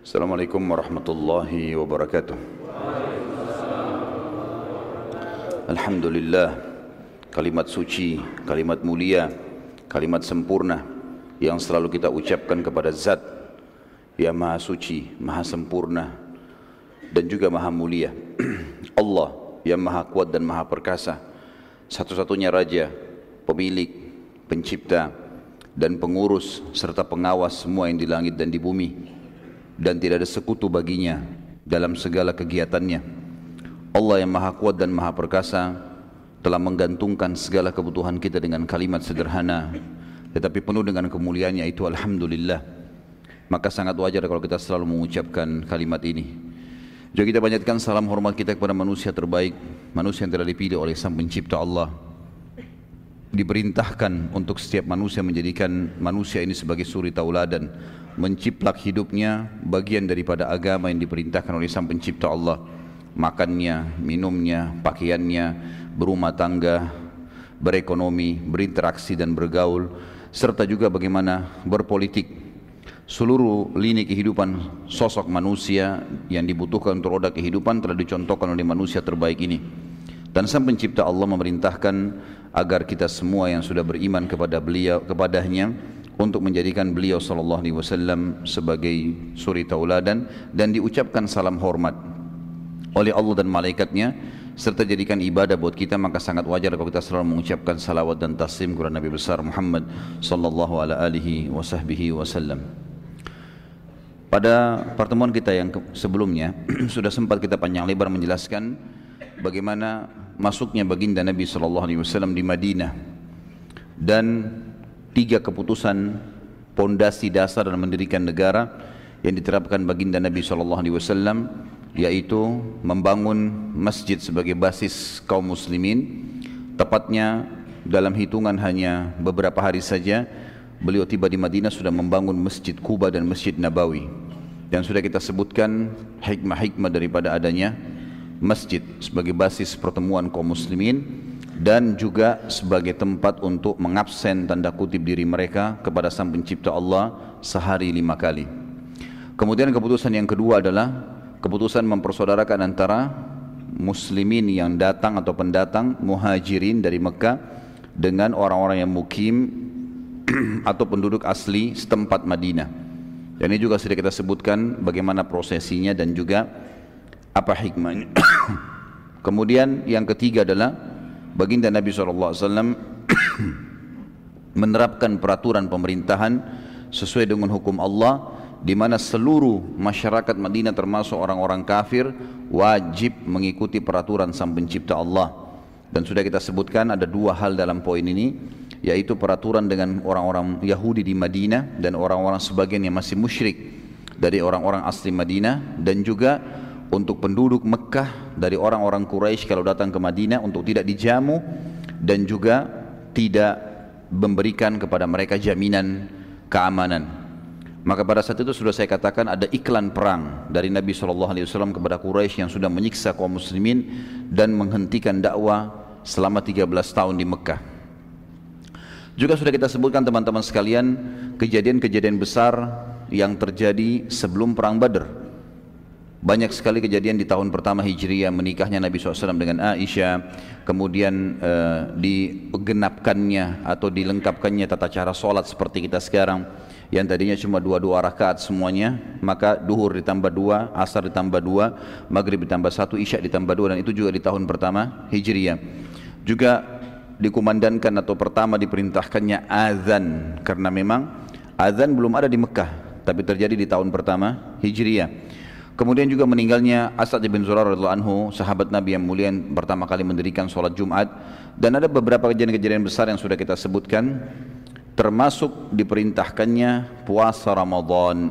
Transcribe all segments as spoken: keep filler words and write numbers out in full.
Assalamualaikum warahmatullahi wabarakatuh. Alhamdulillah, kalimat suci, kalimat mulia, kalimat sempurna yang selalu kita ucapkan kepada Zat yang Maha Suci, Maha Sempurna dan juga Maha Mulia. Allah yang Maha Kuat dan Maha Perkasa, satu-satunya Raja, Pemilik, Pencipta dan Pengurus serta pengawas semua yang di langit dan di bumi, dan tidak ada sekutu baginya dalam segala kegiatannya. Allah yang Maha Kuat dan Maha Perkasa telah menggantungkan segala kebutuhan kita dengan kalimat sederhana tetapi penuh dengan kemuliaannya, itu Alhamdulillah. Maka sangat wajar kalau kita selalu mengucapkan kalimat ini. Juga kita banyakkan salam hormat kita kepada manusia terbaik, manusia yang telah dipilih oleh Sang Pencipta Allah, diperintahkan untuk setiap manusia menjadikan manusia ini sebagai suri tauladan, menciplak hidupnya bagian daripada agama yang diperintahkan oleh Sang Pencipta Allah. Makannya, minumnya, pakaiannya, berumah tangga, berekonomi, berinteraksi dan bergaul, serta juga bagaimana berpolitik. Seluruh lini kehidupan sosok manusia yang dibutuhkan untuk roda kehidupan telah dicontohkan oleh manusia terbaik ini. Dan Sang Pencipta Allah memerintahkan agar kita semua yang sudah beriman kepada beliau, kepadanya, untuk menjadikan beliau sallallahu alaihi wasallam sebagai suri tauladan dan diucapkan salam hormat oleh Allah dan malaikatnya, serta jadikan ibadah buat kita. Maka sangat wajar kalau kita selalu mengucapkan salawat dan taslim kepada Nabi besar Muhammad sallallahu alaihi wasallam. Pada pertemuan kita yang sebelumnya sudah sempat kita panjang lebar menjelaskan bagaimana masuknya baginda Nabi sallallahu alaihi wasallam di Madinah dan tiga keputusan pondasi dasar dalam mendirikan negara yang diterapkan baginda Nabi sallallahu alaihi wasallam, yaitu membangun masjid sebagai basis kaum muslimin. Tepatnya dalam hitungan hanya beberapa hari saja beliau tiba di Madinah sudah membangun Masjid Quba dan Masjid Nabawi, dan sudah kita sebutkan hikmah-hikmah daripada adanya masjid sebagai basis pertemuan kaum muslimin dan juga sebagai tempat untuk mengabsen tanda kutip diri mereka kepada Sang Pencipta Allah sehari lima kali. Kemudian keputusan yang kedua adalah keputusan mempersaudarakan antara muslimin yang datang atau pendatang muhajirin dari Mekah dengan orang-orang yang mukim atau penduduk asli setempat Madinah. Dan ini juga sudah kita sebutkan bagaimana prosesinya dan juga apa hikmahnya. Kemudian yang ketiga adalah baginda Nabi shallallahu alaihi wasallam menerapkan peraturan pemerintahan sesuai dengan hukum Allah, di mana seluruh masyarakat Madinah termasuk orang-orang kafir wajib mengikuti peraturan Sang Pencipta Allah. Dan sudah kita sebutkan ada dua hal dalam poin ini, yaitu peraturan dengan orang-orang Yahudi di Madinah dan orang-orang sebagian yang masih musyrik dari orang-orang asli Madinah, dan juga untuk penduduk Mekah dari orang-orang Quraisy kalau datang ke Madinah untuk tidak dijamu dan juga tidak memberikan kepada mereka jaminan keamanan. Maka pada saat itu sudah saya katakan ada iklan perang dari Nabi shallallahu alaihi wasallam kepada Quraisy yang sudah menyiksa kaum muslimin dan menghentikan dakwah selama tiga belas tahun di Mekah. Juga sudah kita sebutkan teman-teman sekalian kejadian-kejadian besar yang terjadi sebelum perang Badr. Banyak sekali kejadian di tahun pertama Hijriah, menikahnya Nabi shallallahu alaihi wasallam dengan Aisyah, kemudian uh, digenapkannya atau dilengkapkannya tata cara sholat seperti kita sekarang, yang tadinya cuma dua-dua rakaat semuanya, maka duhur ditambah dua, asar ditambah dua, maghrib ditambah satu, isya ditambah dua, dan itu juga di tahun pertama Hijriah. Juga dikumandangkan atau pertama diperintahkannya azan, karena memang azan belum ada di Mekah, tapi terjadi di tahun pertama Hijriah. Kemudian juga meninggalnya As'ad bin Zurarah radhiyallahu anhu, sahabat Nabi yang mulia yang pertama kali mendirikan sholat Jumat. Dan ada beberapa kejadian-kejadian besar yang sudah kita sebutkan, termasuk diperintahkannya puasa Ramadan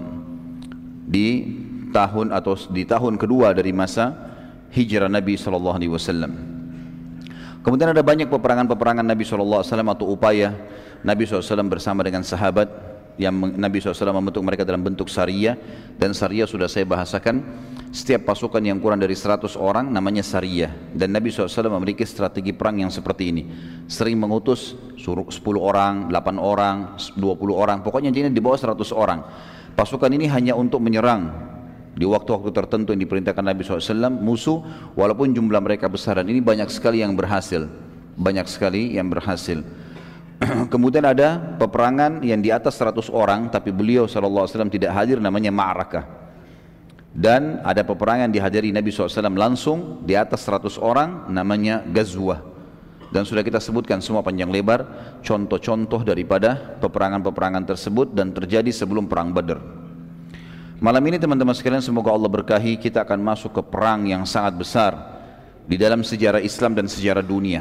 di tahun atau di tahun kedua dari masa hijrah Nabi shallallahu alaihi wasallam. Kemudian ada banyak peperangan-peperangan Nabi shallallahu alaihi wasallam atau upaya Nabi shallallahu alaihi wasallam bersama dengan sahabat yang Nabi shallallahu alaihi wasallam membentuk mereka dalam bentuk sariyah. Dan sariyah sudah saya bahasakan, setiap pasukan yang kurang dari seratus orang namanya sariyah. Dan Nabi shallallahu alaihi wasallam memiliki strategi perang yang seperti ini, sering mengutus suruh sepuluh orang, delapan orang, dua puluh orang, pokoknya jadi di bawah seratus orang. Pasukan ini hanya untuk menyerang di waktu-waktu tertentu yang diperintahkan Nabi shallallahu alaihi wasallam, musuh walaupun jumlah mereka besar, dan ini banyak sekali yang berhasil, banyak sekali yang berhasil. Kemudian ada peperangan yang di atas seratus orang tapi beliau shallallahu alaihi wasallam tidak hadir, namanya Ma'rakah. Dan ada peperangan dihadiri Nabi shallallahu alaihi wasallam langsung di atas seratus orang, namanya Ghazwah. Dan sudah kita sebutkan semua panjang lebar contoh-contoh daripada peperangan-peperangan tersebut dan terjadi sebelum perang Badar. Malam ini teman-teman sekalian, semoga Allah berkahi, kita akan masuk ke perang yang sangat besar di dalam sejarah Islam dan sejarah dunia.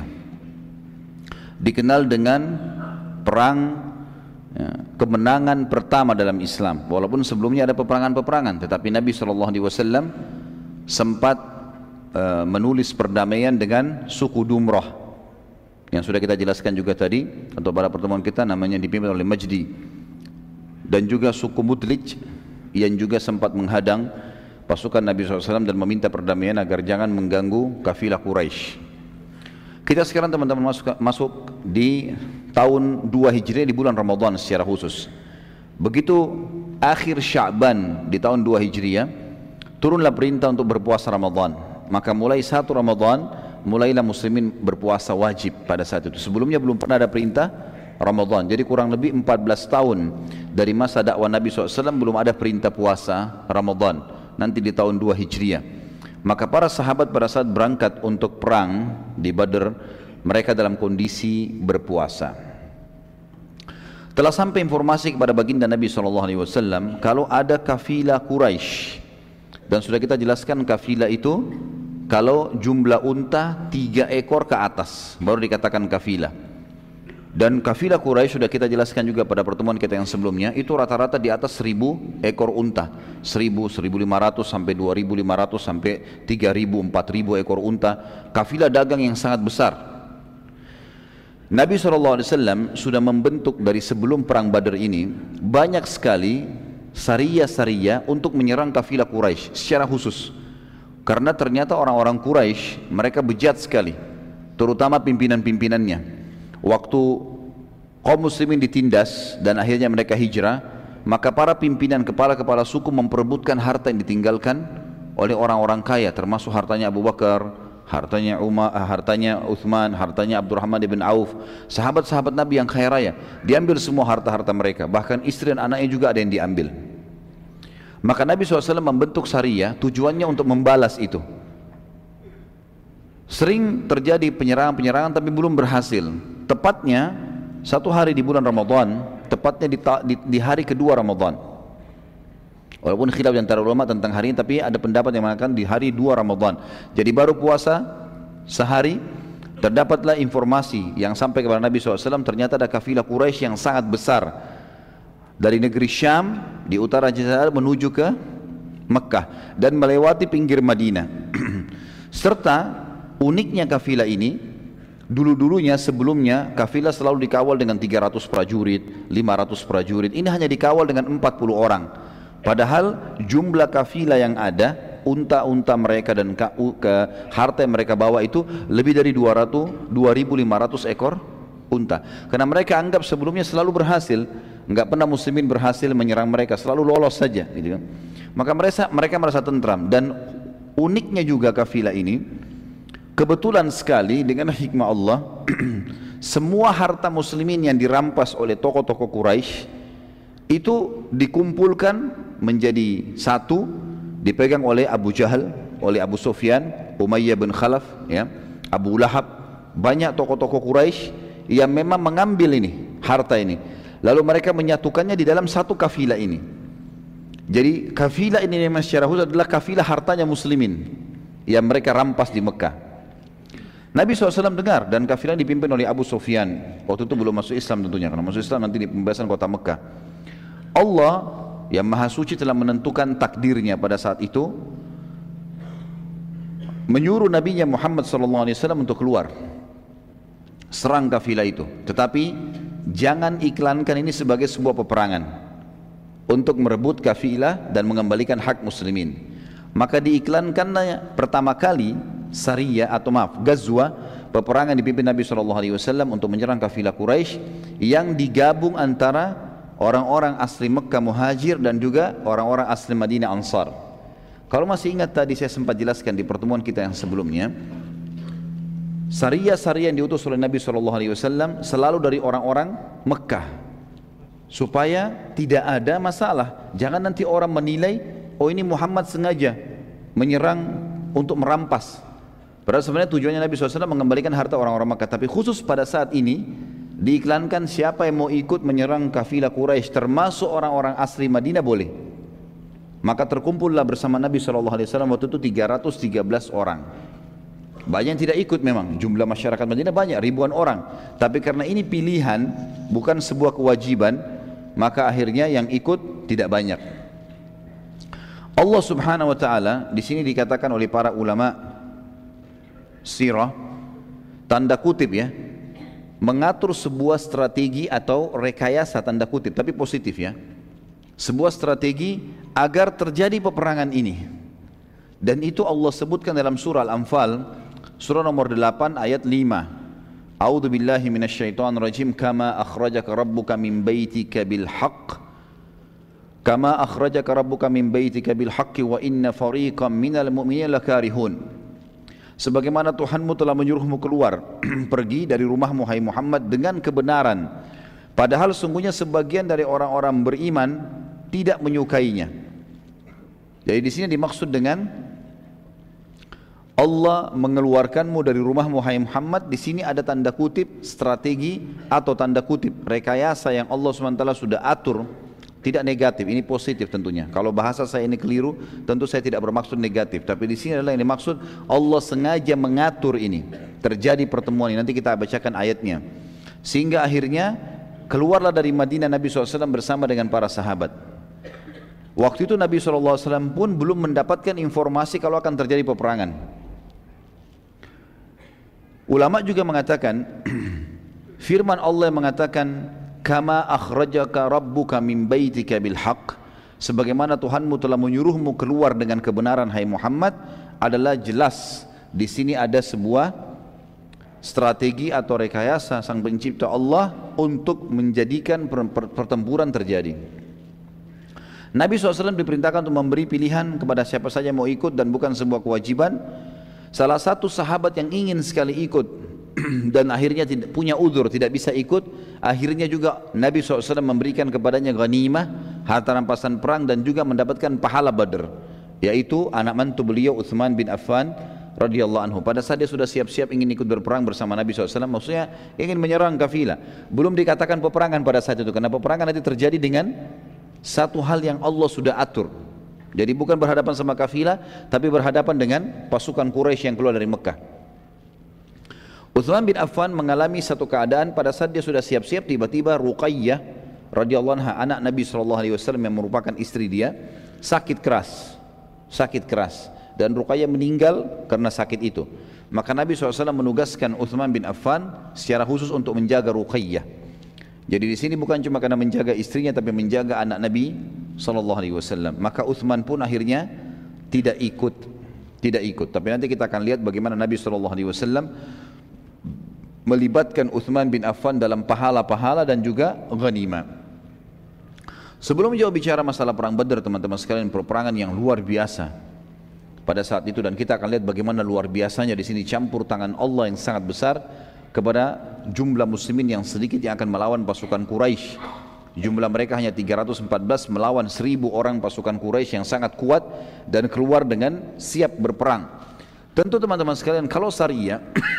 Dikenal dengan perang ya, kemenangan pertama dalam Islam. Walaupun sebelumnya ada peperangan-peperangan, tetapi Nabi shallallahu alaihi wasallam sempat uh, menulis perdamaian dengan suku Dumrah, yang sudah kita jelaskan juga tadi atau pada pertemuan kita, namanya dipimpin oleh Majdi. Dan juga suku Mudlij yang juga sempat menghadang pasukan Nabi shallallahu alaihi wasallam dan meminta perdamaian agar jangan mengganggu kafilah Quraisy. Kita sekarang teman-teman masuk, masuk di tahun dua Hijriah di bulan Ramadan secara khusus. Begitu akhir Sya'ban di tahun dua Hijriah, turunlah perintah untuk berpuasa Ramadan. Maka mulai satu Ramadan mulailah muslimin berpuasa wajib pada saat itu. Sebelumnya belum pernah ada perintah Ramadan. Jadi kurang lebih empat belas tahun dari masa dakwah Nabi shallallahu alaihi wasallam belum ada perintah puasa Ramadan. Nanti di tahun dua Hijriah. Maka para sahabat pada saat berangkat untuk perang di Badr, mereka dalam kondisi berpuasa. Telah sampai informasi kepada baginda Nabi shallallahu alaihi wasallam kalau ada kafilah Quraisy. Dan sudah kita jelaskan kafilah itu kalau jumlah unta tiga ekor ke atas baru dikatakan kafilah. Dan kafilah Quraisy sudah kita jelaskan juga pada pertemuan kita yang sebelumnya, itu rata-rata di atas seribu ekor unta, seribu, seribu lima ratus sampai dua ribu lima ratus sampai tiga ribu, empat ribu ekor unta. Kafilah dagang yang sangat besar. Nabi shallallahu alaihi wasallam sudah membentuk dari sebelum perang Badar ini banyak sekali sariyah-sariyah untuk menyerang kafilah Quraisy secara khusus. Karena ternyata orang-orang Quraisy mereka bejat sekali, terutama pimpinan-pimpinannya. Waktu kaum muslimin ditindas dan akhirnya mereka hijrah, maka para pimpinan kepala-kepala suku memperebutkan harta yang ditinggalkan oleh orang-orang kaya, termasuk hartanya Abu Bakar, hartanya Umar, hartanya Uthman, hartanya Abdurrahman ibn Auf, sahabat-sahabat Nabi yang kaya raya. Diambil semua harta-harta mereka, bahkan istri dan anaknya juga ada yang diambil. Maka Nabi shallallahu alaihi wasallam membentuk syariah tujuannya untuk membalas itu. Sering terjadi penyerangan-penyerangan tapi belum berhasil. Tepatnya satu hari di bulan Ramadan, tepatnya di, di, di hari kedua Ramadan. Walaupun khilaf di antara ulama tentang hari ini, tapi ada pendapat yang mengatakan di hari dua Ramadan. Jadi baru puasa sehari, terdapatlah informasi yang sampai kepada Nabi shallallahu alaihi wasallam, ternyata ada kafilah Quraisy yang sangat besar dari negeri Syam di utara Jazirah menuju ke Mekah dan melewati pinggir Madinah. Serta uniknya kafilah ini, dulu-dulunya sebelumnya kafilah selalu dikawal dengan tiga ratus prajurit, lima ratus prajurit. Ini hanya dikawal dengan empat puluh orang. Padahal jumlah kafilah yang ada, unta-unta mereka dan ke, ke harta yang mereka bawa itu lebih dari dua ratus, dua ribu lima ratus ekor unta. Karena mereka anggap sebelumnya selalu berhasil, enggak pernah muslimin berhasil menyerang mereka, selalu lolos saja gitu kan. Maka mereka mereka merasa tentram. Dan uniknya juga kafilah ini, kebetulan sekali dengan hikmah Allah semua harta muslimin yang dirampas oleh tokoh-tokoh Quraisy itu dikumpulkan menjadi satu, dipegang oleh Abu Jahal, oleh Abu Sufyan, Umayyah bin Khalaf, ya, Abu Lahab, banyak tokoh-tokoh Quraisy yang memang mengambil ini harta ini, lalu mereka menyatukannya di dalam satu kafilah ini. Jadi kafilah ini memang secara khusus adalah kafilah hartanya muslimin yang mereka rampas di Mekah. Nabi shallallahu alaihi wasallam dengar, dan kafilah dipimpin oleh Abu Sufyan. Waktu itu belum masuk Islam tentunya, karena masuk Islam nanti di pembebasan kota Mekah. Allah yang Maha Suci telah menentukan takdirnya pada saat itu, menyuruh Nabinya Muhammad shallallahu alaihi wasallam untuk keluar serang kafilah itu. Tetapi jangan iklankan ini sebagai sebuah peperangan untuk merebut kafilah dan mengembalikan hak muslimin. Maka diiklankannya pertama kali sariyah atau maaf Ghazwah, peperangan dipimpin Nabi shallallahu alaihi wasallam untuk menyerang kafilah Quraisy yang digabung antara orang-orang asli Mekah Muhajir dan juga orang-orang asli Madinah Ansar. Kalau masih ingat tadi saya sempat jelaskan di pertemuan kita yang sebelumnya, Sariyah-sariyah yang diutus oleh Nabi shallallahu alaihi wasallam selalu dari orang-orang Mekah, supaya tidak ada masalah. Jangan nanti orang menilai, oh ini Muhammad sengaja menyerang untuk merampas. Padahal sebenarnya tujuannya Nabi shallallahu alaihi wasallam mengembalikan harta orang-orang Mekah. Tapi khusus pada saat ini diiklankan siapa yang mau ikut menyerang kafilah Quraisy, termasuk orang-orang asli Madinah, boleh. Maka terkumpullah bersama Nabi shallallahu alaihi wasallam waktu itu tiga ratus tiga belas orang. Banyak yang tidak ikut memang, jumlah masyarakat Madinah banyak, ribuan orang. Tapi karena ini pilihan, bukan sebuah kewajiban, maka akhirnya yang ikut tidak banyak. Allah subhanahu wa ta'ala di sini dikatakan oleh para ulama sirah, tanda kutip ya, mengatur sebuah strategi atau rekayasa, tanda kutip, tapi positif ya. Sebuah strategi agar terjadi peperangan ini. Dan itu Allah sebutkan dalam surah Al-Anfal, surah nomor delapan ayat lima. A'udzu billahi minasyaitonir rajim. Kama akhrajaka rabbuka min baitika bil haqq. Kama akhrajaka rabbuka min baitika bil haqqi wa inna fariqam minal mu'minina lakarihun. Sebagaimana Tuhanmu telah menyuruhmu keluar pergi dari rumahmu hai Muhammad dengan kebenaran, padahal sungguhnya sebagian dari orang-orang beriman tidak menyukainya. Jadi di sini dimaksud dengan Allah mengeluarkanmu dari rumahmu hai Muhammad, di sini ada tanda kutip strategi atau tanda kutip rekayasa yang Allah subhanahu wa taala sudah atur, tidak negatif, ini positif tentunya. Kalau bahasa saya ini keliru, tentu saya tidak bermaksud negatif, tapi di sini adalah yang dimaksud Allah sengaja mengatur ini terjadi pertemuan ini. Nanti kita bacakan ayatnya. Sehingga akhirnya keluarlah dari Madinah Nabi shallallahu alaihi wasallam bersama dengan para sahabat. Waktu itu Nabi shallallahu alaihi wasallam pun belum mendapatkan informasi kalau akan terjadi peperangan. Ulama juga mengatakan firman Allah yang mengatakan kama akhrajaka rabbuka min baitika bil haqq, sebagaimana Tuhanmu telah menyuruhmu keluar dengan kebenaran hai Muhammad, adalah jelas di sini ada sebuah strategi atau rekayasa sang pencipta Allah untuk menjadikan pertempuran terjadi. Nabi shallallahu alaihi wasallam diperintahkan untuk memberi pilihan kepada siapa saja yang mau ikut dan bukan sebuah kewajiban. Salah satu sahabat yang ingin sekali ikut dan akhirnya tidak punya udzur, tidak bisa ikut, akhirnya juga Nabi shallallahu alaihi wasallam memberikan kepadanya ghanimah, harta rampasan perang, dan juga mendapatkan pahala Badr, yaitu anak mantu beliau Utsman bin Affan radhiyallahu anhu. Pada saat dia sudah siap-siap ingin ikut berperang bersama Nabi shallallahu alaihi wasallam, maksudnya ingin menyerang kafilah, belum dikatakan peperangan pada saat itu, karena peperangan nanti terjadi dengan satu hal yang Allah sudah atur. Jadi bukan berhadapan sama kafilah, tapi berhadapan dengan pasukan Quraisy yang keluar dari Mekah. Utsman bin Affan mengalami satu keadaan pada saat dia sudah siap-siap, tiba-tiba Ruqayyah radhiyallahu anha, anak Nabi shallallahu alaihi wasallam yang merupakan istri dia, sakit keras, sakit keras, dan Ruqayyah meninggal karena sakit itu. Maka Nabi shallallahu alaihi wasallam menugaskan Utsman bin Affan secara khusus untuk menjaga Ruqayyah. Jadi di sini bukan cuma karena menjaga istrinya, tapi menjaga anak Nabi shallallahu alaihi wasallam. Maka Utsman pun akhirnya tidak ikut, tidak ikut. Tapi nanti kita akan lihat bagaimana Nabi shallallahu alaihi wasallam melibatkan Utsman bin Affan dalam pahala-pahala dan juga ghanimah. Sebelum jauh bicara masalah perang Badar, teman-teman sekalian, peperangan yang luar biasa pada saat itu, dan kita akan lihat bagaimana luar biasanya di sini campur tangan Allah yang sangat besar kepada jumlah muslimin yang sedikit yang akan melawan pasukan Quraisy. Jumlah mereka hanya tiga ratus empat belas melawan seribu orang pasukan Quraisy yang sangat kuat dan keluar dengan siap berperang. Tentu teman-teman sekalian, kalau Sariyah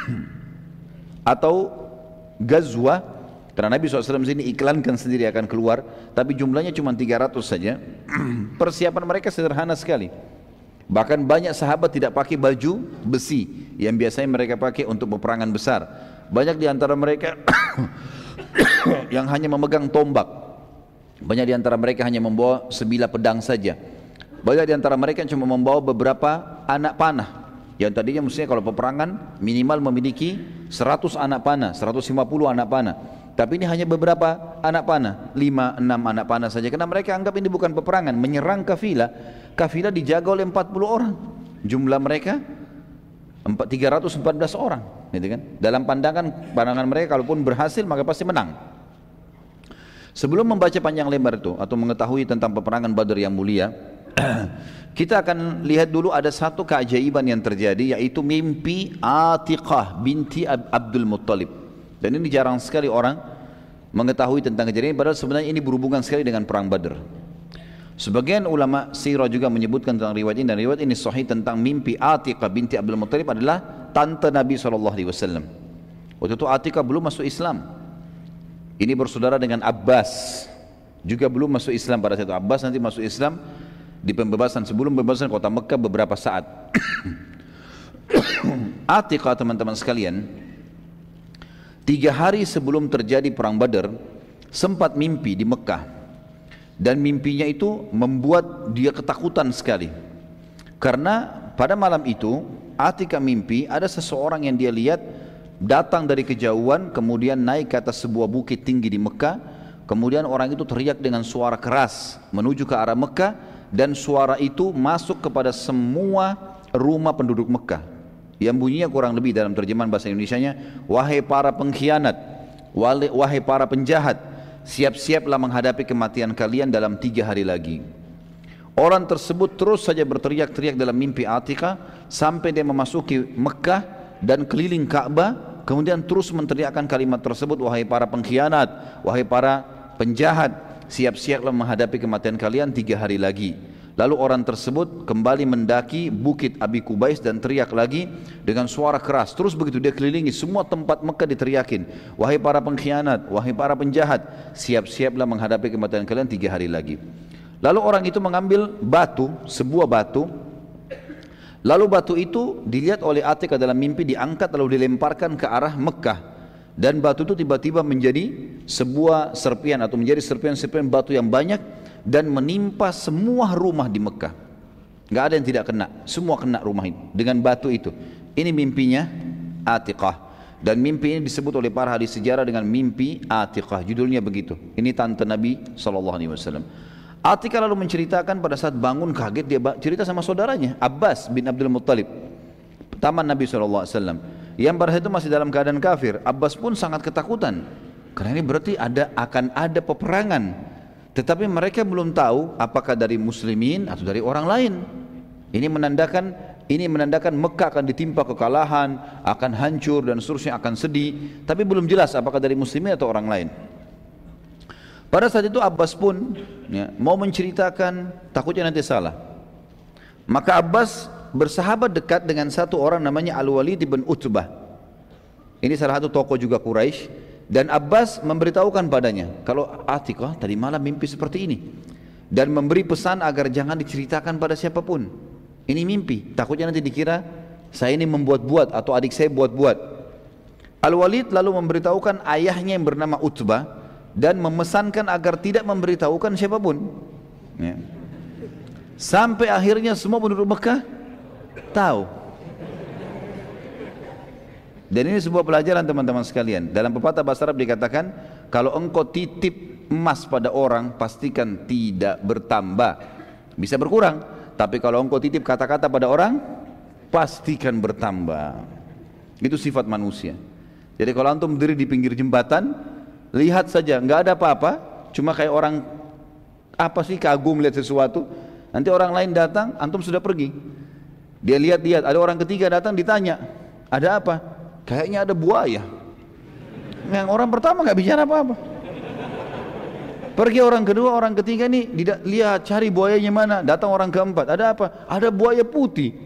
atau Ghazwah, karena Nabi shallallahu alaihi wasallam sini iklankan sendiri akan keluar, tapi jumlahnya cuma tiga ratus saja. Persiapan mereka sederhana sekali. Bahkan banyak sahabat tidak pakai baju besi yang biasanya mereka pakai untuk peperangan besar. Banyak di antara mereka yang hanya memegang tombak. Banyak di antara mereka hanya membawa sebilah pedang saja. Banyak di antara mereka yang cuma membawa beberapa anak panah, yang tadinya mestinya kalau peperangan minimal memiliki seratus anak panah, seratus lima puluh anak panah. Tapi ini hanya beberapa anak panah, lima, enam anak panah saja. Karena mereka anggap ini bukan peperangan, menyerang kafilah. Kafilah dijaga oleh empat puluh orang. Jumlah mereka tiga ratus empat belas orang, gitu kan? Dalam pandangan pandangan mereka, kalaupun berhasil maka pasti menang. Sebelum membaca panjang lebar itu atau mengetahui tentang peperangan Badar yang mulia, Kita akan lihat dulu ada satu keajaiban yang terjadi, yaitu mimpi Atiqah binti Abdul Muttalib. Dan ini jarang sekali orang mengetahui tentang kejadian ini, padahal sebenarnya ini berhubungan sekali dengan perang Badr. Sebagian ulama sirah juga menyebutkan tentang riwayat ini, dan riwayat ini sahih tentang mimpi Atiqah binti Abdul Muttalib adalah tante Nabi shallallahu alaihi wasallam. Waktu itu Atiqah belum masuk Islam. Ini bersaudara dengan Abbas, juga belum masuk Islam pada saat itu. Abbas nanti masuk Islam di pembebasan, sebelum pembebasan kota Mekah beberapa saat. Atiqah, teman-teman sekalian, tiga hari sebelum terjadi perang Badar sempat mimpi di Mekah, dan mimpinya itu membuat dia ketakutan sekali, karena pada malam itu Atiqah mimpi ada seseorang yang dia lihat datang dari kejauhan, kemudian naik ke atas sebuah bukit tinggi di Mekah. Kemudian orang itu teriak dengan suara keras menuju ke arah Mekah, dan suara itu masuk kepada semua rumah penduduk Mekah, yang bunyinya kurang lebih dalam terjemahan bahasa Indonesianya, wahai para pengkhianat, wahai para penjahat, siap-siaplah menghadapi kematian kalian dalam tiga hari lagi. Orang tersebut terus saja berteriak-teriak dalam mimpi Atiqah sampai dia memasuki Mekah dan keliling Ka'bah, kemudian terus menteriakkan kalimat tersebut, wahai para pengkhianat, wahai para penjahat, siap-siaplah menghadapi kematian kalian tiga hari lagi. Lalu orang tersebut kembali mendaki bukit Abi Kubais dan teriak lagi dengan suara keras. Terus begitu dia kelilingi semua tempat Mekah diteriakin, wahai para pengkhianat, wahai para penjahat, siap-siaplah menghadapi kematian kalian tiga hari lagi. Lalu orang itu mengambil batu, sebuah batu. Lalu batu itu dilihat oleh Atiqah dalam mimpi, diangkat lalu dilemparkan ke arah Mekah. Dan batu itu tiba-tiba menjadi sebuah serpian atau menjadi serpian-serpian batu yang banyak dan menimpa semua rumah di Mekah. Gak ada yang tidak kena, semua kena rumah itu dengan batu itu. Ini mimpinya Atiqah, dan mimpi ini disebut oleh para ahli sejarah dengan mimpi Atiqah, judulnya begitu. Ini tante Nabi shallallahu alaihi wasallam. Atiqah lalu menceritakan pada saat bangun kaget, dia cerita sama saudaranya Abbas bin Abdul Muttalib, taman Nabi shallallahu alaihi wasallam, yang pada saat itu masih dalam keadaan kafir. Abbas pun sangat ketakutan, karena ini berarti ada akan ada peperangan, tetapi mereka belum tahu apakah dari muslimin atau dari orang lain. Ini menandakan ini menandakan Mekah akan ditimpa kekalahan, akan hancur dan seterusnya, akan sedih, tapi belum jelas apakah dari muslimin atau orang lain. Pada saat itu Abbas pun ya, mau menceritakan, takutnya nanti salah. Maka Abbas bersahabat dekat dengan satu orang namanya Al-Walid bin Utbah. Ini salah satu tokoh juga Quraisy, dan Abbas memberitahukan padanya kalau Atiqah tadi malam mimpi seperti ini, dan memberi pesan agar jangan diceritakan pada siapapun. Ini mimpi, takutnya nanti dikira saya ini membuat-buat atau adik saya buat-buat. Al-Walid lalu memberitahukan ayahnya yang bernama Utbah dan memesankan agar tidak memberitahukan siapapun ya. Sampai akhirnya semua penduduk Mekah tahu. Dan ini sebuah pelajaran teman-teman sekalian. Dalam pepatah bahasa Arab dikatakan, kalau engkau titip emas pada orang, pastikan tidak bertambah, bisa berkurang. Tapi kalau engkau titip kata-kata pada orang, pastikan bertambah. Itu sifat manusia. Jadi kalau antum berdiri di pinggir jembatan, lihat saja, nggak ada apa-apa, cuma kayak orang apa sih, kagum lihat sesuatu. Nanti orang lain datang, antum sudah pergi. Dia lihat-lihat, ada orang ketiga datang, ditanya, ada apa? Kayaknya ada buaya. Yang orang pertama nggak bicara apa-apa. Pergi orang kedua, orang ketiga nih, lihat cari buayanya mana. Datang orang keempat, ada apa? Ada buaya putih.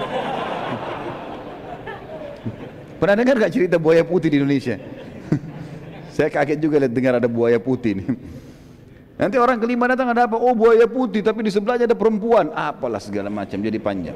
Pernah dengar nggak cerita buaya putih di Indonesia? Saya kaget juga lihat dengar ada buaya putih nih. Nanti orang kelima datang, ada apa? Oh, buaya putih, tapi di sebelahnya ada perempuan. Apalah segala macam, jadi panjang.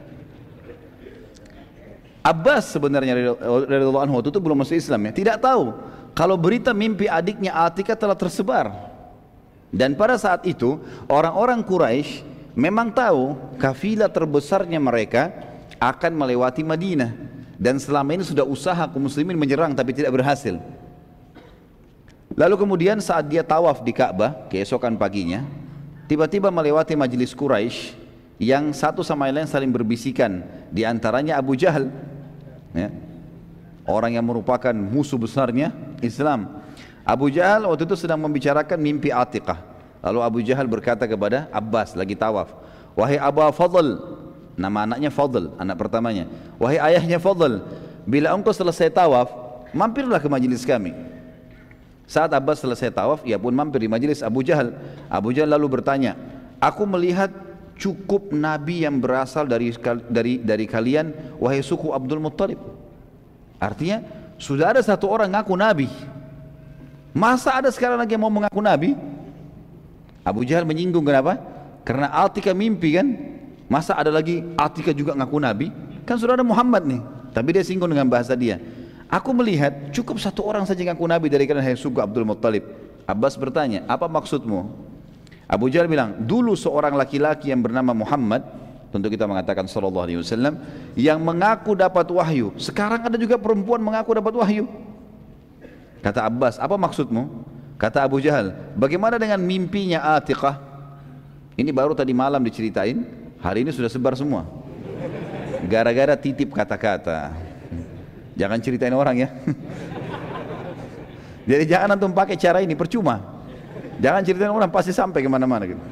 Abbas sebenarnya radhiyallahu anhu itu belum masuk Islam ya, tidak tahu kalau berita mimpi adiknya Atiqah telah tersebar. Dan pada saat itu orang-orang Quraisy memang tahu kafilah terbesarnya mereka akan melewati Madinah, dan selama ini sudah usaha kaum muslimin menyerang tapi tidak berhasil. Lalu kemudian saat dia tawaf di Ka'bah keesokan paginya, tiba-tiba melewati majelis Quraisy yang satu sama lain saling berbisikan, di antaranya Abu Jahal ya, orang yang merupakan musuh besarnya Islam. Abu Jahal waktu itu sedang membicarakan mimpi Atiqah. Lalu Abu Jahal berkata kepada Abbas lagi tawaf, wahai Aba Fadl, nama anaknya Fadl, anak pertamanya, wahai ayahnya Fadl, bila engkau selesai tawaf, mampirlah ke majelis kami. Saat Abbas selesai tawaf, ia pun mampir di majelis Abu Jahal. Abu Jahal lalu bertanya, aku melihat cukup nabi yang berasal dari dari dari kalian, wahai suku Abdul Muttalib. Artinya sudah ada satu orang ngaku nabi, masa ada sekarang lagi yang mau mengaku nabi? Abu Jahal menyinggung, kenapa? Karena Atika mimpi kan, masa ada lagi Atika juga ngaku nabi? Kan sudah ada Muhammad nih. Tapi dia singgung dengan bahasa dia, aku melihat cukup satu orang saja ngaku nabi dari kalian, hai suku Abdul Muttalib. Abbas bertanya, apa maksudmu? Abu Jahal bilang, dulu seorang laki-laki yang bernama Muhammad, tentu kita mengatakan sallallahu alaihi wasallam, yang mengaku dapat wahyu. Sekarang ada juga perempuan mengaku dapat wahyu. Kata Abbas, apa maksudmu? Kata Abu Jahal, bagaimana dengan mimpinya Atiqah? Ini baru tadi malam diceritain, hari ini sudah sebar semua. Gara-gara titip kata-kata. Jangan ceritain orang ya. Jadi jangan antum pakai cara ini, percuma. Jangan ceritain orang, pasti sampai kemana-mana gitu.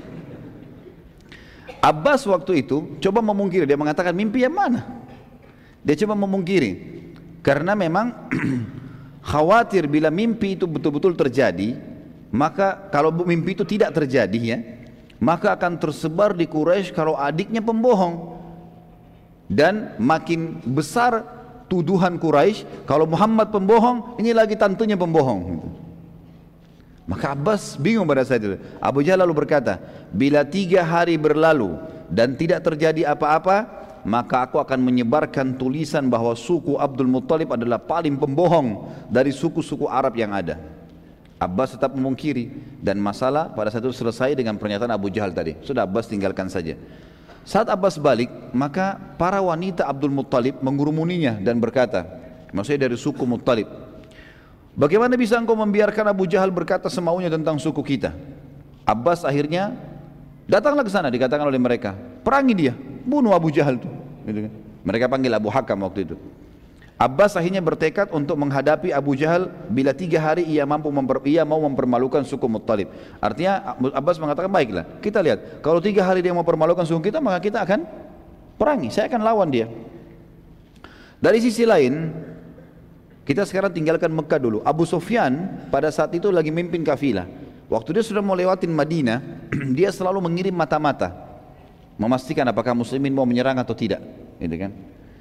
Abbas waktu itu coba memungkiri, dia mengatakan mimpi yang mana? Dia coba memungkiri, karena memang khawatir bila mimpi itu betul-betul terjadi, maka kalau mimpi itu tidak terjadi ya, maka akan tersebar di Quraisy kalau adiknya pembohong, dan makin besar tuduhan Quraisy kalau Muhammad pembohong, ini lagi tantunya pembohong. Maka Abbas bingung pada saat itu. Abu Jahal lalu berkata, bila tiga hari berlalu dan tidak terjadi apa-apa, maka aku akan menyebarkan tulisan bahwa suku Abdul Muttalib adalah paling pembohong dari suku-suku Arab yang ada. Abbas tetap memungkiri, dan masalah pada saat itu selesai dengan pernyataan Abu Jahal tadi. Sudah, Abbas tinggalkan saja. Saat Abbas balik, maka para wanita Abdul Muttalib mengurumuninya dan berkata, maksudnya dari suku Muttalib, bagaimana bisa engkau membiarkan Abu Jahal berkata semaunya tentang suku kita? Abbas akhirnya datanglah ke sana, dikatakan oleh mereka, perangi dia, bunuh Abu Jahal itu. Mereka panggil Abu Hakam waktu itu. Abbas akhirnya bertekad untuk menghadapi Abu Jahal bila tiga hari ia mampu memper, ia mau mempermalukan suku Muttalib. Artinya Abbas mengatakan, baiklah, kita lihat, kalau tiga hari dia mau mempermalukan suku kita, maka kita akan perangi, saya akan lawan dia. Dari sisi lain, kita sekarang tinggalkan Mekah dulu. Abu Sufyan pada saat itu lagi mimpin kafilah. Waktu dia sudah mau lewatin Madinah, dia selalu mengirim mata-mata, memastikan apakah muslimin mau menyerang atau tidak, gitu kan.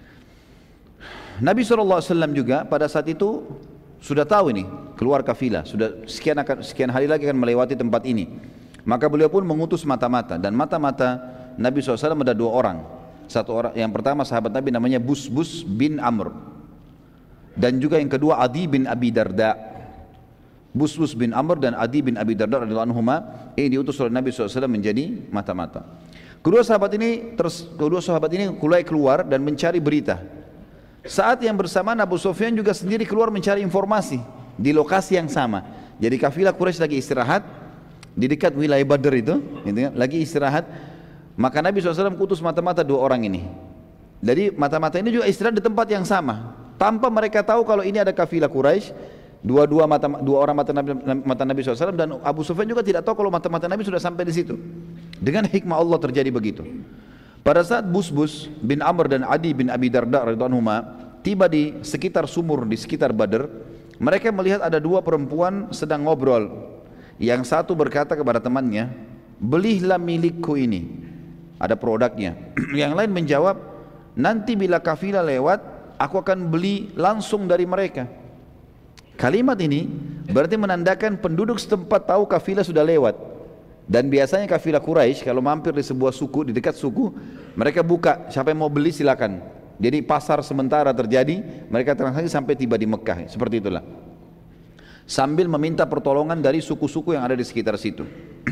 Nabi shallallahu alaihi wasallam juga pada saat itu sudah tahu ini, keluar kafilah, sudah sekian akan sekian hari lagi akan melewati tempat ini. Maka beliau pun mengutus mata-mata, dan mata-mata Nabi shallallahu alaihi wasallam ada dua orang. Satu orang, yang pertama sahabat Nabi namanya Busbus bin Amr, dan juga yang kedua Adi bin Abi Darda. Busbus bin Amr dan Adi bin Abi Darda radhiyallahu anhuma ini diutus oleh Nabi shallallahu alaihi wasallam menjadi mata-mata. Kedua sahabat ini terus kedua sahabat ini mulai keluar dan mencari berita. Saat yang bersamaan Abu Sufyan juga sendiri keluar mencari informasi di lokasi yang sama. Jadi kafilah Quraisy lagi istirahat di dekat wilayah Badr itu, gitu kan, lagi istirahat. Maka Nabi shallallahu alaihi wasallam kutus mata-mata dua orang ini. Jadi mata-mata ini juga istirahat di tempat yang sama, tanpa mereka tahu kalau ini ada kafilah Quraisy. Dua-dua mata dua orang mata Nabi, mata Nabi shallallahu alaihi wasallam, dan Abu Sufyan juga tidak tahu kalau mata-mata Nabi sudah sampai di situ. Dengan hikmah Allah terjadi begitu. Pada saat Busbus bin Amr dan Adi bin Abi Darda radhiyallahu anhuma tiba di sekitar sumur di sekitar Badr, mereka melihat ada dua perempuan sedang ngobrol. Yang satu berkata kepada temannya, belilah milikku ini, ada produknya. Yang lain menjawab, nanti bila kafilah lewat, aku akan beli langsung dari mereka. Kalimat ini berarti menandakan penduduk setempat tahu kafilah sudah lewat. Dan biasanya kafilah Quraisy kalau mampir di sebuah suku, di dekat suku, mereka buka, siapa yang mau beli silakan. Jadi pasar sementara terjadi, mereka transaksi sampai tiba di Mekah, seperti itulah. Sambil meminta pertolongan dari suku-suku yang ada di sekitar situ.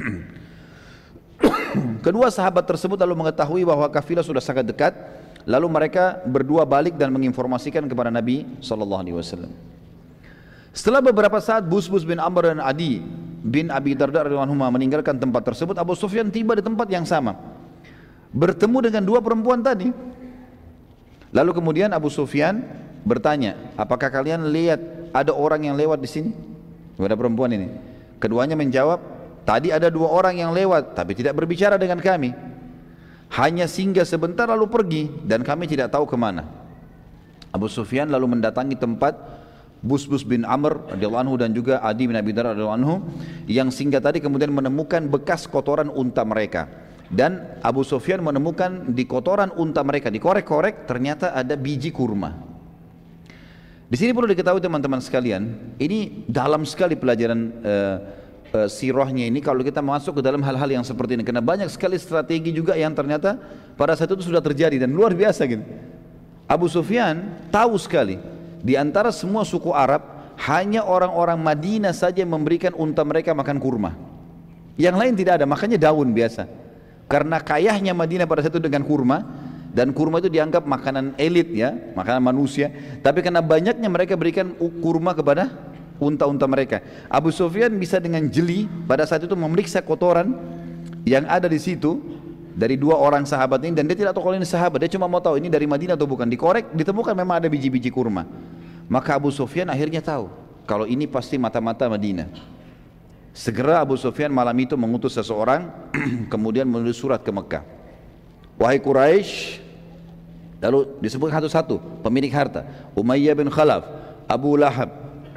Kedua sahabat tersebut lalu mengetahui bahwa kafilah sudah sangat dekat, lalu mereka berdua balik dan menginformasikan kepada Nabi sallallahu alaihi wasallam. Setelah beberapa saat Busbus bin Amr dan Adi bin Abi Darda radhiyallahu anhuma meninggalkan tempat tersebut, Abu Sufyan tiba di tempat yang sama, bertemu dengan dua perempuan tadi. Lalu kemudian Abu Sufyan bertanya, apakah kalian lihat ada orang yang lewat di sini? Kepada perempuan ini. Keduanya menjawab, tadi ada dua orang yang lewat tapi tidak berbicara dengan kami. hanya singgah sebentar lalu pergi dan kami tidak tahu kemana. Abu Sufyan lalu mendatangi tempat Busbus bin Amr radhiyallahu anhu dan juga Adi bin Abi Darda radhiyallahu anhu yang singgah tadi, kemudian menemukan bekas kotoran unta mereka. Dan Abu Sufyan menemukan di kotoran unta mereka, dikorek-korek, ternyata ada biji kurma. Di sini perlu diketahui teman-teman sekalian, ini dalam sekali pelajaran uh, uh, sirahnya ini kalau kita masuk ke dalam hal-hal yang seperti ini, karena banyak sekali strategi juga yang ternyata pada saat itu sudah terjadi dan luar biasa gitu. Abu Sufyan tahu sekali, di antara semua suku Arab hanya orang-orang Madinah saja yang memberikan unta mereka makan kurma. Yang lain tidak ada, makanya daun biasa. Karena kayahnya Madinah pada saat itu dengan kurma, dan kurma itu dianggap makanan elit ya, makanan manusia. Tapi karena banyaknya mereka berikan kurma kepada unta-unta mereka. Abu Sufyan bisa dengan jeli pada saat itu memeriksa kotoran yang ada di situ dari dua orang sahabat ini, dan dia tidak tahu kalau ini sahabat, dia cuma mau tahu ini dari Madinah atau bukan. Dikorek, ditemukan memang ada biji-biji kurma. Maka Abu Sufyan akhirnya tahu kalau ini pasti mata-mata Madinah. Segera Abu Sufyan malam itu mengutus seseorang kemudian menulis surat ke Mekah. Wahai Quraisy, lalu disebut satu-satu pemilik harta, Umayyah bin Khalaf, Abu Lahab,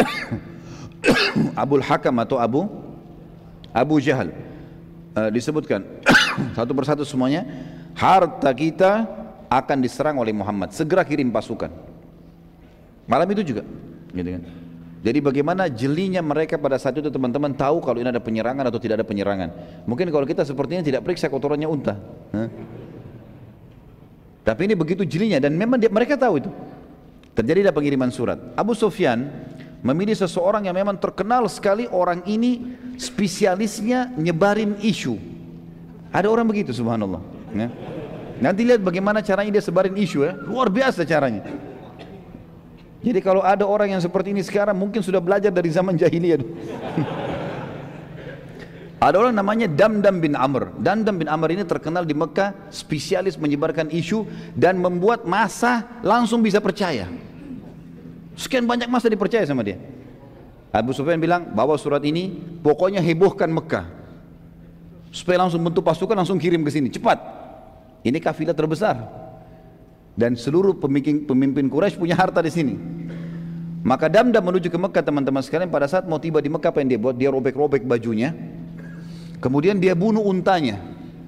Abul Hakam atau Abu Abu Jahal, uh, disebutkan satu persatu semuanya, harta kita akan diserang oleh Muhammad, segera kirim pasukan. Malam itu juga, gitu kan. Jadi bagaimana jelinya mereka pada saat itu teman-teman tahu kalau ini ada penyerangan atau tidak ada penyerangan. Mungkin kalau kita seperti ini tidak periksa kotorannya unta. Hah? Tapi ini begitu jelinya dan memang dia, mereka tahu itu. Terjadi ada pengiriman surat. Abu Sufyan memilih seseorang yang memang terkenal sekali, orang ini spesialisnya nyebarin isu. Ada orang begitu subhanallah. Ya. Nanti lihat bagaimana caranya dia sebarin isu ya, luar biasa caranya. Jadi kalau ada orang yang seperti ini sekarang mungkin sudah belajar dari zaman jahiliyah. Ada orang namanya Damdam bin Amr. Damdam bin Amr ini terkenal di Mekah, spesialis menyebarkan isu dan membuat massa langsung bisa percaya. Sekian banyak massa dipercaya sama dia. Abu Sufyan bilang, bawa surat ini, pokoknya hebohkan Mekah. Supaya langsung bentuk pasukan, langsung kirim ke sini, cepat. Ini kafilah terbesar. Dan seluruh pemimpin, pemimpin Quraisy punya harta di sini. Maka Damdam menuju ke Mekah teman-teman sekalian. Pada saat mau tiba di Mekah, apa yang dia buat? Dia robek-robek bajunya, kemudian dia bunuh untanya.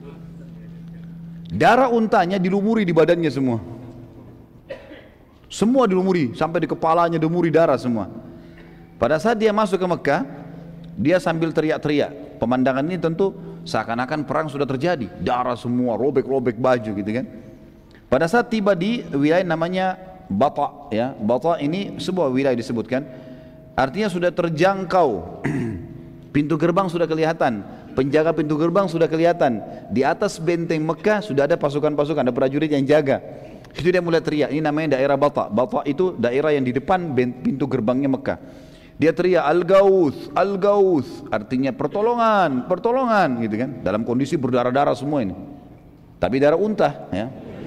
Darah untanya dilumuri di badannya semua. Semua dilumuri, sampai di kepalanya dilumuri darah semua. Pada saat dia masuk ke Mekah, dia sambil teriak-teriak. Pemandangan ini tentu seakan-akan perang sudah terjadi. Darah semua, robek-robek baju gitu kan. Pada saat tiba di wilayah namanya Bata, ya, Bata ini sebuah wilayah disebutkan, artinya sudah terjangkau. Pintu gerbang sudah kelihatan, penjaga pintu gerbang sudah kelihatan. Di atas benteng Mekah sudah ada pasukan-pasukan, ada prajurit yang jaga. Itu dia mulai teriak, ini namanya daerah Bata. Bata itu daerah yang di depan pintu gerbangnya Mekah. Dia teriak Al-Gauth, Al-Gauth, artinya pertolongan, pertolongan gitu kan. Dalam kondisi berdarah-darah semua ini. Tapi darah unta, ya.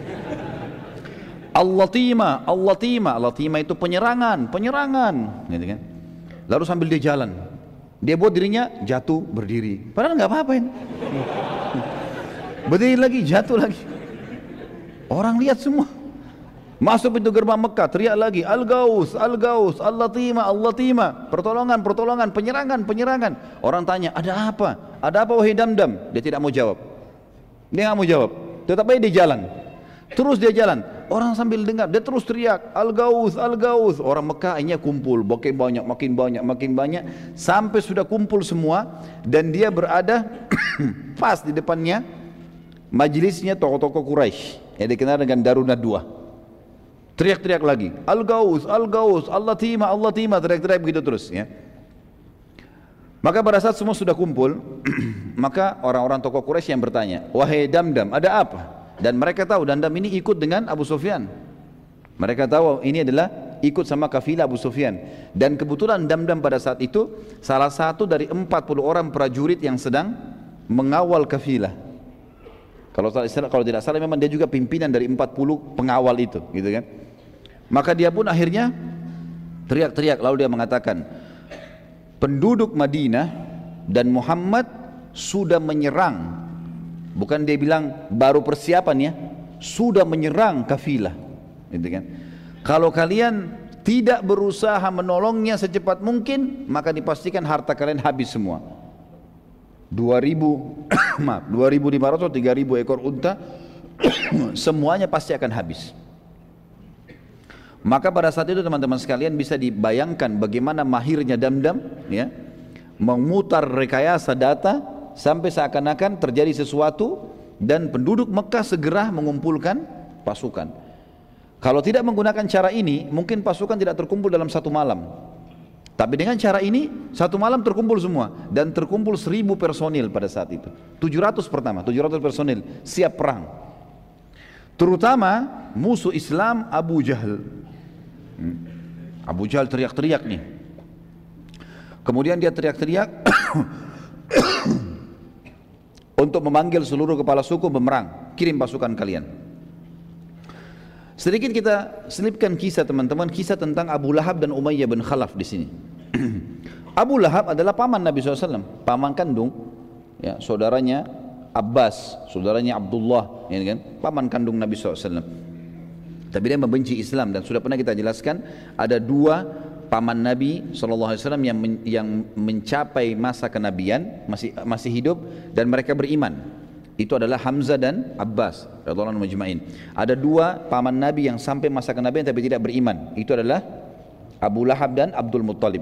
Al-Latima, Al-Latima, Al-Latima itu penyerangan, penyerangan, gitu kan. Lalu sambil dia jalan, dia buat dirinya jatuh berdiri. Padahal nggak apa-apa ini. Berdiri lagi, jatuh lagi. Orang lihat semua. Masuk pintu gerbang Mekah, teriak lagi, Al-Gaus, Al-Gaus, Al-Latima, Al-Latima, pertolongan, pertolongan, penyerangan, penyerangan. Orang tanya, ada apa? Ada apa wahai Damdam? Dia tidak mau jawab. Dia nggak mau jawab. Tetap aja dia jalan. Terus dia jalan, orang sambil dengar, dia terus teriak, Al-Gauth, Al-Gauth. Orang Mekah akhirnya kumpul, makin banyak, makin banyak, makin banyak, sampai sudah kumpul semua, dan dia berada pas di depannya majelisnya tokoh-tokoh Quraisy yang dikenal dengan Darun Nadwa. Teriak-teriak lagi, Al-Gauth, Al-Gauth, Al-Latima, Al-Latima, teriak-teriak begitu terus, ya. Maka pada saat semua sudah kumpul, maka orang-orang tokoh Quraisy yang bertanya, wahai Damdam, ada apa? Dan mereka tahu Damdam ini ikut dengan Abu Sufyan. Mereka tahu ini adalah ikut sama kafilah Abu Sufyan. Dan kebetulan Damdam pada saat itu salah satu dari empat puluh orang prajurit yang sedang mengawal kafilah. Kalau kalau tidak salah memang dia juga pimpinan dari empat puluh pengawal itu, gitu kan. Maka dia pun akhirnya teriak-teriak, lalu dia mengatakan, penduduk Madinah dan Muhammad sudah menyerang Bukan dia bilang baru persiapan ya, sudah menyerang kafilah, gitu kan. Kalau kalian tidak berusaha menolongnya secepat mungkin, maka dipastikan harta kalian habis semua. dua ribu maaf, dua ribu lima ratus atau tiga ribu ekor unta semuanya pasti akan habis. Maka pada saat itu teman-teman sekalian bisa dibayangkan bagaimana mahirnya Damdam ya, memutar rekayasa data sampai seakan-akan terjadi sesuatu dan penduduk Mekah segera mengumpulkan pasukan. Kalau tidak menggunakan cara ini, mungkin pasukan tidak terkumpul dalam satu malam. Tapi dengan cara ini, satu malam terkumpul semua. Dan terkumpul seribu personil pada saat itu. tujuh ratus pertama, tujuh ratus personil siap perang. Terutama musuh Islam Abu Jahal. Abu Jahal teriak-teriak nih. Kemudian dia teriak-teriak untuk memanggil seluruh kepala suku memerang, kirim pasukan kalian. Sedikit kita selipkan kisah teman-teman, kisah tentang Abu Lahab dan Umayyah bin Khalaf di sini. Abu Lahab adalah paman Nabi shallallahu alaihi wasallam, paman kandung, ya, saudaranya Abbas, saudaranya Abdullah, ya kan, paman kandung Nabi shallallahu alaihi wasallam. Tapi dia membenci Islam dan sudah pernah kita jelaskan ada dua paman Nabi shallallahu alaihi wasallam yang men, yang mencapai masa kenabian, masih masih hidup dan mereka beriman. Itu adalah Hamzah dan Abbas radhiyallahu anhum majma'in. Ada dua paman Nabi yang sampai masa kenabian tapi tidak beriman. Itu adalah Abu Lahab dan Abdul Muttalib.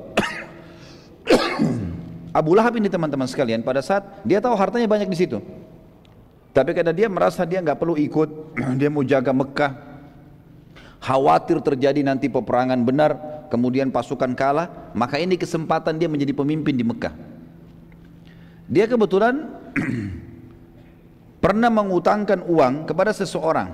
Abu Lahab ini teman-teman sekalian, pada saat dia tahu hartanya banyak di situ, tapi karena dia merasa dia nggak perlu ikut, dia mau jaga Mekah, khawatir terjadi nanti peperangan benar, kemudian pasukan kalah, maka ini kesempatan dia menjadi pemimpin di Mekah. Dia kebetulan pernah mengutangkan uang kepada seseorang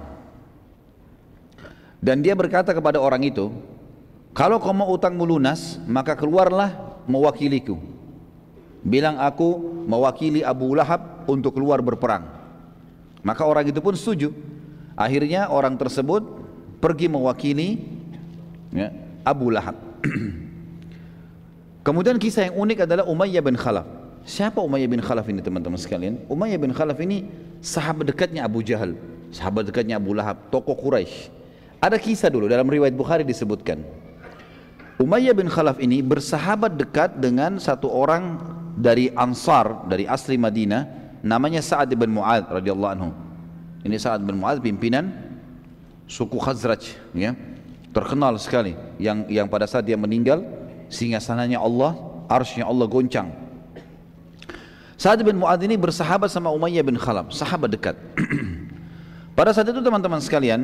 dan dia berkata kepada orang itu, kalau kau mau utangmu lunas, maka keluarlah mewakiliku, bilang aku mewakili Abu Lahab untuk keluar berperang. Maka orang itu pun setuju. Akhirnya orang tersebut pergi mewakili ya, Abu Lahab. Kemudian kisah yang unik adalah Umayyah bin Khalaf. Siapa Umayyah bin Khalaf ini teman-teman sekalian? Umayyah bin Khalaf ini sahabat dekatnya Abu Jahal, sahabat dekatnya Abu Lahab, tokoh Quraisy. Ada kisah dulu dalam riwayat Bukhari disebutkan, Umayyah bin Khalaf ini bersahabat dekat dengan satu orang dari Ansar, dari asli Madinah, namanya Sa'ad bin Mu'adz radhiyallahu anhu. Ini Sa'ad bin Mu'adz pimpinan suku Khazraj, ya, terkenal sekali, yang yang pada saat dia meninggal singgasananya Allah, arsy-nya Allah goncang. Sa'ad bin Mu'adz ini bersahabat sama Umayyah bin Khalaf, sahabat dekat. Pada saat itu teman-teman sekalian,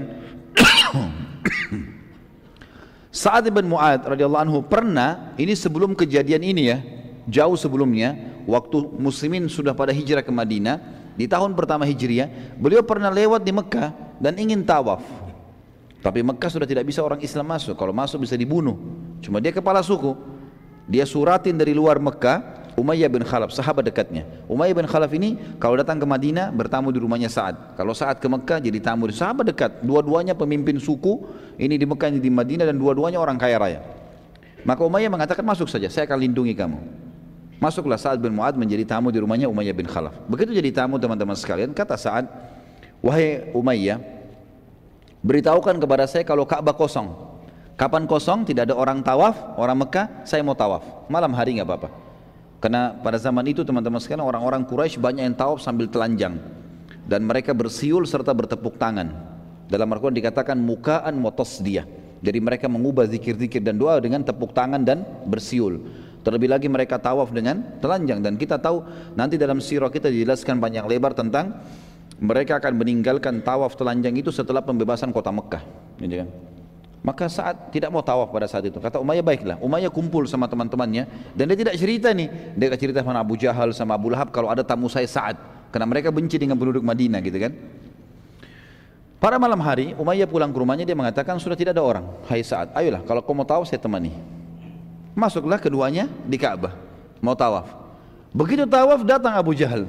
Sa'ad bin Mu'adz radhiyallahu anhu pernah, ini sebelum kejadian ini ya, jauh sebelumnya, waktu muslimin sudah pada hijrah ke Madinah, di tahun pertama Hijriah, beliau pernah lewat di Mekah dan ingin tawaf. Tapi Mekah sudah tidak bisa orang Islam masuk, kalau masuk bisa dibunuh. Cuma dia kepala suku, dia suratin dari luar Mekah, Umayyah bin Khalaf, sahabat dekatnya. Umayyah bin Khalaf ini kalau datang ke Madinah bertamu di rumahnya Sa'ad. Kalau Sa'ad ke Mekah jadi tamu di sahabat dekat. Dua-duanya pemimpin suku, ini di Mekah, ini di Madinah, dan dua-duanya orang kaya raya. Maka Umayyah mengatakan, masuk saja, saya akan lindungi kamu. Masuklah Sa'ad bin Mu'adz menjadi tamu di rumahnya Umayyah bin Khalaf. Begitu jadi tamu teman-teman sekalian, kata Sa'ad, wahai Umayyah, beritahukan kepada saya kalau Ka'bah kosong. Kapan kosong? Tidak ada orang tawaf, orang Mekah, saya mau tawaf. Malam hari nggak apa-apa. Karena pada zaman itu teman-teman sekalian, orang-orang Quraisy banyak yang tawaf sambil telanjang dan mereka bersiul serta bertepuk tangan. Dalam Al-Quran dikatakan mukaan wa tasdiyah. Jadi mereka mengubah zikir-zikir dan doa dengan tepuk tangan dan bersiul. Terlebih lagi mereka tawaf dengan telanjang, dan kita tahu nanti dalam sirah kita dijelaskan banyak lebar tentang mereka akan meninggalkan tawaf telanjang itu setelah pembebasan kota Mekah, gitu kan. Maka Sa'ad tidak mau tawaf pada saat itu. Kata Umayyah, baiklah. Umayyah kumpul sama teman-temannya dan dia tidak cerita nih, dia cerita sama Abu Jahal sama Abu Lahab kalau ada tamu saya Sa'ad, karena mereka benci dengan penduduk Madinah, gitu kan. Pada malam hari Umayyah pulang ke rumahnya, dia mengatakan sudah tidak ada orang. Hai Sa'ad, ayolah kalau kau mau tawaf saya temani. Masuklah keduanya di Ka'bah, mau tawaf. Begitu tawaf datang Abu Jahal.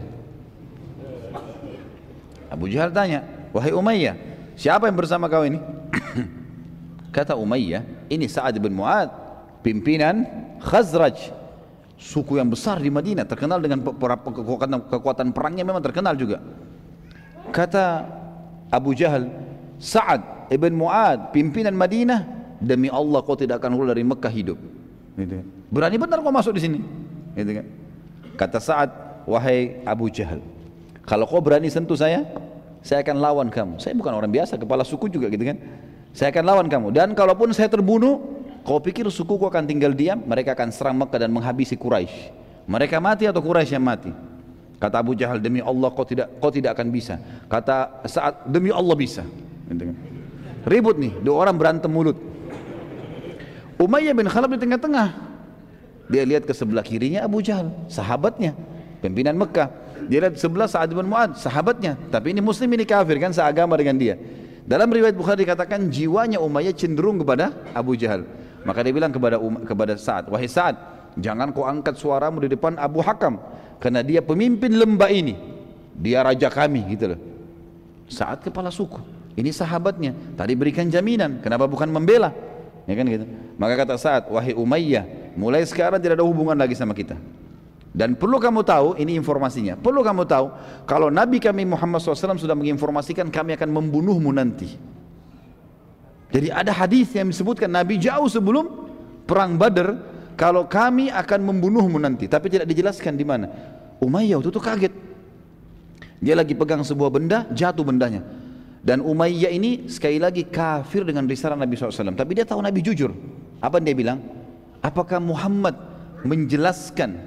Abu Jahal tanya, wahai Umayyah, siapa yang bersama kau ini? Kata Umayyah, ini Sa'ad bin Mu'adz, pimpinan Khazraj, suku yang besar di Madinah, terkenal dengan kekuatan, kekuatan perangnya, memang terkenal juga. Kata Abu Jahal, Sa'ad ibn Mu'ad, pimpinan Madinah, demi Allah kau tidak akan keluar dari Mekah hidup. Gitu. Berani benar kau masuk di sini. Gitu kan? Kata Sa'ad, wahai Abu Jahal, kalau kau berani sentuh saya, saya akan lawan kamu. Saya bukan orang biasa, kepala suku juga gitu kan. Saya akan lawan kamu. Dan kalaupun saya terbunuh, kau pikir sukuku akan tinggal diam? Mereka akan serang Mekah dan menghabisi Quraisy. Mereka mati atau Quraisy yang mati? Kata Abu Jahal, demi Allah kau tidak kau tidak akan bisa. Kata Sa'ad, demi Allah bisa. Ribut nih, dua orang berantem mulut. Umayyah bin Khalaf di tengah-tengah. Dia lihat ke sebelah kirinya Abu Jahal, sahabatnya, pimpinan Mekah. Dia lihat sebelah Sa'ad bin Mu'ad, sahabatnya. Tapi ini muslim, ini kafir kan, seagama dengan dia. Dalam riwayat Bukhari dikatakan jiwanya Umayyah cenderung kepada Abu Jahal. Maka dia bilang kepada um, kepada Sa'ad, wahai Sa'ad, jangan kau angkat suaramu di depan Abu Hakam, karena dia pemimpin lembah ini, dia raja kami, gitu loh. Sa'ad kepala suku, ini sahabatnya, tadi berikan jaminan, kenapa bukan membela? Ya kan gitu. Maka kata Sa'ad, wahai Umayyah, mulai sekarang tidak ada hubungan lagi sama kita. Dan perlu kamu tahu, ini informasinya, perlu kamu tahu, kalau Nabi kami Muhammad shallallahu alaihi wasallam sudah menginformasikan kami akan membunuhmu nanti. Jadi ada hadis yang disebutkan Nabi jauh sebelum perang Badar, kalau kami akan membunuhmu nanti, tapi tidak dijelaskan di mana. Umayyah itu tuh kaget. Dia lagi pegang sebuah benda, jatuh bendanya. Dan Umayyah ini sekali lagi kafir dengan risalah Nabi shallallahu alaihi wasallam, tapi dia tahu Nabi jujur. Apa dia bilang? Apakah Muhammad menjelaskan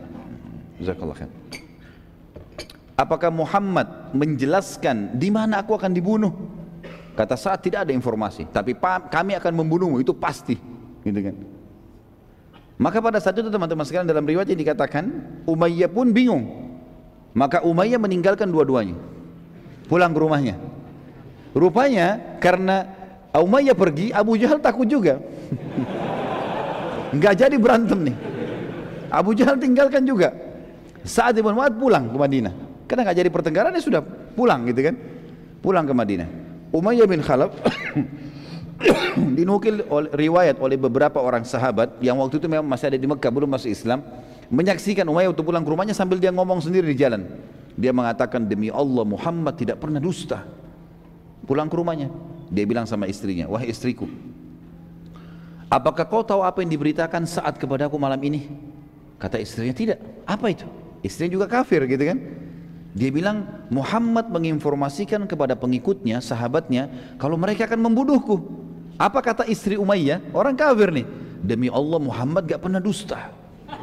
Apakah Muhammad menjelaskan di mana aku akan dibunuh? Kata Sa'ad, tidak ada informasi, tapi kami akan membunuhmu, itu pasti, gitu kan. Maka pada saat itu teman-teman sekalian, dalam riwayat yang dikatakan Umayyah pun bingung. Maka Umayyah meninggalkan dua-duanya, pulang ke rumahnya. Rupanya karena Umayyah pergi, Abu Jahal takut juga. Nggak jadi berantem nih. Abu Jahal tinggalkan juga. Sa'ad bin Mu'ad pulang ke Madinah, karena nggak jadi pertengkaran, dia sudah pulang gitu kan, pulang ke Madinah. Umayyah bin Khalaf dinukil oleh, riwayat oleh beberapa orang sahabat yang waktu itu memang masih ada di Mekah, belum masuk Islam, menyaksikan Umayyah untuk pulang ke rumahnya sambil dia ngomong sendiri di jalan. Dia mengatakan, demi Allah Muhammad tidak pernah dusta. Pulang ke rumahnya, dia bilang sama istrinya, wahai istriku, apakah kau tahu apa yang diberitakan Sa'ad kepadaku malam ini? Kata istrinya, tidak. Apa itu? Istrinya juga kafir gitu kan. Dia bilang, Muhammad menginformasikan kepada pengikutnya, sahabatnya, kalau mereka akan membunuhku. Apa kata istri Umayyah? Orang kafir nih, demi Allah Muhammad gak pernah dusta.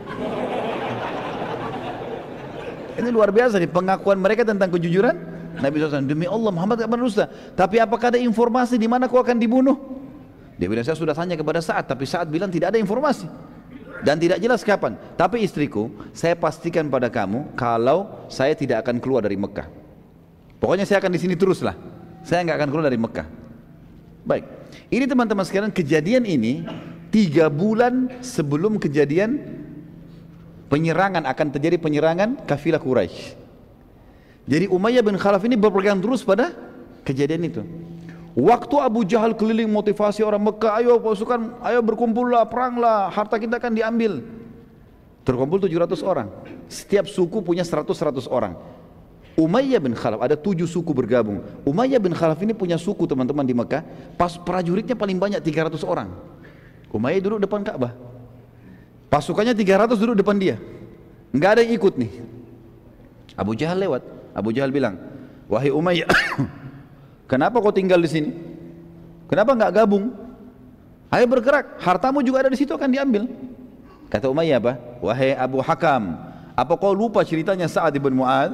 Ini luar biasa nih pengakuan mereka tentang kejujuran Nabi shallallahu alaihi wasallam. Demi Allah Muhammad gak pernah dusta. Tapi apakah ada informasi di mana kau akan dibunuh? Dia bilang, saya sudah tanya kepada Sa'ad, tapi Sa'ad bilang tidak ada informasi dan tidak jelas kapan. Tapi istriku, saya pastikan pada kamu kalau saya tidak akan keluar dari Mekah. Pokoknya saya akan di sini teruslah. Saya nggak akan keluar dari Mekah. Baik, ini teman-teman sekalian, kejadian ini tiga bulan sebelum kejadian penyerangan, akan terjadi penyerangan kafilah Quraisy. Jadi Umayyah bin Khalaf ini berpegang terus pada kejadian itu. Waktu Abu Jahal keliling motivasi orang Mekah, ayo pasukan, ayo berkumpullah, peranglah, harta kita akan diambil. Terkumpul tujuh ratus orang. Setiap suku punya seratus seratus orang. Umayyah bin Khalaf, ada tujuh suku bergabung. Umayyah bin Khalaf ini punya suku teman-teman di Mekah, pas prajuritnya paling banyak tiga ratus orang. Umayyah duduk depan Ka'bah. Pasukannya tiga ratus duduk depan dia. Enggak ada yang ikut nih. Abu Jahal lewat. Abu Jahal bilang, wahai Umayyah, kenapa kau tinggal di sini? Kenapa enggak gabung? Ayo bergerak, hartamu juga ada di situ, akan diambil. Kata Umayyah apa? Wahai Abu Hakam, apa kau lupa ceritanya Sa'ad bin Mu'ad?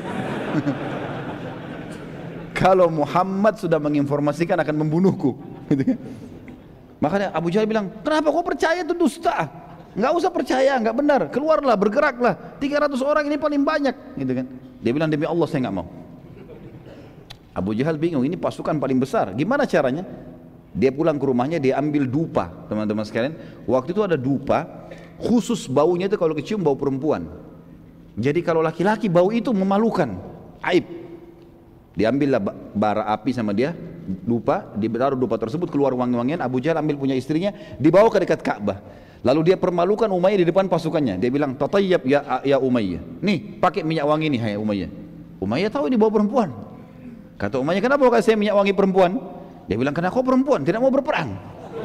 Kalau Muhammad sudah menginformasikan akan membunuhku. Makanya Abu Jahal bilang, kenapa kau percaya itu dusta? Enggak usah percaya, enggak benar. Keluarlah, bergeraklah. tiga ratus orang ini paling banyak, gitu kan. Dia bilang, demi Allah saya enggak mau. Abu Jahal bingung, ini pasukan paling besar, gimana caranya? Dia pulang ke rumahnya, dia ambil dupa, teman-teman sekalian. Waktu itu ada dupa, khusus baunya itu kalau kecium bau perempuan. Jadi kalau laki-laki bau itu memalukan, aib. Diambillah bara api sama dia, dupa, ditaruh dupa tersebut, keluar wangi-wangian. Abu Jahal ambil punya istrinya, dibawa ke dekat Ka'bah. Lalu dia permalukan Umayyah di depan pasukannya. Dia bilang, tatayyab ya, ya Umayyah. Nih, pakai minyak wangi nih, hai Umayyah. Umayyah tahu ini bau perempuan. Kata Umayyah, kenapa kau kasih minyak wangi perempuan? Dia bilang, karena kau perempuan, tidak mau berperang.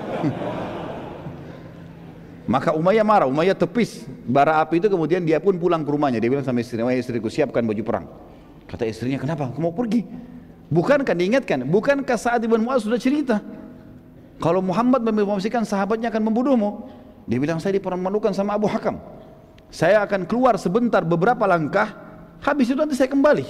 Maka Umayyah marah, Umayyah tepis bara api itu, kemudian dia pun pulang ke rumahnya. Dia bilang sama istrinya, istriku siapkan baju perang. Kata istrinya, kenapa? Kau mau pergi? Bukankah diingatkan? Bukankah Sa'ad bin Mu'adz sudah cerita kalau Muhammad mempromosikan sahabatnya akan membunuhmu? Dia bilang, saya dipermalukan sama Abu Hakam. Saya akan keluar sebentar beberapa langkah, habis itu nanti saya kembali.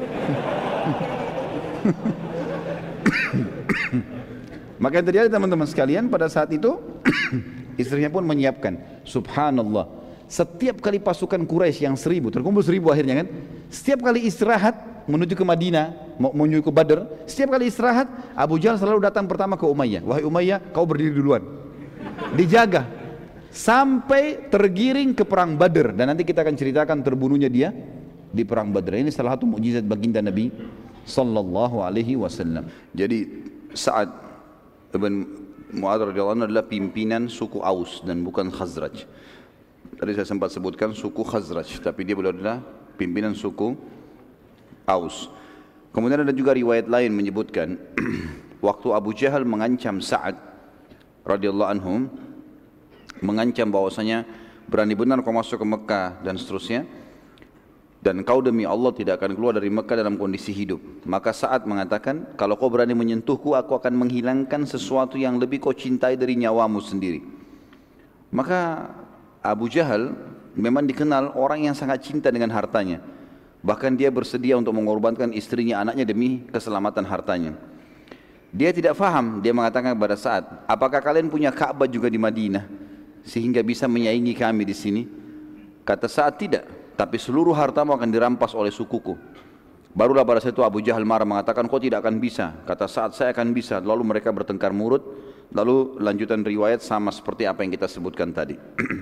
Maka yang terjadi teman-teman sekalian, pada saat itu istrinya pun menyiapkan. Subhanallah, setiap kali pasukan Quraisy yang seribu, terkumpul seribu akhirnya kan, setiap kali istirahat menuju ke Madinah, menuju ke Badr, setiap kali istirahat Abu Jahal selalu datang pertama ke Umayyah. Wahai Umayyah, kau berdiri duluan, dijaga sampai tergiring ke perang Badr. Dan nanti kita akan ceritakan terbunuhnya dia di perang Badr. Ini salah satu mukjizat baginda Nabi sallallahu alaihi wasallam. Jadi Sa'ad bin Mu'adz radhiyallahu anhu adalah pimpinan suku Aus dan bukan Khazraj. Tadi saya sempat sebutkan suku Khazraj, tapi dia beliau adalah pimpinan suku Aus. Kemudian ada juga riwayat lain menyebutkan waktu Abu Jahal mengancam Sa'ad radhiyallahu anhu, mengancam bahwasanya berani benar kau masuk ke Mekah dan seterusnya, dan kau demi Allah tidak akan keluar dari Mekah dalam kondisi hidup. Maka Sa'ad mengatakan, kalau kau berani menyentuhku, aku akan menghilangkan sesuatu yang lebih kau cintai dari nyawamu sendiri. Maka Abu Jahal memang dikenal orang yang sangat cinta dengan hartanya. Bahkan dia bersedia untuk mengorbankan istrinya, anaknya demi keselamatan hartanya. Dia tidak faham, dia mengatakan kepada Sa'ad, apakah kalian punya Ka'bah juga di Madinah sehingga bisa menyaingi kami di sini? Kata Sa'ad, tidak, tapi seluruh hartamu akan dirampas oleh sukuku. Barulah pada saat itu Abu Jahal marah mengatakan, kau tidak akan bisa. Kata Sa'ad, saya akan bisa. Lalu mereka bertengkar mulut. Lalu lanjutan riwayat sama seperti apa yang kita sebutkan tadi.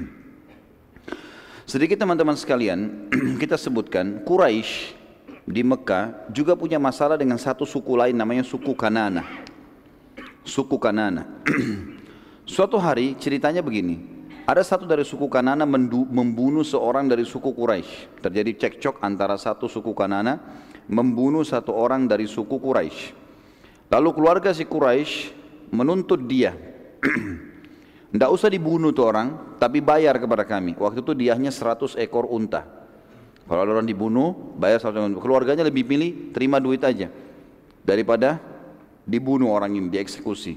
Sedikit teman-teman sekalian, kita sebutkan Quraisy di Mekah juga punya masalah dengan satu suku lain, namanya suku Kanana. Suku Kanana. Suatu hari ceritanya begini, ada satu dari suku Kanana membunuh seorang dari suku Quraisy. Terjadi cekcok antara satu suku Kanana membunuh satu orang dari suku Quraisy. Lalu keluarga si Quraisy menuntut dia, tidak usah dibunuh tuh orang, tapi bayar kepada kami. Waktu itu diahnya seratus ekor unta. Kalau ada orang dibunuh, bayar seratus ekor unta. Keluarganya lebih pilih terima duit aja daripada dibunuh orang ini, dieksekusi.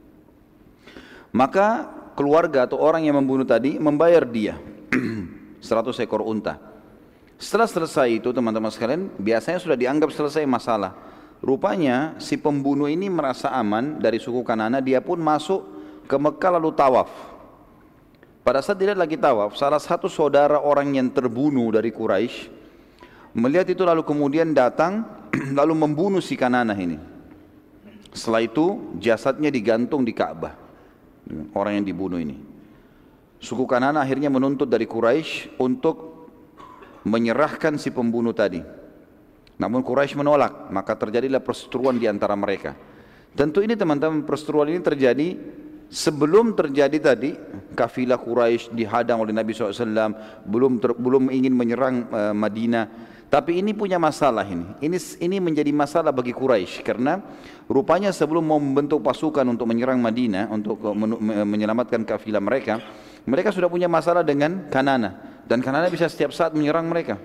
Maka keluarga atau orang yang membunuh tadi membayar dia seratus ekor unta. Setelah selesai itu teman-teman sekalian, biasanya sudah dianggap selesai masalah. Rupanya si pembunuh ini merasa aman dari suku Kanana, dia pun masuk ke Mekah lalu tawaf. Pada saat dia lagi tawaf, salah satu saudara orang yang terbunuh dari Quraisy melihat itu, lalu kemudian datang lalu membunuh si Kanana ini. Setelah itu jasadnya digantung di Ka'bah, orang yang dibunuh ini. Suku Kanana akhirnya menuntut dari Quraisy untuk menyerahkan si pembunuh tadi. Namun Quraisy menolak, maka terjadilah perseteruan di antara mereka. Tentu ini teman-teman, perseteruan ini terjadi sebelum terjadi tadi kafilah Quraisy dihadang oleh Nabi shallallahu alaihi wasallam, belum ter, belum ingin menyerang uh, Madinah. Tapi ini punya masalah ini. Ini ini menjadi masalah bagi Quraisy karena rupanya sebelum mau membentuk pasukan untuk menyerang Madinah, untuk men, menyelamatkan kafilah mereka, mereka sudah punya masalah dengan Kanana, dan Kanana bisa setiap saat menyerang mereka.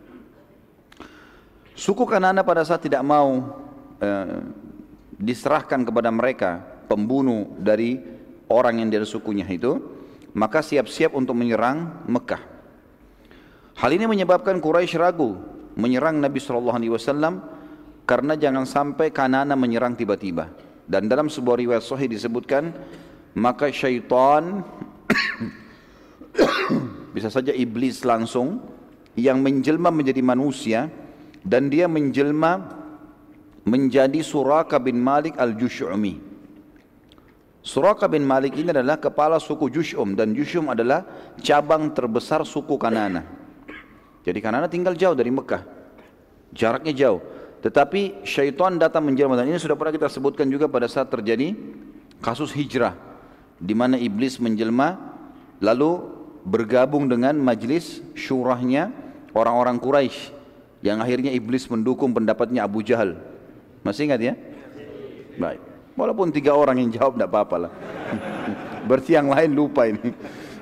Suku Kanana pada saat tidak mau eh, diserahkan kepada mereka pembunuh dari orang yang dari sukunya itu, maka siap-siap untuk menyerang Mekah. Hal ini menyebabkan Quraisy ragu menyerang Nabi shallallahu alaihi wasallam karena jangan sampai Kanana menyerang tiba-tiba. Dan dalam sebuah riwayat sahih disebutkan, maka syaitan bisa saja iblis langsung yang menjelma menjadi manusia, dan dia menjelma menjadi Suraka bin Malik al-Jush'umi. Suraka bin Malik ini adalah kepala suku Jush'um, dan Jush'um adalah cabang terbesar suku Kanana. Jadi Kanana tinggal jauh dari Mekah, jaraknya jauh. Tetapi syaitan datang menjelma, dan ini sudah pernah kita sebutkan juga pada saat terjadi kasus hijrah, di mana iblis menjelma lalu bergabung dengan majlis syurahnya orang-orang Quraisy, yang akhirnya iblis mendukung pendapatnya Abu Jahal. Masih ingat ya? Baik. Walaupun tiga orang yang jawab tidak apa-apa lah. Berarti yang lain lupa ini.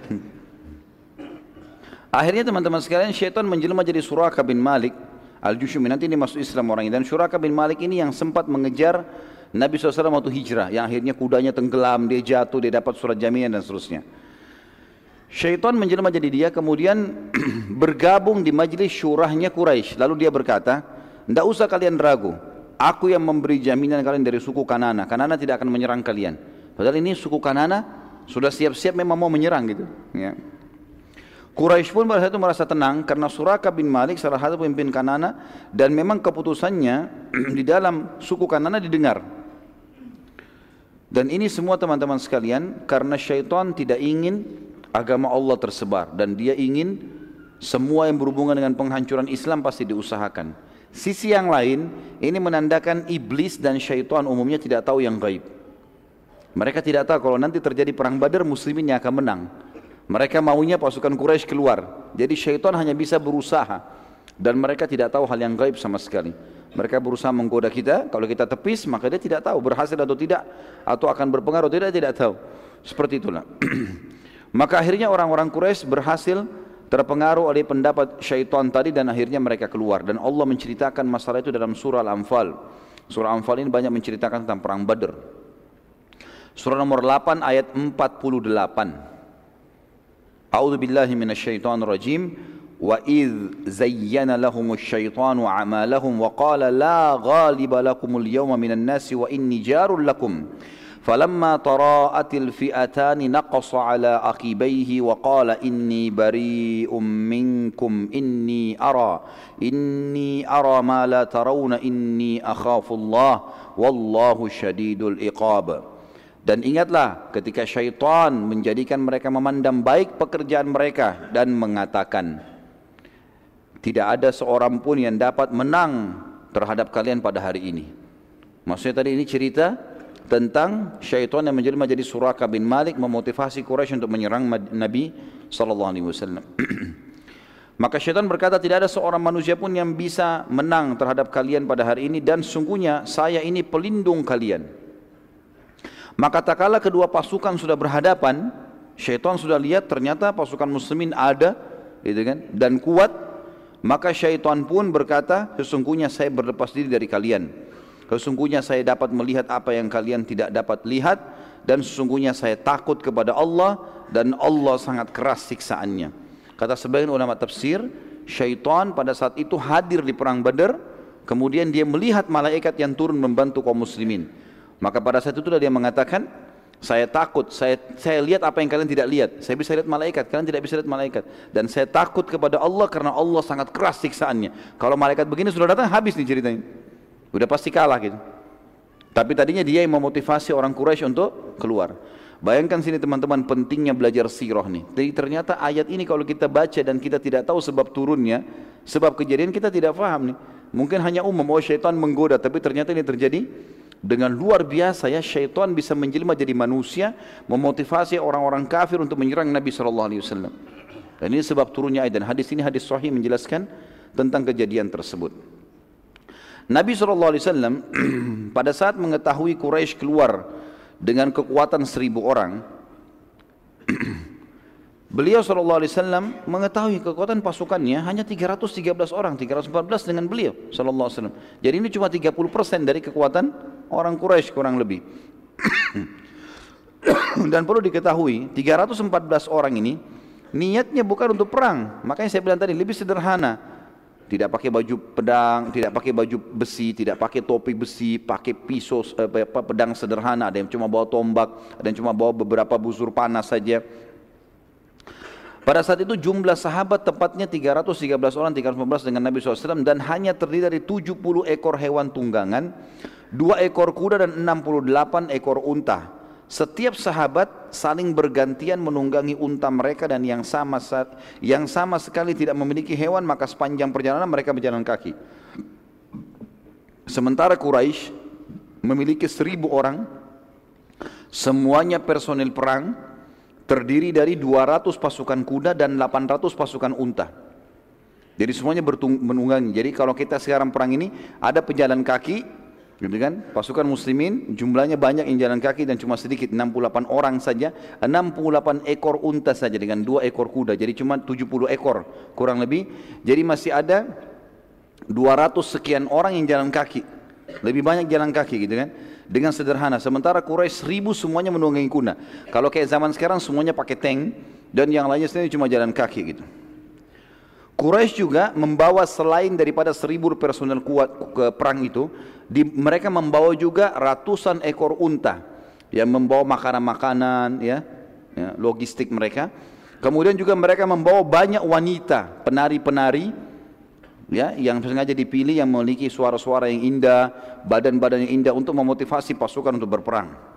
Akhirnya teman-teman sekalian, syaitan menjelma jadi Suraka bin Malik Al-Jushumi. Nanti ini masuk Islam orang ini. Dan Suraka bin Malik ini yang sempat mengejar Nabi shallallahu alaihi wasallam waktu hijrah, yang akhirnya kudanya tenggelam, dia jatuh, dia dapat surat jaminan dan seterusnya. Syaitan menjelma jadi dia, kemudian bergabung di majelis syurahnya Quraisy. Lalu dia berkata, tidak usah kalian ragu, aku yang memberi jaminan kalian dari suku Kanana. Kanana tidak akan menyerang kalian. Padahal ini suku Kanana sudah siap-siap memang mau menyerang gitu. Ya. Quraisy pun pada saat itu merasa tenang karena Suraka bin Malik salah satu pemimpin Kanana, dan memang keputusannya di dalam suku Kanana didengar. Dan ini semua teman-teman sekalian karena syaitan tidak ingin agama Allah tersebar, dan dia ingin semua yang berhubungan dengan penghancuran Islam pasti diusahakan. Sisi yang lain, ini menandakan iblis dan syaitan umumnya tidak tahu yang gaib. Mereka tidak tahu kalau nanti terjadi perang Badar, muslimin yang akan menang. Mereka maunya pasukan Quraisy keluar. Jadi syaitan hanya bisa berusaha, dan mereka tidak tahu hal yang gaib sama sekali. Mereka berusaha menggoda kita, kalau kita tepis maka dia tidak tahu berhasil atau tidak, atau akan berpengaruh atau tidak, tidak tahu. Seperti itulah. Maka akhirnya orang-orang Quraisy berhasil terpengaruh oleh pendapat syaitan tadi, dan akhirnya mereka keluar. Dan Allah menceritakan masalah itu dalam surah Al-Anfal. Surah Al-Anfal ini banyak menceritakan tentang perang Badar. Surah nomor delapan ayat empat puluh delapan. A'udzu billahi minasyaitonir rajim. Wa idz zayyana lahumusy syaitanu a'malahum wa qala la ghaliba lakumul yawma minan nasi wa inni jarul lakum. فلما تراءت الفئتان نقص على عقبيه وقال إني بريء منكم إني أرى إني أرى ما لا ترون إني أخاف الله والله شديد العقاب. Dan ingatlah ketika syaitan menjadikan mereka memandang baik pekerjaan mereka dan mengatakan, tidak ada seorang pun yang dapat menang terhadap kalian pada hari ini. Maksudnya tadi ini cerita tentang syaitan yang menjelma jadi Suraka bin Malik, memotivasi Quraisy untuk menyerang Nabi sallallahu alaihi wasallam. Maka syaitan berkata, tidak ada seorang manusia pun yang bisa menang terhadap kalian pada hari ini, dan sungguhnya saya ini pelindung kalian. Maka tak kala kedua pasukan sudah berhadapan, syaitan sudah lihat ternyata pasukan muslimin ada, gitu kan, dan kuat. Maka syaitan pun berkata, sesungguhnya saya berlepas diri dari kalian. Sesungguhnya saya dapat melihat apa yang kalian tidak dapat lihat, dan sesungguhnya saya takut kepada Allah, dan Allah sangat keras siksaannya. Kata sebagian ulama tafsir, syaitan pada saat itu hadir di perang Badar, kemudian dia melihat malaikat yang turun membantu kaum muslimin. Maka pada saat itu dia mengatakan, saya takut, saya saya lihat apa yang kalian tidak lihat. Saya bisa lihat malaikat, kalian tidak bisa lihat malaikat. Dan saya takut kepada Allah karena Allah sangat keras siksaannya. Kalau malaikat begini sudah datang, habis nih ceritanya. Udah pasti kalah gitu. Tapi tadinya dia yang memotivasi orang Quraisy untuk keluar. Bayangkan sini teman-teman pentingnya belajar sirah nih. Jadi ternyata ayat ini kalau kita baca dan kita tidak tahu sebab turunnya, sebab kejadian, kita tidak paham nih. Mungkin hanya umum, oh syaitan menggoda, tapi ternyata ini terjadi dengan luar biasa ya. Syaitan bisa menjelma jadi manusia, memotivasi orang-orang kafir untuk menyerang Nabi shallallahu alaihi wasallam. Dan ini sebab turunnya ayat, dan hadis ini hadis sahih menjelaskan tentang kejadian tersebut. Nabi shallallahu alaihi wasallam pada saat mengetahui Quraisy keluar dengan kekuatan seribu orang, beliau shallallahu alaihi wasallam mengetahui kekuatan pasukannya hanya tiga ratus tiga belas orang, tiga ratus empat belas dengan beliau shallallahu alaihi wasallam. Jadi ini cuma tiga puluh persen dari kekuatan orang Quraisy kurang lebih. Dan perlu diketahui tiga ratus empat belas orang ini niatnya bukan untuk perang. Makanya saya bilang tadi lebih sederhana. Tidak pakai baju pedang, tidak pakai baju besi, tidak pakai topi besi, pakai pisau, eh, pedang sederhana. Ada yang cuma bawa tombak, ada yang cuma bawa beberapa busur panas saja. Pada saat itu jumlah sahabat tepatnya tiga ratus tiga belas orang, tiga ratus empat belas dengan Nabi shallallahu alaihi wasallam, dan hanya terdiri dari tujuh puluh ekor hewan tunggangan, dua ekor kuda dan enam puluh delapan ekor unta. Setiap sahabat saling bergantian menunggangi unta mereka, dan yang sama yang sama sekali tidak memiliki hewan, maka sepanjang perjalanan mereka berjalan kaki. Sementara Quraisy memiliki seribu orang, semuanya personil perang, terdiri dari dua ratus pasukan kuda dan delapan ratus pasukan unta. Jadi semuanya menunggangi. Jadi kalau kita sekarang perang ini, ada pejalan kaki, Gitu kan? Pasukan muslimin jumlahnya banyak yang jalan kaki dan cuma sedikit, enam puluh delapan orang saja, enam puluh delapan ekor unta saja dengan dua ekor kuda, jadi cuma tujuh puluh ekor kurang lebih. Jadi masih ada dua ratus sekian orang yang jalan kaki, lebih banyak jalan kaki gitu kan, dengan sederhana. Sementara Quraisy seribu semuanya menunggangi kuda. Kalau kayak zaman sekarang semuanya pakai tank dan yang lainnya sendiri cuma jalan kaki gitu. Quraisy juga membawa selain daripada seribu personel kuat ke perang itu, di, mereka membawa juga ratusan ekor unta yang membawa makanan-makanan, ya, ya, logistik mereka. Kemudian juga mereka membawa banyak wanita, penari-penari, ya, yang sengaja dipilih yang memiliki suara-suara yang indah, badan-badan yang indah untuk memotivasi pasukan untuk berperang.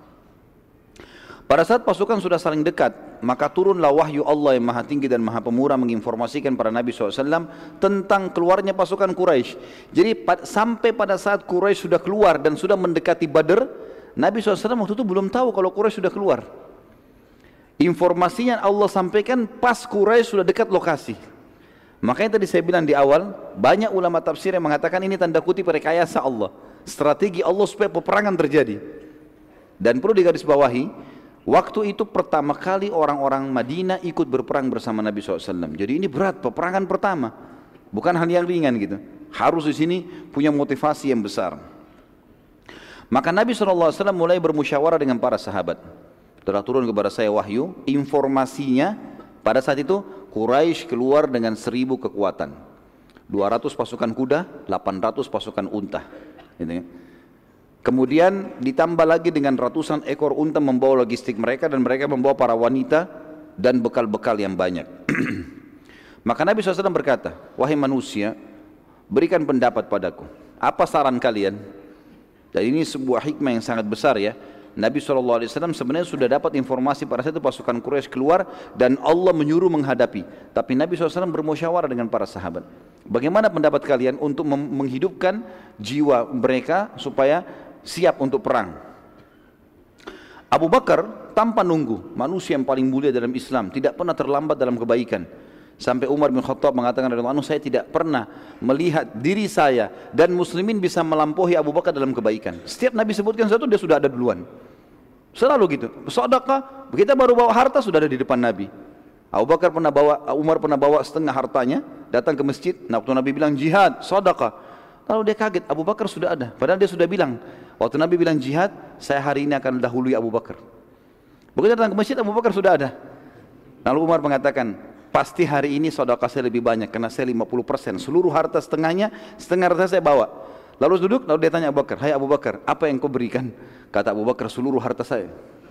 Pada saat pasukan sudah saling dekat, maka turunlah wahyu Allah yang maha tinggi dan maha pemurah menginformasikan para Nabi shallallahu alaihi wasallam tentang keluarnya pasukan Quraisy. Jadi sampai pada saat Quraisy sudah keluar dan sudah mendekati Badr, Nabi shallallahu alaihi wasallam waktu itu belum tahu kalau Quraisy sudah keluar. Informasinya Allah sampaikan pas Quraisy sudah dekat lokasi. Makanya tadi saya bilang di awal, banyak ulama tafsir yang mengatakan ini tanda kutip rekayasa Allah, strategi Allah supaya peperangan terjadi. Dan perlu digarisbawahi, waktu itu pertama kali orang-orang Madinah ikut berperang bersama Nabi shallallahu alaihi wasallam. Jadi ini berat, peperangan pertama, bukan hal yang ringan gitu. Harus di sini punya motivasi yang besar. Maka Nabi shallallahu alaihi wasallam mulai bermusyawarah dengan para sahabat. Telah turun kepada saya wahyu, informasinya pada saat itu Quraisy keluar dengan seribu kekuatan, dua ratus pasukan kuda, delapan ratus pasukan unta. Gitu ya. Kemudian ditambah lagi dengan ratusan ekor unta membawa logistik mereka, dan mereka membawa para wanita dan bekal-bekal yang banyak. Maka Nabi shallallahu alaihi wasallam berkata, wahai manusia, berikan pendapat padaku, apa saran kalian? Dan ini sebuah hikmah yang sangat besar ya. Nabi shallallahu alaihi wasallam sebenarnya sudah dapat informasi pada saat itu pasukan Quraisy keluar dan Allah menyuruh menghadapi. Tapi Nabi shallallahu alaihi wasallam bermusyawarah dengan para sahabat. Bagaimana pendapat kalian untuk menghidupkan jiwa mereka supaya siap untuk perang? Abu Bakar tanpa nunggu, manusia yang paling mulia dalam Islam, tidak pernah terlambat dalam kebaikan. Sampai Umar bin Khattab mengatakan, saya tidak pernah melihat diri saya dan muslimin bisa melampaui Abu Bakar dalam kebaikan. Setiap Nabi sebutkan sesuatu dia sudah ada duluan. Selalu gitu. Sedekah, kita baru bawa harta sudah ada di depan Nabi. Abu Bakar pernah bawa, Umar pernah bawa setengah hartanya datang ke masjid. Nah, waktu Nabi bilang jihad, sedekah, lalu dia kaget, Abu Bakar sudah ada. Padahal dia sudah bilang, waktu Nabi bilang jihad, saya hari ini akan dahului Abu Bakar. Begitu datang ke masjid, Abu Bakar sudah ada. Lalu Umar mengatakan, pasti hari ini sedekah saya lebih banyak karena saya lima puluh persen. Seluruh harta setengahnya, setengah harta saya bawa. Lalu duduk, lalu dia tanya Abu Bakar, hai Abu Bakar, apa yang kau berikan? Kata Abu Bakar, seluruh harta saya.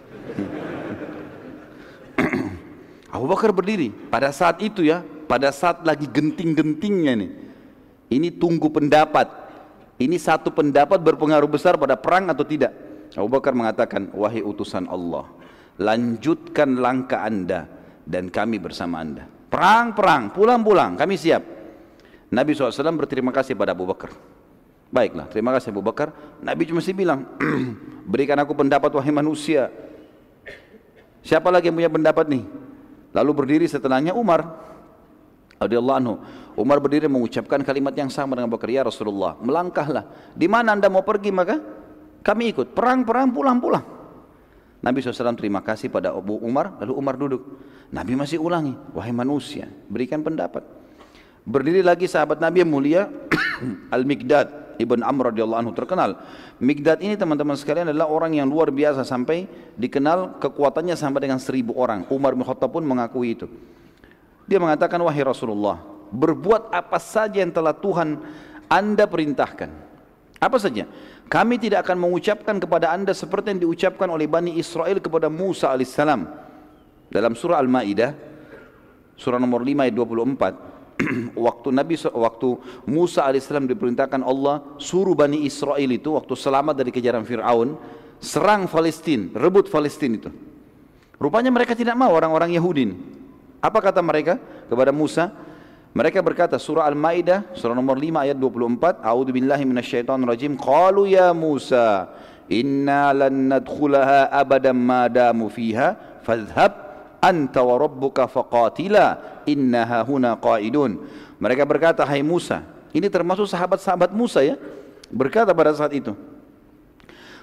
Abu Bakar berdiri. Pada saat itu ya, pada saat lagi genting-gentingnya nih, ini tunggu pendapat. Ini satu pendapat berpengaruh besar pada perang atau tidak. Abu Bakar mengatakan, wahai utusan Allah, lanjutkan langkah anda dan kami bersama anda. Perang-perang, pulang-pulang, kami siap. Nabi shallallahu alaihi wasallam berterima kasih pada Abu Bakar. Baiklah, terima kasih Abu Bakar. Nabi cuma sih bilang, berikan aku pendapat wahai manusia. Siapa lagi yang punya pendapat nih? Lalu berdiri setelahnya Umar radhiyallahu anhu. Umar berdiri mengucapkan kalimat yang sama dengan Abu Bakar, ya Rasulullah, melangkahlah. Di mana anda mau pergi maka kami ikut. Perang-perang, pulang-pulang. Nabi shallallahu alaihi wasallam terima kasih pada Abu Umar, lalu Umar duduk. Nabi masih ulangi, wahai manusia, berikan pendapat. Berdiri lagi sahabat Nabi yang mulia, Al-Miqdad Ibn Amr radhiyallahu anhu, terkenal. Miqdad ini teman-teman sekalian adalah orang yang luar biasa, sampai dikenal kekuatannya sampai dengan seribu orang. Umar bin Khattab pun mengakui itu. Dia mengatakan, wahai Rasulullah, berbuat apa saja yang telah Tuhan anda perintahkan. Apa saja? Kami tidak akan mengucapkan kepada anda seperti yang diucapkan oleh Bani Israel kepada Musa alaihissalam. Dalam surah Al-Ma'idah, surah nomor lima ayat dua puluh empat, waktu Nabi waktu Musa alaihissalam diperintahkan Allah suruh Bani Israel itu waktu selamat dari kejaran Fir'aun, serang Palestina, rebut Palestina itu. Rupanya mereka tidak mau, orang-orang Yahudi. Apa kata mereka kepada Musa? Mereka berkata, surah Al-Ma'idah surah nomor lima ayat dua puluh empat, a'udzubillahi minasyaitonirrajim, qalu ya Musa inna lan nadkhulaha abadan ma damu fiha fadhhab anta wa rabbuka faqatila innaha huna qaidun. Mereka berkata, hai Musa, ini termasuk sahabat-sahabat Musa ya, berkata pada saat itu,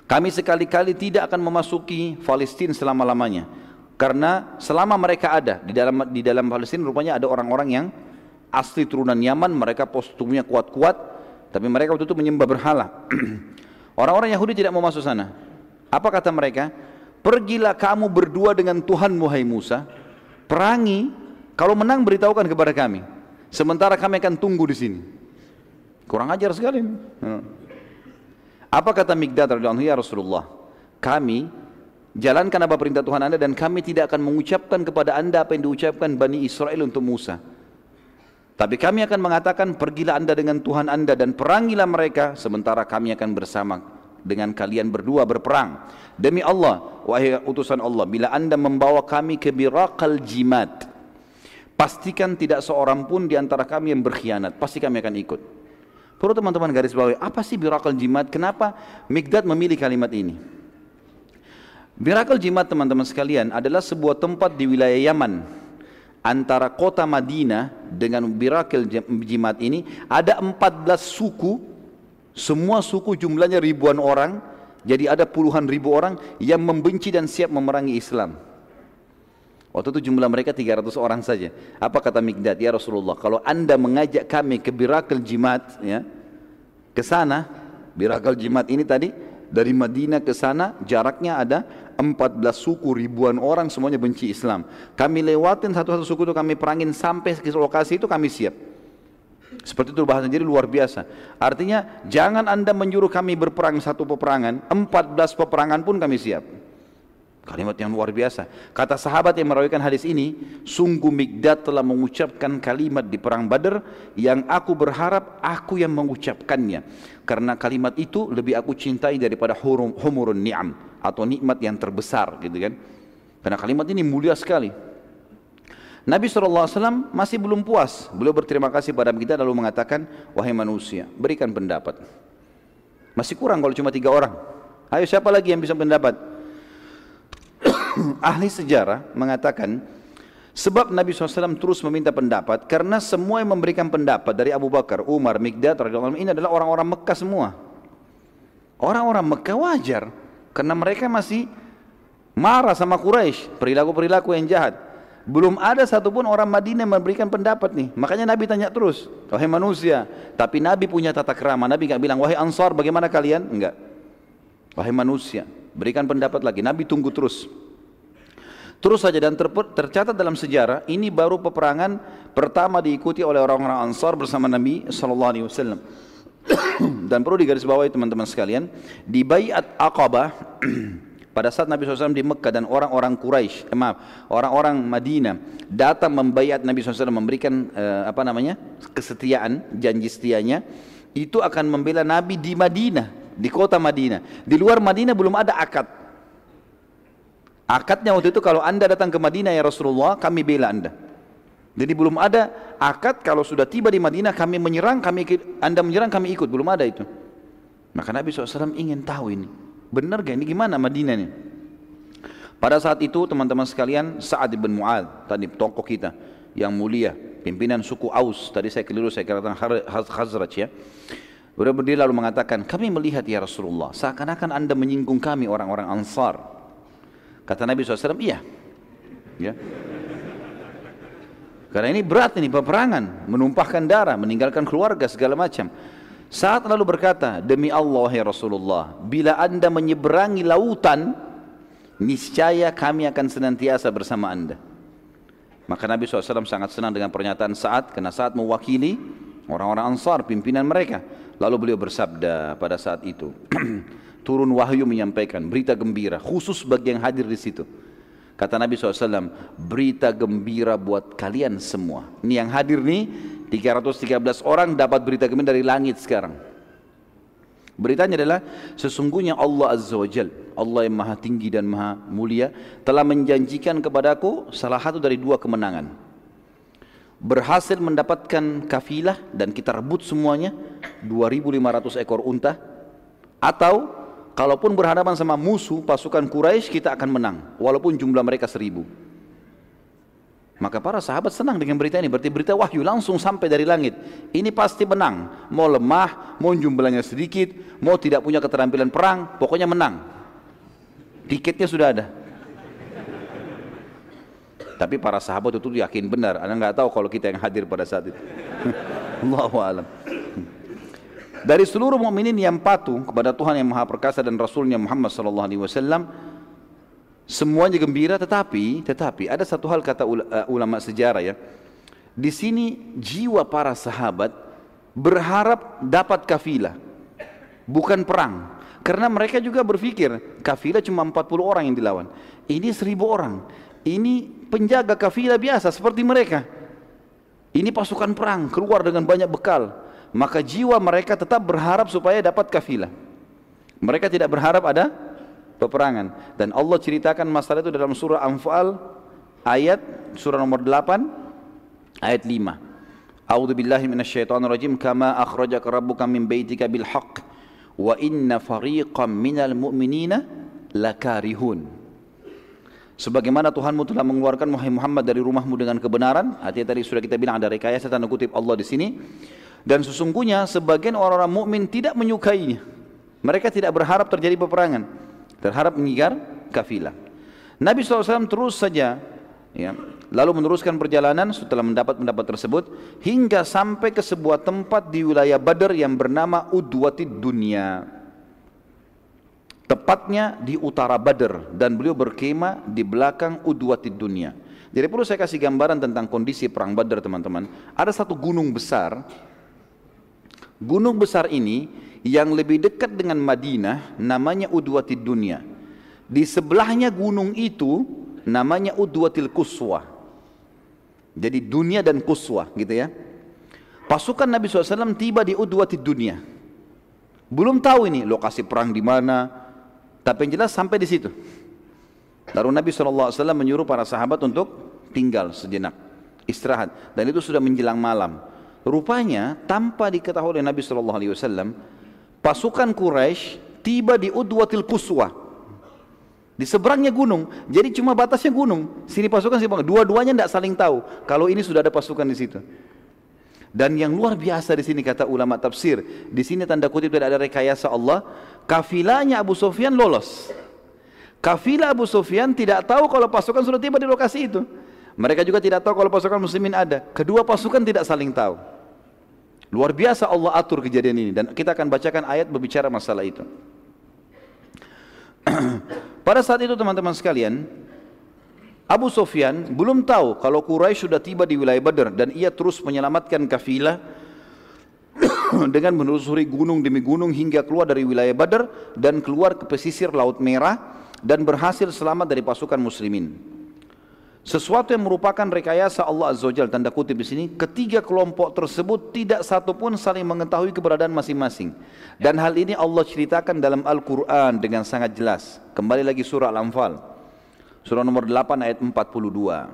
Kami sekali-kali tidak akan memasuki Palestina selama-lamanya. Karena selama mereka ada di dalam di dalam Palestina rupanya ada orang-orang yang asli turunan Yaman, mereka postumnya kuat-kuat, tapi mereka waktu itu menyembah berhala. Orang-orang Yahudi tidak mau masuk sana. Apa kata mereka? Pergilah kamu berdua dengan Tuhan Muhammad Musa, perangi, kalau menang beritahukan kepada kami. Sementara kami akan tunggu di sini. Kurang ajar sekali. Apa kata Mikdad radhiyallahu anhu, ya Rasulullah, kami jalankan apa perintah Tuhan Anda dan kami tidak akan mengucapkan kepada Anda apa yang diucapkan Bani Israel untuk Musa. Tapi kami akan mengatakan, pergilah Anda dengan Tuhan Anda dan perangilah mereka, sementara kami akan bersama dengan kalian berdua berperang. Demi Allah, wahai utusan Allah, bila Anda membawa kami ke Biraqal Jimad, pastikan tidak seorang pun di antara kami yang berkhianat, pasti kami akan ikut. Perlu teman-teman garis bawahi, apa sih Biraqal Jimad? Kenapa Mikdad memilih kalimat ini? Biraqal Jimad, teman-teman sekalian, adalah sebuah tempat di wilayah Yaman. Antara kota Madinah dengan Biraqal Jimad ini ada empat belas suku, semua suku jumlahnya ribuan orang, jadi ada puluhan ribu orang yang membenci dan siap memerangi Islam. Waktu itu jumlah mereka tiga ratus orang saja. Apa kata Mikdad? Ya Rasulullah, kalau Anda mengajak kami ke Biraqal Jimad, ya, ke sana, Biraqal Jimad ini tadi dari Madinah ke sana jaraknya ada empat belas suku, ribuan orang, semuanya benci Islam. Kami lewatin satu-satu suku itu, kami perangin sampai ke lokasi itu, kami siap. Seperti itu bahasa, jadi luar biasa. Artinya jangan Anda menyuruh kami berperang satu peperangan, empat belas peperangan pun kami siap. Kalimat yang luar biasa. Kata sahabat yang merawikan hadis ini, sungguh Mikdad telah mengucapkan kalimat di perang Badar yang aku berharap aku yang mengucapkannya, karena kalimat itu lebih aku cintai daripada hurum, humurun ni'am, atau nikmat yang terbesar, gitu kan. Karena kalimat ini mulia sekali. Nabi shallallahu alaihi wasallam masih belum puas. Beliau berterima kasih pada kita lalu mengatakan, wahai manusia, berikan pendapat. Masih kurang kalau cuma tiga orang. Ayo, siapa lagi yang bisa pendapat? Ahli sejarah mengatakan sebab Nabi shallallahu alaihi wasallam terus meminta pendapat karena semua yang memberikan pendapat dari Abu Bakar, Umar, Mikdad radhiyallahu anhu ini adalah orang-orang Mekah semua. Orang-orang Mekah wajar karena mereka masih marah sama Quraisy, perilaku-perilaku yang jahat. Belum ada satupun orang Madinah yang memberikan pendapat nih. Makanya Nabi tanya terus, wahai manusia. Tapi Nabi punya tata krama. Nabi nggak bilang, wahai Ansar bagaimana kalian? Enggak. Wahai manusia, berikan pendapat lagi. Nabi tunggu terus. Terus saja, dan ter tercatat dalam sejarah ini baru peperangan pertama diikuti oleh orang-orang Ansar bersama Nabi shallallahu alaihi wasallam. Dan perlu digarisbawahi teman-teman sekalian, di Bai'at Aqabah pada saat Nabi shallallahu alaihi wasallam di Mekah dan orang-orang Quraisy, eh, maaf, orang-orang Madinah datang membaiat Nabi shallallahu alaihi wasallam, memberikan eh, apa namanya kesetiaan, janji setianya, itu akan membela Nabi di Madinah, di kota Madinah. Di luar Madinah belum ada akad. Akadnya waktu itu, kalau Anda datang ke Madinah ya Rasulullah, kami bela Anda. Jadi belum ada akad, kalau sudah tiba di Madinah kami menyerang, kami Anda menyerang kami ikut, belum ada itu. Maka Nabi shallallahu alaihi wasallam ingin tahu ini, benar gak ini, gimana Madinah ini? Pada saat itu teman-teman sekalian, Sa'ad bin Mu'adz tadi tokoh kita yang mulia, pimpinan suku Aus, tadi saya keliru, saya katakan Khazraj ya. Beliau berdiri lalu mengatakan, kami melihat ya Rasulullah, seakan-akan Anda menyinggung kami orang-orang Ansar. Kata Nabi shallallahu alaihi wasallam, iya ya. Karena ini berat, ini peperangan, menumpahkan darah, meninggalkan keluarga, segala macam. Saat lalu berkata, demi Allah ya Rasulullah, bila Anda menyeberangi lautan, niscaya kami akan senantiasa bersama Anda. Maka Nabi shallallahu alaihi wasallam sangat senang dengan pernyataan Sa'ad, karena Sa'ad mewakili orang-orang Ansar, pimpinan mereka. Lalu beliau bersabda pada saat itu, turun wahyu menyampaikan berita gembira khusus bagi yang hadir di situ. Kata Nabi shallallahu alaihi wasallam, berita gembira buat kalian semua. Ini yang hadir nih tiga ratus tiga belas orang dapat berita gembira dari langit sekarang. Beritanya adalah, sesungguhnya Allah Azza wa Jal, Allah yang maha tinggi dan maha mulia, telah menjanjikan kepadaku salah satu dari dua kemenangan. Berhasil mendapatkan kafilah dan kita rebut semuanya dua ribu lima ratus ekor unta, atau kalaupun berhadapan sama musuh pasukan Quraisy kita akan menang walaupun jumlah mereka seribu. Maka para sahabat senang dengan berita ini, berarti berita wahyu langsung sampai dari langit. Ini pasti menang, mau lemah, mau jumlahnya sedikit, mau tidak punya keterampilan perang, pokoknya menang. Tiketnya sudah ada. Tapi para sahabat itu yakin benar, Anda nggak tahu kalau kita yang hadir pada saat itu. Allahu a'lam. Dari seluruh mukminin yang patuh kepada Tuhan yang Maha Perkasa dan Rasulnya Muhammad sallallahu alaihi wasallam, semuanya gembira, tetapi tetapi ada satu hal kata ulama sejarah ya. Di sini jiwa para sahabat berharap dapat kafilah, bukan perang. Karena mereka juga berpikir kafilah cuma empat puluh orang yang dilawan. Ini seribu orang. Ini penjaga kafilah biasa seperti mereka. Ini pasukan perang keluar dengan banyak bekal. Maka jiwa mereka tetap berharap supaya dapat kafilah. Mereka tidak berharap ada peperangan. Dan Allah ceritakan masalah itu dalam surah Anfal ayat surah nomor delapan ayat lima. A'udzu billahi minasyaitonir rajim, kama akhrajaka rabbuka min baitika bil haqq wa inna fariqam minal mu'minina lakarihun. Sebagaimana Tuhanmu telah mengeluarkan Muhammad dari rumahmu dengan kebenaran, artinya tadi sudah kita bilang ada rekayasa tanda kutip Allah di sini. Dan sesungguhnya sebagian orang-orang mukmin tidak menyukainya. Mereka tidak berharap terjadi peperangan, terharap mengigar kafilah. Nabi shallallahu alaihi wasallam terus saja ya, lalu meneruskan perjalanan setelah mendapat pendapat tersebut hingga sampai ke sebuah tempat di wilayah Badar yang bernama Udwatid Dunya. Tepatnya di utara Badar, dan beliau berkemah di belakang Udwatid Dunya. Jadi perlu saya kasih gambaran tentang kondisi perang Badar, teman-teman. Ada satu gunung besar. Gunung besar ini yang lebih dekat dengan Madinah namanya Udwatid Dunya. Di sebelahnya gunung itu namanya Udwatil Quswa. Jadi dunia dan Quswa gitu ya. Pasukan Nabi shallallahu alaihi wasallam tiba di Udwatid Dunya. Belum tahu ini lokasi perang di mana, tapi yang jelas sampai di situ. Lalu Nabi shallallahu alaihi wasallam menyuruh para sahabat untuk tinggal sejenak, istirahat. Dan itu sudah menjelang malam. Rupanya tanpa diketahui oleh Nabi shallallahu alaihi wasallam, pasukan Quraisy tiba di Udwatil Quswa. Di seberangnya gunung, jadi cuma batasnya gunung. Sini pasukan, sini pasukan. Dua-duanya tidak saling tahu kalau ini sudah ada pasukan di situ. Dan yang luar biasa di sini kata ulama tafsir, di sini tanda kutip tidak ada rekayasa Allah. Kafilahnya Abu Sufyan lolos. Kafilah Abu Sufyan tidak tahu kalau pasukan sudah tiba di lokasi itu. Mereka juga tidak tahu kalau pasukan muslimin ada. Kedua pasukan tidak saling tahu. Luar biasa Allah atur kejadian ini, dan kita akan bacakan ayat berbicara masalah itu. Pada saat itu teman-teman sekalian, Abu Sufyan belum tahu kalau Quraisy sudah tiba di wilayah Badar, dan ia terus menyelamatkan kafilah dengan menelusuri gunung demi gunung hingga keluar dari wilayah Badar dan keluar ke pesisir Laut Merah dan berhasil selamat dari pasukan muslimin. Sesuatu yang merupakan rekayasa Allah Azza wa Jalla, tanda kutip di sini, ketiga kelompok tersebut tidak satu pun saling mengetahui keberadaan masing-masing. Dan hal ini Allah ceritakan dalam Al-Quran dengan sangat jelas. Kembali lagi surah Al-Anfal, surah nomor delapan ayat empat puluh dua.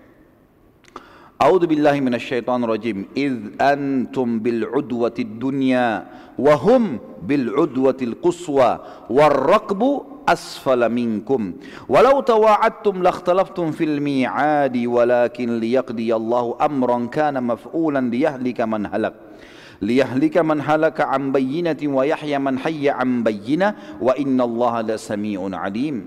A'udzu billahi minasyaitonir rajim. Idz antum bil udwatid dunya wa hum bil udwatil quswa war raqbu asfala minkum walau tawa'adtum lakhtalaftum fil mi'adi walakin liyaqdiyallahu amran kana maf'ulan liyahlika man halak liyahlika man halaka an bayyinatin wa yahya man hayya an bayyinah wa innallaha lasami'un alim.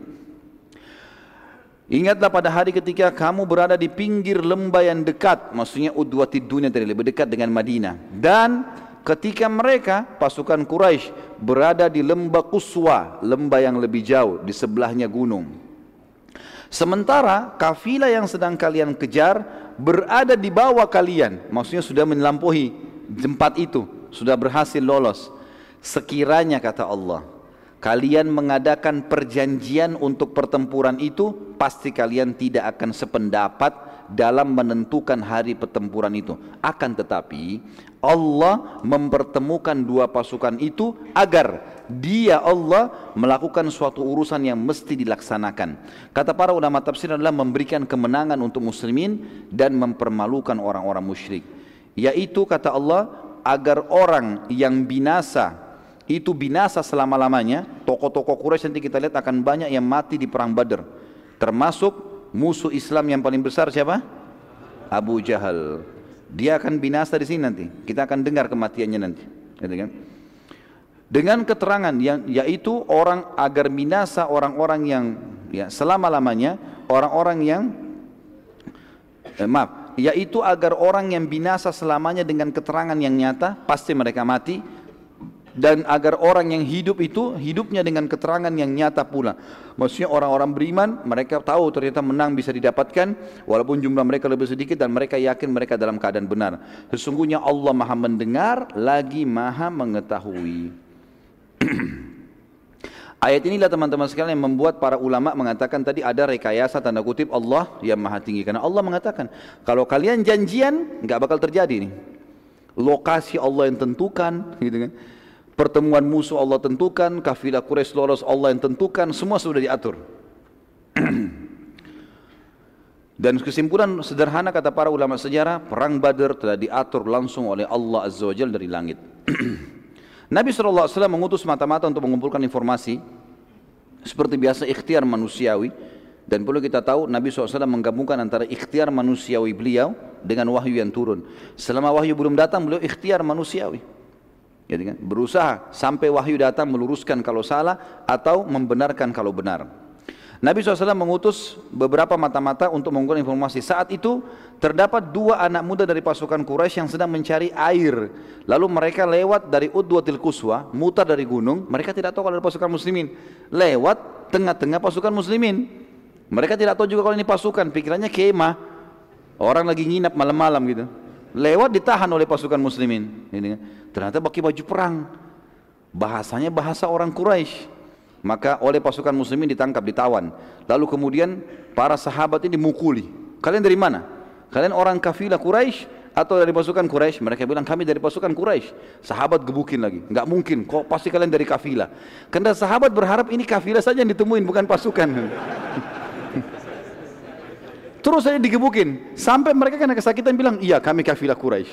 Ingatlah pada hari ketika kamu berada di pinggir lembah yang dekat, maksudnya Udwatid Dunya tadi, lebih dekat dengan Madinah, dan ketika mereka pasukan Quraisy berada di lembah Quswa, lembah yang lebih jauh di sebelahnya gunung. Sementara kafilah yang sedang kalian kejar berada di bawah kalian, maksudnya sudah melampaui tempat itu, sudah berhasil lolos. Sekiranya kata Allah, kalian mengadakan perjanjian untuk pertempuran itu, pasti kalian tidak akan sependapat dalam menentukan hari pertempuran itu. Akan tetapi Allah mempertemukan dua pasukan itu agar dia Allah melakukan suatu urusan yang mesti dilaksanakan. Kata para ulama tafsir adalah memberikan kemenangan untuk muslimin dan mempermalukan orang-orang musyrik. Yaitu kata Allah, agar orang yang binasa itu binasa selama-lamanya. Tokoh-tokoh Quraisy nanti kita lihat akan banyak yang mati di perang Badar, termasuk musuh Islam yang paling besar siapa? Abu Jahal. Dia akan binasa di sini nanti. Kita akan dengar kematiannya nanti. Gitu kan? Dengan keterangan yang yaitu orang agar binasa orang-orang yang ya selama-lamanya orang-orang yang eh, maaf yaitu agar orang yang binasa selamanya dengan keterangan yang nyata pasti mereka mati, dan agar orang yang hidup itu hidupnya dengan keterangan yang nyata pula. Maksudnya orang-orang beriman mereka tahu ternyata menang bisa didapatkan walaupun jumlah mereka lebih sedikit, dan mereka yakin mereka dalam keadaan benar. Sesungguhnya Allah Maha mendengar lagi Maha mengetahui. Ayat inilah teman-teman sekalian yang membuat para ulama mengatakan tadi ada rekayasa tanda kutip Allah yang Maha tinggi, karena Allah mengatakan kalau kalian janjian nggak bakal terjadi nih. Lokasi Allah yang tentukan, gitu kan? Pertemuan musuh Allah tentukan, kafilah Quraisy lolos Allah yang tentukan, semua sudah diatur. Dan kesimpulan sederhana kata para ulama sejarah, perang Badar telah diatur langsung oleh Allah Azza wa Jalla dari langit. Nabi shallallahu alaihi wasallam mengutus mata-mata untuk mengumpulkan informasi. Seperti biasa ikhtiar manusiawi. Dan perlu kita tahu Nabi shallallahu alaihi wasallam menggabungkan antara ikhtiar manusiawi beliau dengan wahyu yang turun. Selama wahyu belum datang beliau ikhtiar manusiawi. Jadi kan, berusaha sampai wahyu datang meluruskan kalau salah atau membenarkan kalau benar. Nabi shallallahu alaihi wasallam mengutus beberapa mata-mata untuk mengumpulkan informasi. Saat itu terdapat dua anak muda dari pasukan Quraisy yang sedang mencari air. Lalu mereka lewat dari Udwatil Quswa, mutar dari gunung. Mereka tidak tahu kalau ada pasukan muslimin. Lewat tengah-tengah pasukan muslimin. Mereka tidak tahu juga kalau ini pasukan. Pikirannya kemah, orang lagi nginap malam-malam gitu. Lewat ditahan oleh pasukan muslimin. Ternyata pakai baju perang. Bahasanya bahasa orang Quraisy. Maka oleh pasukan muslimin ditangkap, ditawan. Lalu kemudian para sahabat ini dimukuli. Kalian dari mana? Kalian orang kafilah Quraisy atau dari pasukan Quraisy? Mereka bilang kami dari pasukan Quraisy. Sahabat gebukin lagi. Enggak mungkin, kok pasti kalian dari kafilah. Karena sahabat berharap ini kafilah saja yang ditemuin, bukan pasukan. Terus saja digebukin. Sampai mereka kena kesakitan bilang, iya kami kafilah Quraisy.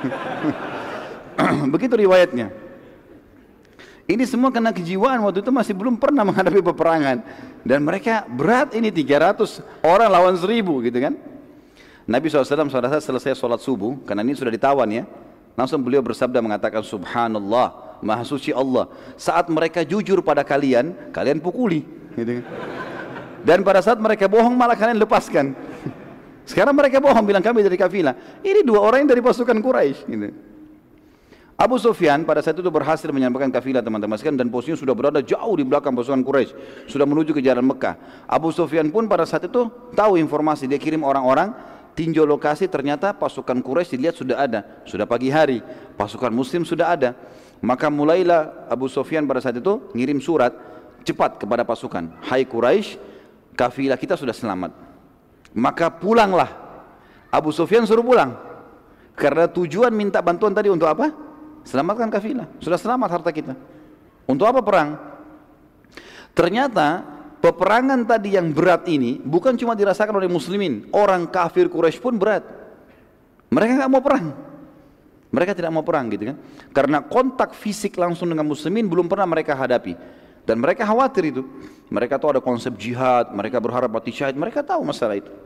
Begitu riwayatnya. Ini semua karena kejiwaan waktu itu masih belum pernah menghadapi peperangan. Dan mereka berat ini tiga ratus orang lawan seribu gitu kan. Nabi shallallahu alaihi wasallam pada saat selesai sholat subuh, karena ini sudah ditawan ya, langsung beliau bersabda mengatakan Subhanallah, Maha Suci Allah, saat mereka jujur pada kalian, kalian pukuli gitu kan. Dan pada saat mereka bohong malah kalian lepaskan. Sekarang mereka bohong bilang kami dari kafilah. Ini dua orang yang dari pasukan Quraisy gitu. Abu Sufyan pada saat itu berhasil menyampaikan kafilah teman-teman sekalian, dan posisinya sudah berada jauh di belakang pasukan Quraisy, sudah menuju ke jalan Mekah. Abu Sufyan pun pada saat itu tahu informasi, dia kirim orang-orang tinjau lokasi, ternyata pasukan Quraisy dilihat sudah ada, sudah pagi hari, pasukan muslim sudah ada. Maka mulailah Abu Sufyan pada saat itu ngirim surat cepat kepada pasukan, hai Quraisy, kafilah kita sudah selamat. Maka pulanglah. Abu Sufyan suruh pulang, karena tujuan minta bantuan tadi untuk apa? Selamatkan kafilah, sudah selamat harta kita. Untuk apa perang? Ternyata peperangan tadi yang berat ini bukan cuma dirasakan oleh muslimin, orang kafir Quraisy pun berat. Mereka nggak mau perang, mereka tidak mau perang gitu kan? Karena kontak fisik langsung dengan muslimin belum pernah mereka hadapi, dan mereka khawatir itu. Mereka tahu ada konsep jihad, mereka berharap mati syahid, mereka tahu masalah itu.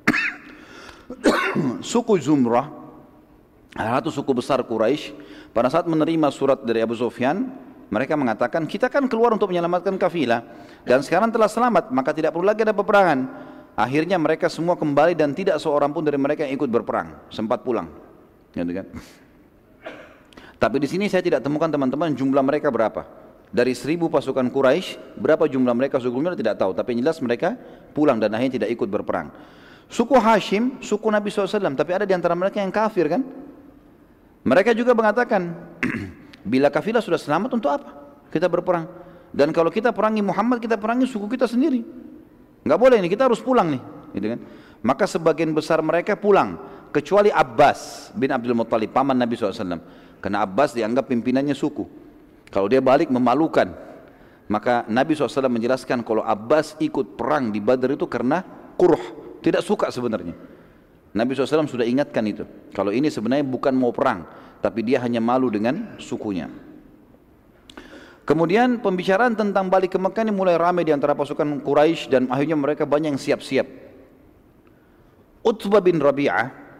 Suku Zumrah, satu suku besar Quraisy, pada saat menerima surat dari Abu Sufyan, mereka mengatakan, kita kan keluar untuk menyelamatkan kafilah, dan sekarang telah selamat, maka tidak perlu lagi ada peperangan. Akhirnya mereka semua kembali dan tidak seorang pun dari mereka yang ikut berperang, sempat pulang. Gitu kan? Tapi di sini saya tidak temukan teman-teman jumlah mereka berapa. Dari seribu pasukan Quraisy, berapa jumlah mereka sebelumnya tidak tahu, tapi yang jelas mereka pulang dan akhirnya tidak ikut berperang. Suku Hashim, suku Nabi shallallahu alaihi wasallam, tapi ada di antara mereka yang kafir kan? Mereka juga mengatakan, bila kafilah sudah selamat untuk apa kita berperang? Dan kalau kita perangi Muhammad, kita perangi suku kita sendiri. Nggak boleh nih, kita harus pulang nih. Gitu kan? Maka sebagian besar mereka pulang, kecuali Abbas bin Abdul Muttalib, paman Nabi shallallahu alaihi wasallam. Karena Abbas dianggap pimpinannya suku. Kalau dia balik memalukan. Maka Nabi shallallahu alaihi wasallam menjelaskan kalau Abbas ikut perang di Badar itu karena kurh, tidak suka sebenarnya. Nabi shallallahu alaihi wasallam sudah ingatkan itu. Kalau ini sebenarnya bukan mau perang, tapi dia hanya malu dengan sukunya. Kemudian pembicaraan tentang balik ke Mekah ini mulai ramai di antara pasukan Quraisy, dan akhirnya mereka banyak yang siap-siap. Utbah bin Rabi'ah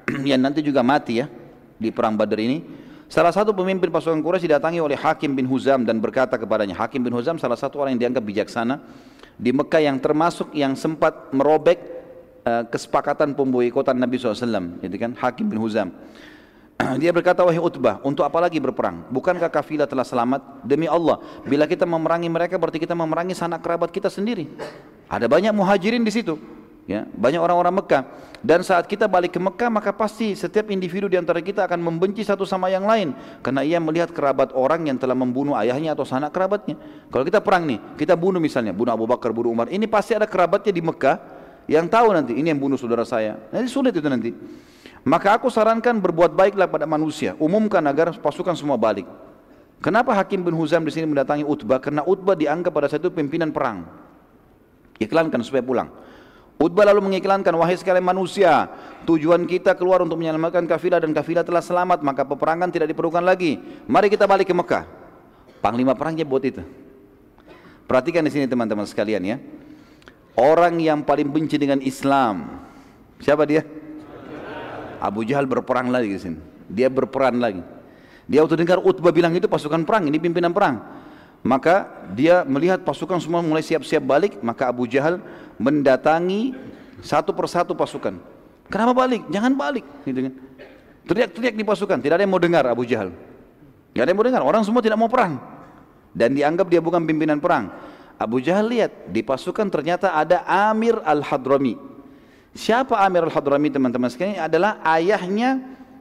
yang nanti juga mati ya di perang Badar ini. Salah satu pemimpin pasukan Quraisy didatangi oleh Hakim bin Huzam dan berkata kepadanya, Hakim bin Huzam salah satu orang yang dianggap bijaksana di Mekah yang termasuk yang sempat merobek uh, kesepakatan pemboikotan Nabi shallallahu alaihi wasallam, gitu kan, Hakim bin Huzam. Dia berkata, wahai Utbah, untuk apa lagi berperang? Bukankah kafilah telah selamat? Demi Allah, bila kita memerangi mereka berarti kita memerangi sanak kerabat kita sendiri. Ada banyak muhajirin di situ. Ya, banyak orang-orang Mekah, dan saat kita balik ke Mekah maka pasti setiap individu di antara kita akan membenci satu sama yang lain karena ia melihat kerabat orang yang telah membunuh ayahnya atau sanak kerabatnya. Kalau kita perang nih, kita bunuh misalnya, bunuh Abu Bakar, bunuh Umar, ini pasti ada kerabatnya di Mekah yang tahu nanti ini yang bunuh saudara saya. Nanti sulit itu nanti. Maka aku sarankan berbuat baiklah pada manusia, umumkan agar pasukan semua balik. Kenapa Hakim bin Huzam di sini mendatangi Utbah? Karena Utbah dianggap pada saat itu pimpinan perang. Iklankan supaya pulang. Utbah lalu mengiklankan, wahai sekalian manusia, tujuan kita keluar untuk menyelamatkan kafilah dan kafilah telah selamat, maka peperangan tidak diperlukan lagi. Mari kita balik ke Mekah. Panglima perangnya buat itu. Perhatikan di sini teman-teman sekalian ya. Orang yang paling benci dengan Islam, siapa dia? Abu Jahal berperang lagi di sini. Dia berperan lagi. Dia waktu dengar Utbah bilang itu pasukan perang, ini pimpinan perang. Maka dia melihat pasukan semua mulai siap-siap balik, maka Abu Jahal mendatangi satu persatu pasukan. Kenapa balik? Jangan balik, gitu kan. Teriak-teriak di pasukan, tidak ada yang mau dengar Abu Jahal. Tidak ada yang mau dengar, orang semua tidak mau perang. Dan dianggap dia bukan pimpinan perang. Abu Jahal lihat, di pasukan ternyata ada Amir al-Hadrami. Siapa Amir al-Hadrami teman-teman sekalian? Adalah ayahnya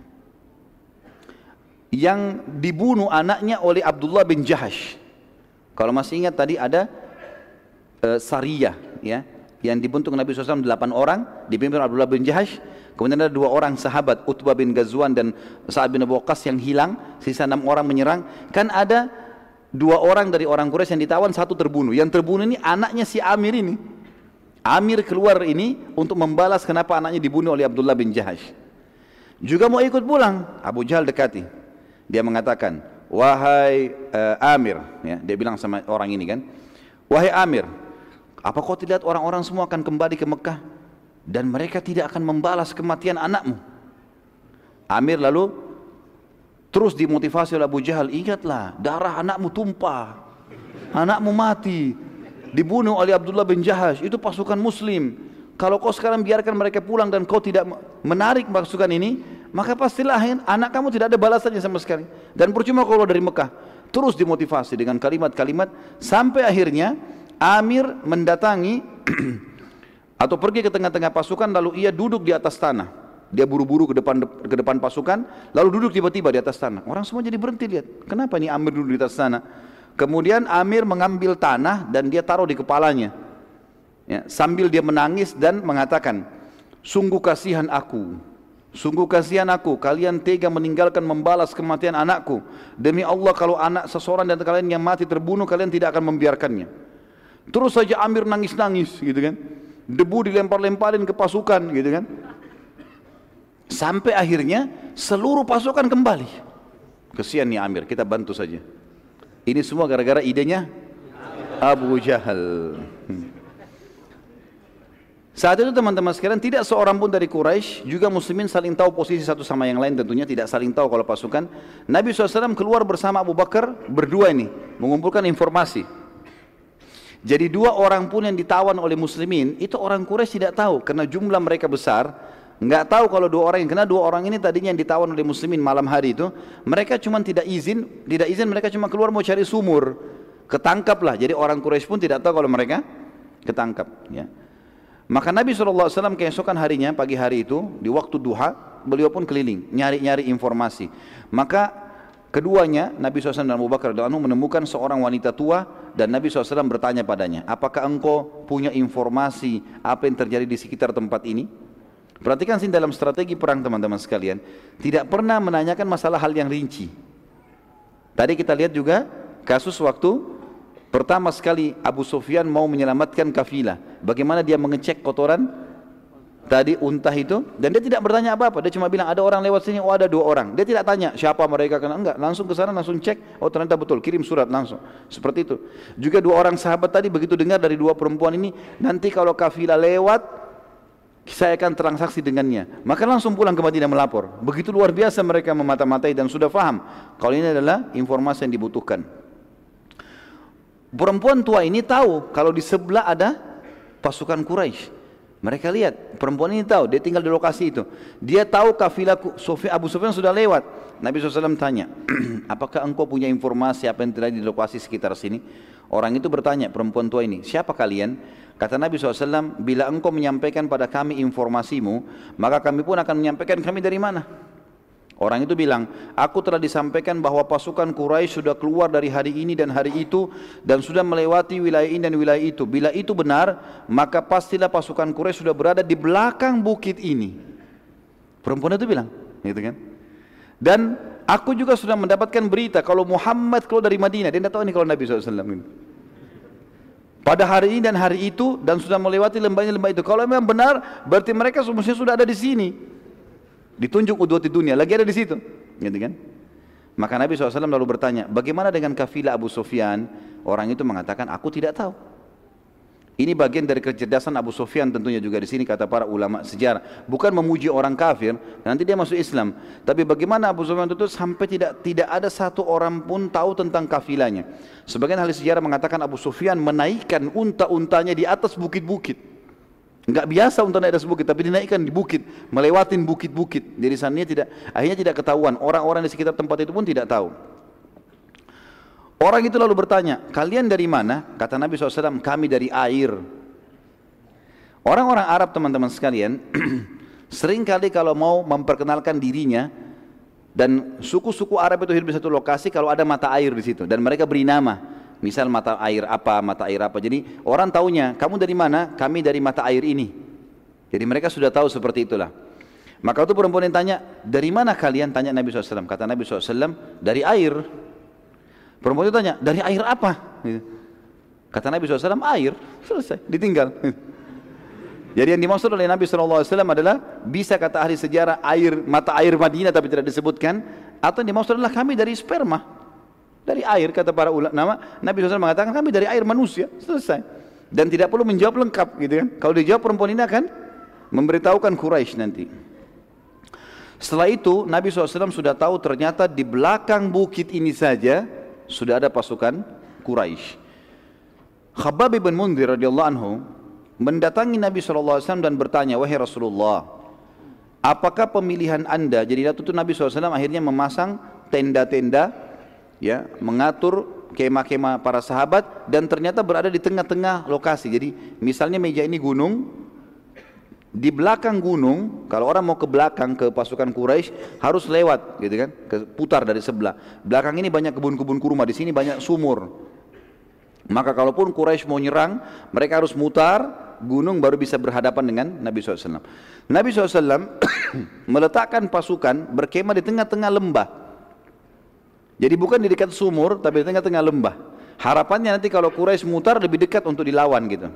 yang dibunuh anaknya oleh Abdullah bin Jahash. Kalau masih ingat tadi ada uh, Sariyah ya, yang dibentuk Nabi shallallahu alaihi wasallam delapan orang dipimpin Abdullah bin Jahash. Kemudian ada dua orang sahabat Utbah bin Ghazwan dan Sa'ad bin Abi Waqqas yang hilang, sisa enam orang menyerang. Kan ada dua orang dari orang Quraisy yang ditawan, satu terbunuh. Yang terbunuh ini anaknya si Amir ini. Amir keluar ini untuk membalas kenapa anaknya dibunuh oleh Abdullah bin Jahash. Juga mau ikut pulang, Abu Jahal dekati. Dia mengatakan, wahai uh, Amir, ya, dia bilang sama orang ini kan, wahai Amir, apa kau tidak lihat orang-orang semua akan kembali ke Mekah dan mereka tidak akan membalas kematian anakmu? Amir lalu terus dimotivasi oleh Abu Jahal, ingatlah darah anakmu tumpah, anakmu mati, dibunuh oleh Abdullah bin Jahash, itu pasukan muslim. Kalau kau sekarang biarkan mereka pulang dan kau tidak menarik pasukan ini, maka pastilah anak kamu tidak ada balasannya sama sekali. Dan percuma kalau dari Mekah. Terus dimotivasi dengan kalimat-kalimat sampai akhirnya Amir mendatangi atau pergi ke tengah-tengah pasukan, lalu ia duduk di atas tanah. Dia buru-buru ke depan ke depan pasukan, lalu duduk tiba-tiba di atas tanah. Orang semua jadi berhenti lihat. Kenapa nih Amir duduk di atas tanah? Kemudian Amir mengambil tanah dan dia taruh di kepalanya. Ya, sambil dia menangis dan mengatakan, sungguh kasihan aku, sungguh kasihan aku, kalian tega meninggalkan membalas kematian anakku. Demi Allah kalau anak seseorang dan kalian yang mati terbunuh, kalian tidak akan membiarkannya. Terus saja Amir nangis-nangis gitu kan, debu dilempar-lemparin ke pasukan gitu kan, sampai akhirnya seluruh pasukan kembali. Kesian nih Amir, kita bantu saja. Ini semua gara-gara idenya Abu Jahal. hmm. Saat itu teman-teman sekalian, tidak seorang pun dari Quraisy, juga muslimin saling tahu posisi satu sama yang lain, tentunya tidak saling tahu kalau pasukan. Nabi shallallahu alaihi wasallam keluar bersama Abu Bakar berdua ini, mengumpulkan informasi. Jadi dua orang pun yang ditawan oleh muslimin, itu orang Quraisy tidak tahu, karena jumlah mereka besar, nggak tahu kalau dua orang yang, karena dua orang ini tadinya yang ditawan oleh muslimin malam hari itu, mereka cuma tidak izin, tidak izin mereka cuma keluar mau cari sumur, ketangkaplah. Jadi orang Quraisy pun tidak tahu kalau mereka ketangkap ya. Maka Nabi shallallahu alaihi wasallam keesokan harinya, pagi hari itu, di waktu duha, beliau pun keliling, nyari-nyari informasi. Maka keduanya, Nabi shallallahu alaihi wasallam dan Abu Bakar radhiyallahu anhu menemukan seorang wanita tua, dan Nabi shallallahu alaihi wasallam bertanya padanya, apakah engkau punya informasi apa yang terjadi di sekitar tempat ini? Perhatikan sini dalam strategi perang teman-teman sekalian, tidak pernah menanyakan masalah hal yang rinci. Tadi kita lihat juga kasus waktu pertama sekali Abu Sufyan mau menyelamatkan kafilah, bagaimana dia mengecek kotoran tadi unta itu, dan dia tidak bertanya apa-apa, dia cuma bilang ada orang lewat sini, oh ada dua orang. Dia tidak tanya siapa mereka, kena enggak, langsung ke sana, langsung cek, oh ternyata betul, kirim surat langsung, seperti itu. Juga dua orang sahabat tadi begitu dengar dari dua perempuan ini, nanti kalau kafilah lewat, saya akan transaksi dengannya. Maka langsung pulang ke Madinah melapor. Begitu luar biasa mereka memata-matai dan sudah faham kalau ini adalah informasi yang dibutuhkan. Perempuan tua ini tahu kalau di sebelah ada pasukan Quraisy. Mereka lihat, perempuan ini tahu, dia tinggal di lokasi itu. Dia tahu kafilah Abu Sufyan sudah lewat. Nabi shallallahu alaihi wasallam tanya, apakah engkau punya informasi apa yang terjadi di lokasi sekitar sini? Orang itu bertanya, perempuan tua ini, siapa kalian? Kata Nabi shallallahu alaihi wasallam, bila engkau menyampaikan pada kami informasimu, maka kami pun akan menyampaikan kami dari mana. Orang itu bilang, aku telah disampaikan bahwa pasukan Quraisy sudah keluar dari hari ini dan hari itu dan sudah melewati wilayah ini dan wilayah itu. Bila itu benar, maka pastilah pasukan Quraisy sudah berada di belakang bukit ini. Perempuan itu bilang, gitu kan? Dan aku juga sudah mendapatkan berita kalau Muhammad keluar dari Madinah. Dia tidak tahu ini kalau Nabi shallallahu alaihi wasallam. Pada hari ini dan hari itu dan sudah melewati lembah-lembah itu. Kalau memang benar, berarti mereka semestinya sudah ada di sini. Ditunjuk udwati dunia, lagi ada di situ, gitu kan? Maka Nabi shallallahu alaihi wasallam lalu bertanya, bagaimana dengan kafilah Abu Sufyan? Orang itu mengatakan, aku tidak tahu. Ini bagian dari kecerdasan Abu Sufyan tentunya juga di sini kata para ulama sejarah. Bukan memuji orang kafir, nanti dia masuk Islam. Tapi bagaimana Abu Sufyan itu sampai tidak tidak ada satu orang pun tahu tentang kafilahnya. Sebagian ahli sejarah mengatakan Abu Sufyan menaikkan unta-untanya di atas bukit-bukit. Enggak biasa unta naik atas bukit, tapi dinaikkan di bukit, melewatin bukit-bukit. Jadi sananya tidak, akhirnya tidak ketahuan. Orang-orang di sekitar tempat itu pun tidak tahu. Orang itu lalu bertanya, kalian dari mana? Kata Nabi shallallahu alaihi wasallam, kami dari air. Orang-orang Arab teman-teman sekalian, sering kali kalau mau memperkenalkan dirinya, dan suku-suku Arab itu hidup di satu lokasi kalau ada mata air di situ, dan mereka beri nama. Misal mata air apa, mata air apa. Jadi orang taunya, kamu dari mana? Kami dari mata air ini. Jadi mereka sudah tahu seperti itulah. Maka itu perempuan yang tanya, dari mana kalian? Tanya Nabi shallallahu alaihi wasallam. Kata Nabi shallallahu alaihi wasallam, dari air. Perempuan itu tanya, dari air apa? Kata Nabi shallallahu alaihi wasallam, air. Selesai, ditinggal. Jadi yang dimaksud oleh Nabi shallallahu alaihi wasallam adalah, bisa kata ahli sejarah, air mata air Madinah tapi tidak disebutkan. Atau yang dimaksud adalah kami dari sperma. Dari air, kata para ulama. Nabi shallallahu alaihi wasallam mengatakan, kami dari air manusia. Selesai. Dan tidak perlu menjawab lengkap, gitu kan. Kalau dijawab, perempuan ini akan memberitahukan Quraisy nanti. Setelah itu, Nabi shallallahu alaihi wasallam sudah tahu ternyata di belakang bukit ini saja sudah ada pasukan Quraisy. Khabbab bin Mundhir radhiyallahu anhu mendatangi Nabi shallallahu alaihi wasallam dan bertanya, wahai Rasulullah, apakah pemilihan anda? Jadi waktu itu Nabi shallallahu alaihi wasallam akhirnya memasang tenda-tenda, ya, mengatur kemah-kemah para sahabat, dan ternyata berada di tengah-tengah lokasi. Jadi misalnya meja ini gunung, di belakang gunung, kalau orang mau ke belakang ke pasukan Quraisy harus lewat, gitu kan, ke, putar dari sebelah. Belakang ini banyak kebun-kebun kurma, di sini banyak sumur. Maka kalaupun Quraisy mau nyerang, mereka harus mutar gunung baru bisa berhadapan dengan Nabi shallallahu alaihi wasallam. Nabi shallallahu alaihi wasallam meletakkan pasukan berkemah di tengah-tengah lembah. Jadi bukan di dekat sumur, tapi di tengah-tengah lembah. Harapannya nanti kalau Quraisy mutar lebih dekat untuk dilawan, gitu.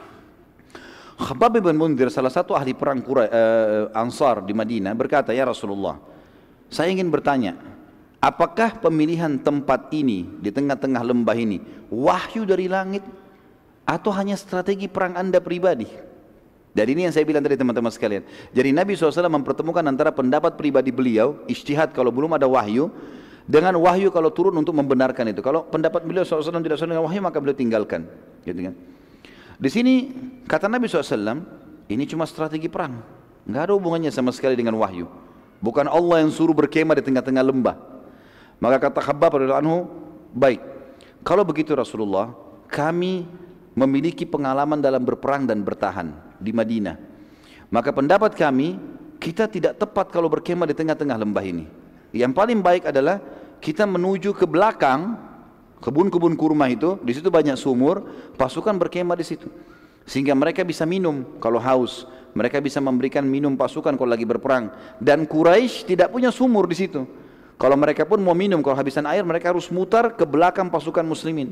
Khabbab bin Mundhir, salah satu ahli perang Quraisy, uh, Ansar di Madinah, berkata, ya Rasulullah, saya ingin bertanya, apakah pemilihan tempat ini di tengah-tengah lembah ini wahyu dari langit atau hanya strategi perang anda pribadi? Dari ini yang saya bilang tadi teman-teman sekalian. Jadi Nabi shallallahu alaihi wasallam mempertemukan antara pendapat pribadi beliau, ijtihad kalau belum ada wahyu, dengan wahyu kalau turun untuk membenarkan itu. Kalau pendapat beliau shallallahu alaihi wasallam tidak sesuai dengan wahyu, maka beliau tinggalkan, gitu kan. Di sini kata Nabi shallallahu alaihi wasallam, ini cuma strategi perang, nggak ada hubungannya sama sekali dengan wahyu. Bukan Allah yang suruh berkemah di tengah-tengah lembah. Maka kata Khabbab radhiyallahu anhu, baik, kalau begitu Rasulullah, kami memiliki pengalaman dalam berperang dan bertahan di Madinah. Maka pendapat kami, kita tidak tepat kalau berkemah di tengah-tengah lembah ini. Yang paling baik adalah kita menuju ke belakang kebun-kebun kurma itu, di situ banyak sumur, pasukan berkemah di situ. Sehingga mereka bisa minum kalau haus, mereka bisa memberikan minum pasukan kalau lagi berperang. Dan Quraisy tidak punya sumur di situ. Kalau mereka pun mau minum, kalau habisan air, mereka harus mutar ke belakang pasukan muslimin.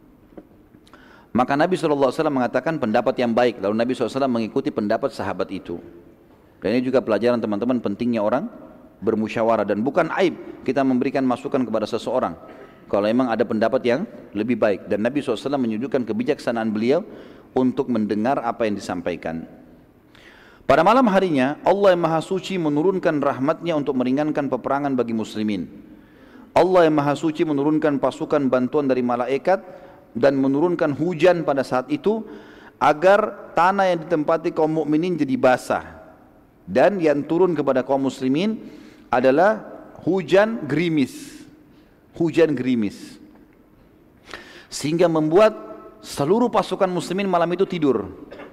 Maka Nabi shallallahu alaihi wasallam mengatakan pendapat yang baik. Lalu Nabi shallallahu alaihi wasallam mengikuti pendapat sahabat itu. Dan ini juga pelajaran teman-teman pentingnya orang bermusyawarah. Dan bukan aib kita memberikan masukan kepada seseorang kalau memang ada pendapat yang lebih baik. Dan Nabi shallallahu alaihi wasallam menunjukkan kebijaksanaan beliau untuk mendengar apa yang disampaikan. Pada malam harinya Allah yang Maha Suci menurunkan rahmatnya untuk meringankan peperangan bagi muslimin. Allah yang Maha Suci menurunkan pasukan bantuan dari malaikat dan menurunkan hujan pada saat itu agar tanah yang ditempati kaum mukminin jadi basah. Dan yang turun kepada kaum muslimin adalah hujan gerimis. Hujan gerimis. Sehingga membuat seluruh pasukan muslimin malam itu tidur.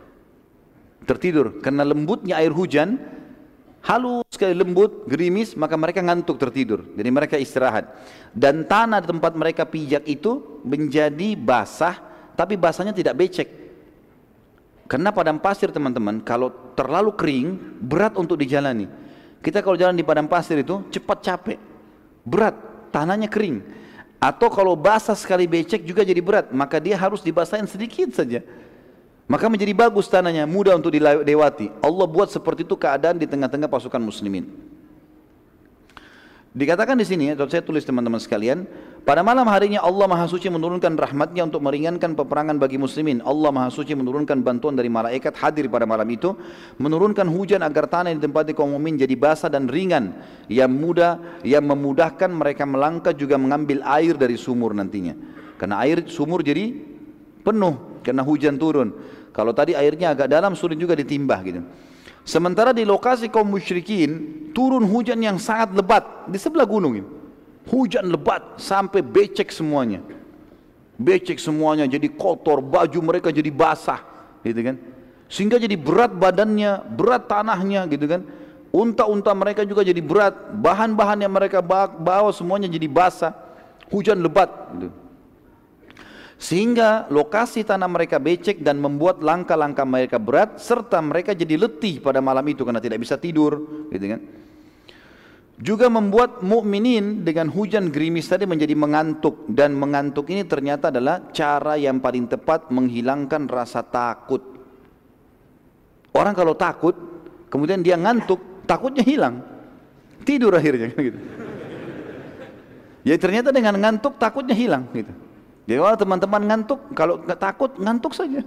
Tertidur karena lembutnya air hujan, halus sekali lembut, gerimis, maka mereka ngantuk tertidur. Jadi mereka istirahat. Dan tanah di tempat mereka pijak itu menjadi basah, tapi basahnya tidak becek. Karena padang pasir teman-teman, kalau terlalu kering, berat untuk dijalani. Kita kalau jalan di padang pasir itu cepat capek, berat, tanahnya kering. Atau kalau basah sekali becek juga jadi berat, maka dia harus dibasahin sedikit saja. Maka menjadi bagus tanahnya, mudah untuk dilewati. Allah buat seperti itu keadaan di tengah-tengah pasukan muslimin. Dikatakan di sini, atau saya tulis teman-teman sekalian, pada malam harinya Allah Maha Suci menurunkan rahmatnya untuk meringankan peperangan bagi muslimin. Allah Maha Suci menurunkan bantuan dari malaikat hadir pada malam itu, menurunkan hujan agar tanah yang ditempati kaum mukmin jadi basah dan ringan, yang mudah, yang memudahkan mereka melangkah juga mengambil air dari sumur nantinya. Karena air sumur jadi penuh karena hujan turun. Kalau tadi airnya agak dalam sulit juga ditimbah gitu. Sementara di lokasi kaum musyrikin turun hujan yang sangat lebat di sebelah gunung ini. Hujan lebat sampai becek semuanya. Becek semuanya jadi kotor, baju mereka jadi basah gitu kan. Sehingga jadi berat badannya, berat tanahnya gitu kan. Unta-unta mereka juga jadi berat, bahan-bahan yang mereka bawa semuanya jadi basah. Hujan lebat gitu. Sehingga lokasi tanah mereka becek dan membuat langkah-langkah mereka berat, serta mereka jadi letih pada malam itu karena tidak bisa tidur, gitu kan. Juga membuat mukminin dengan hujan gerimis tadi menjadi mengantuk, dan mengantuk ini ternyata adalah cara yang paling tepat menghilangkan rasa takut. Orang kalau takut, kemudian dia ngantuk, takutnya hilang, tidur akhirnya, gitu. Ya ternyata dengan ngantuk takutnya hilang, gitu. Jadi kalau teman-teman ngantuk, kalau nggak takut ngantuk saja.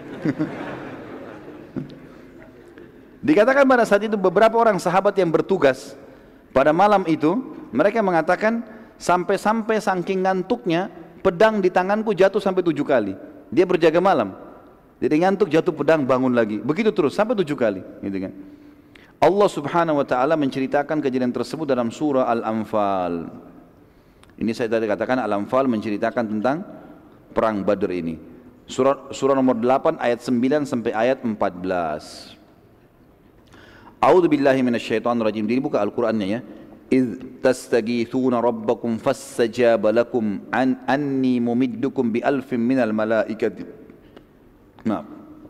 Dikatakan pada saat itu beberapa orang sahabat yang bertugas pada malam itu, mereka mengatakan sampai-sampai saking ngantuknya pedang di tanganku jatuh sampai tujuh kali. Dia berjaga malam, jadi ngantuk jatuh pedang bangun lagi, begitu terus sampai tujuh kali, gitu kan. Allah Subhanahu Wa Taala menceritakan kejadian tersebut dalam surah Al-Anfal. Ini saya tadi katakan Al-Anfal menceritakan tentang perang Badr ini. Surah, surah nomor delapan ayat sembilan sampai ayat empat belas. A'udzu billahi minasyaitonir rajim. Jadi buka Al-Qur'annya ya. Idz tastaghithuna rabbakum fastajaba lakum an anni mumiddukum bi alfin minal malaikati. Maaf.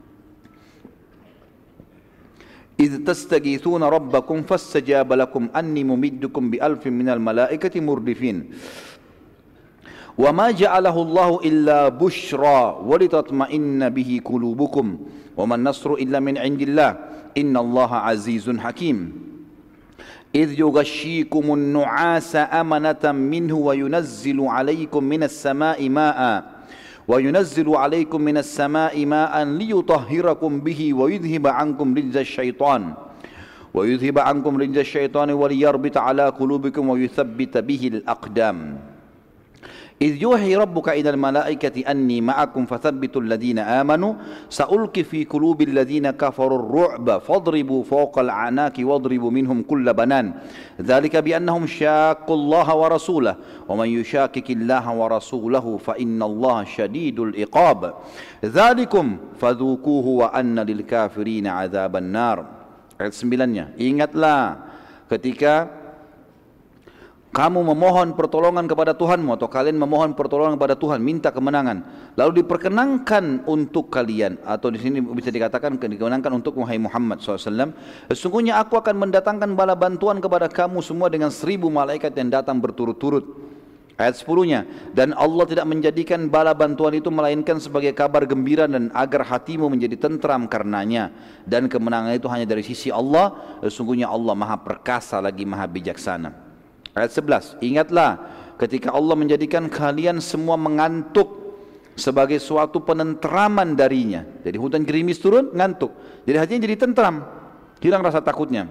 Idz tastaghithuna rabbakum fastajaba lakum anni mumiddukum bi alfin minal malaikati murdifin. Wa ma ja'alahu Allahu illa bushra wa litatma'inna bihi qulubukum wa man nasru illa min 'indillah innallaha 'azizun hakim. Idz yughashshikumun nu'asa amanatan minhu wa yunazzilu 'alaykum minas sama'i maa'a wa yunazzilu 'alaykum minas sama'i ma'an liyutahhirakum bihi wa yudhhiba 'ankum rijza syaitan wa yudhhiba 'ankum rijza syaitani wa liyarbita 'ala qulubikum wa yuthabbita bihi al-aqdam. إذ يوحي ربك إلى الملائكة أني معكم فثبتوا الذين آمنوا سألقي في قلوب الذين كفروا الرعب فاضربوا فوق الأعناق واضربوا منهم كل بنان ذلك بأنهم شاقوا الله ورسوله ومن يشاقق الله ورسوله فإن الله شديد العقاب ذلكم فذوقوه وأن للكافرين عذاب النار. Ayat sembilan-nya, ingatlah ketika kamu memohon pertolongan kepada Tuhanmu, atau kalian memohon pertolongan kepada Tuhan, minta kemenangan, lalu diperkenankan untuk kalian, atau di sini bisa dikatakan dikenankan untuk wahai Muhammad shallallahu alaihi wasallam, sesungguhnya aku akan mendatangkan bala bantuan kepada kamu semua dengan seribu malaikat yang datang berturut-turut. Ayat sepuluh-nya, dan Allah tidak menjadikan bala bantuan itu melainkan sebagai kabar gembira dan agar hatimu menjadi tentram karenanya, dan kemenangan itu hanya dari sisi Allah, sesungguhnya Allah maha perkasa lagi maha bijaksana. Ayat sebelas, ingatlah ketika Allah menjadikan kalian semua mengantuk sebagai suatu penentraman darinya. Jadi hujan gerimis turun, ngantuk, jadi hatinya jadi tentram. hilang rasa takutnya.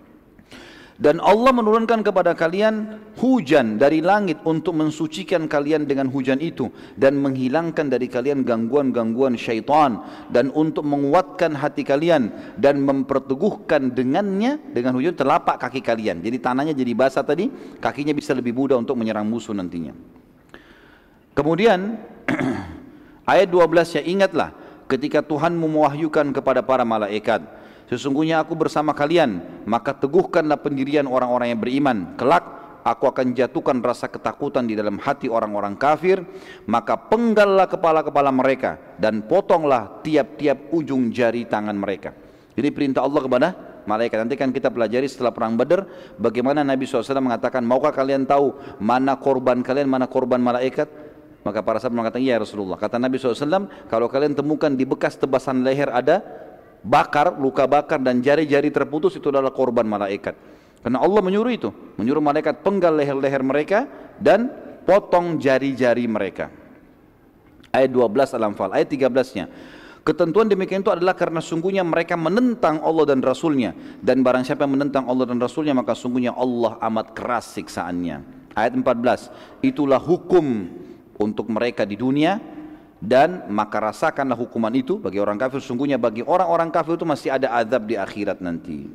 Dan Allah menurunkan kepada kalian hujan dari langit untuk mensucikan kalian dengan hujan itu dan menghilangkan dari kalian gangguan-gangguan syaitan dan untuk menguatkan hati kalian dan memperteguhkan dengannya, dengan hujan, telapak kaki kalian. Jadi tanahnya jadi basah tadi, kakinya bisa lebih mudah untuk menyerang musuh nantinya. Kemudian ayat dua belas, ya ingatlah ketika Tuhan mewahyukan kepada para malaikat, sesungguhnya aku bersama kalian, maka teguhkanlah pendirian orang-orang yang beriman. Kelak aku akan jatuhkan rasa ketakutan di dalam hati orang-orang kafir, maka penggallah kepala-kepala mereka dan potonglah tiap-tiap ujung jari tangan mereka. Jadi perintah Allah kepada malaikat. Nanti kan kita pelajari setelah perang Badar bagaimana Nabi shallallahu alaihi wasallam mengatakan, maukah kalian tahu mana korban kalian, mana korban malaikat? Maka para sahabat mengatakan, ya Rasulullah. Kata Nabi shallallahu alaihi wasallam, kalau kalian temukan di bekas tebasan leher ada bakar, luka bakar dan jari-jari terputus, itu adalah korban malaikat. Karena Allah menyuruh itu, menyuruh malaikat penggal leher-leher mereka dan potong jari-jari mereka. Ayat dua belas Al-Anfal. Ayat tiga belas-nya, ketentuan demikian itu adalah karena sungguhnya mereka menentang Allah dan Rasulnya, dan barang siapa yang menentang Allah dan Rasulnya maka sungguhnya Allah amat keras siksaannya. Ayat empat belas, itulah hukum untuk mereka di dunia, dan maka rasakanlah hukuman itu bagi orang kafir. Sungguhnya bagi orang-orang kafir itu masih ada azab di akhirat nanti.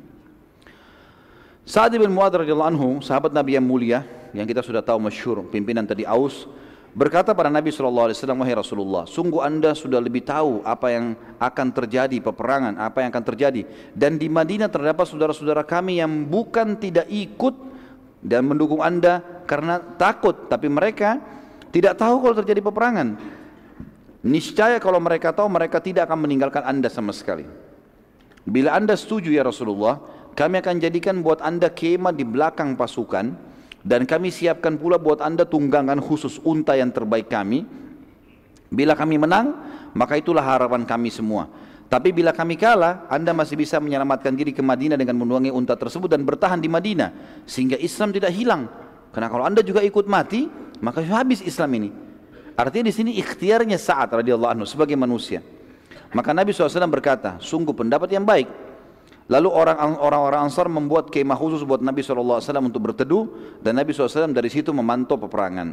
Sa'ad bin Mu'adz radhiyallahu anhu, sahabat Nabi yang mulia yang kita sudah tahu masyhur, pimpinan tadi Aus, berkata pada Nabi shallallahu alaihi wasallam, wahai Rasulullah, sungguh anda sudah lebih tahu apa yang akan terjadi, peperangan apa yang akan terjadi, dan di Madinah terdapat saudara-saudara kami yang bukan tidak ikut dan mendukung anda karena takut, tapi mereka tidak tahu kalau terjadi peperangan. Niscaya kalau mereka tahu, mereka tidak akan meninggalkan anda sama sekali. Bila anda setuju ya Rasulullah, kami akan jadikan buat anda kemah di belakang pasukan, dan kami siapkan pula buat anda tunggangan khusus unta yang terbaik kami. Bila kami menang, maka itulah harapan kami semua. Tapi bila kami kalah, anda masih bisa menyelamatkan diri ke Madinah dengan menunggangi unta tersebut dan bertahan di Madinah, sehingga Islam tidak hilang. Karena kalau anda juga ikut mati, maka habis Islam ini. Artinya di sini ikhtiarnya Sa'ad radhiyallahu anhu sebagai manusia. Maka Nabi shallallahu alaihi wasallam berkata, sungguh pendapat yang baik. Lalu orang-orang Ansar membuat kemah khusus buat Nabi shallallahu alaihi wasallam untuk berteduh, dan Nabi shallallahu alaihi wasallam dari situ memantau peperangan.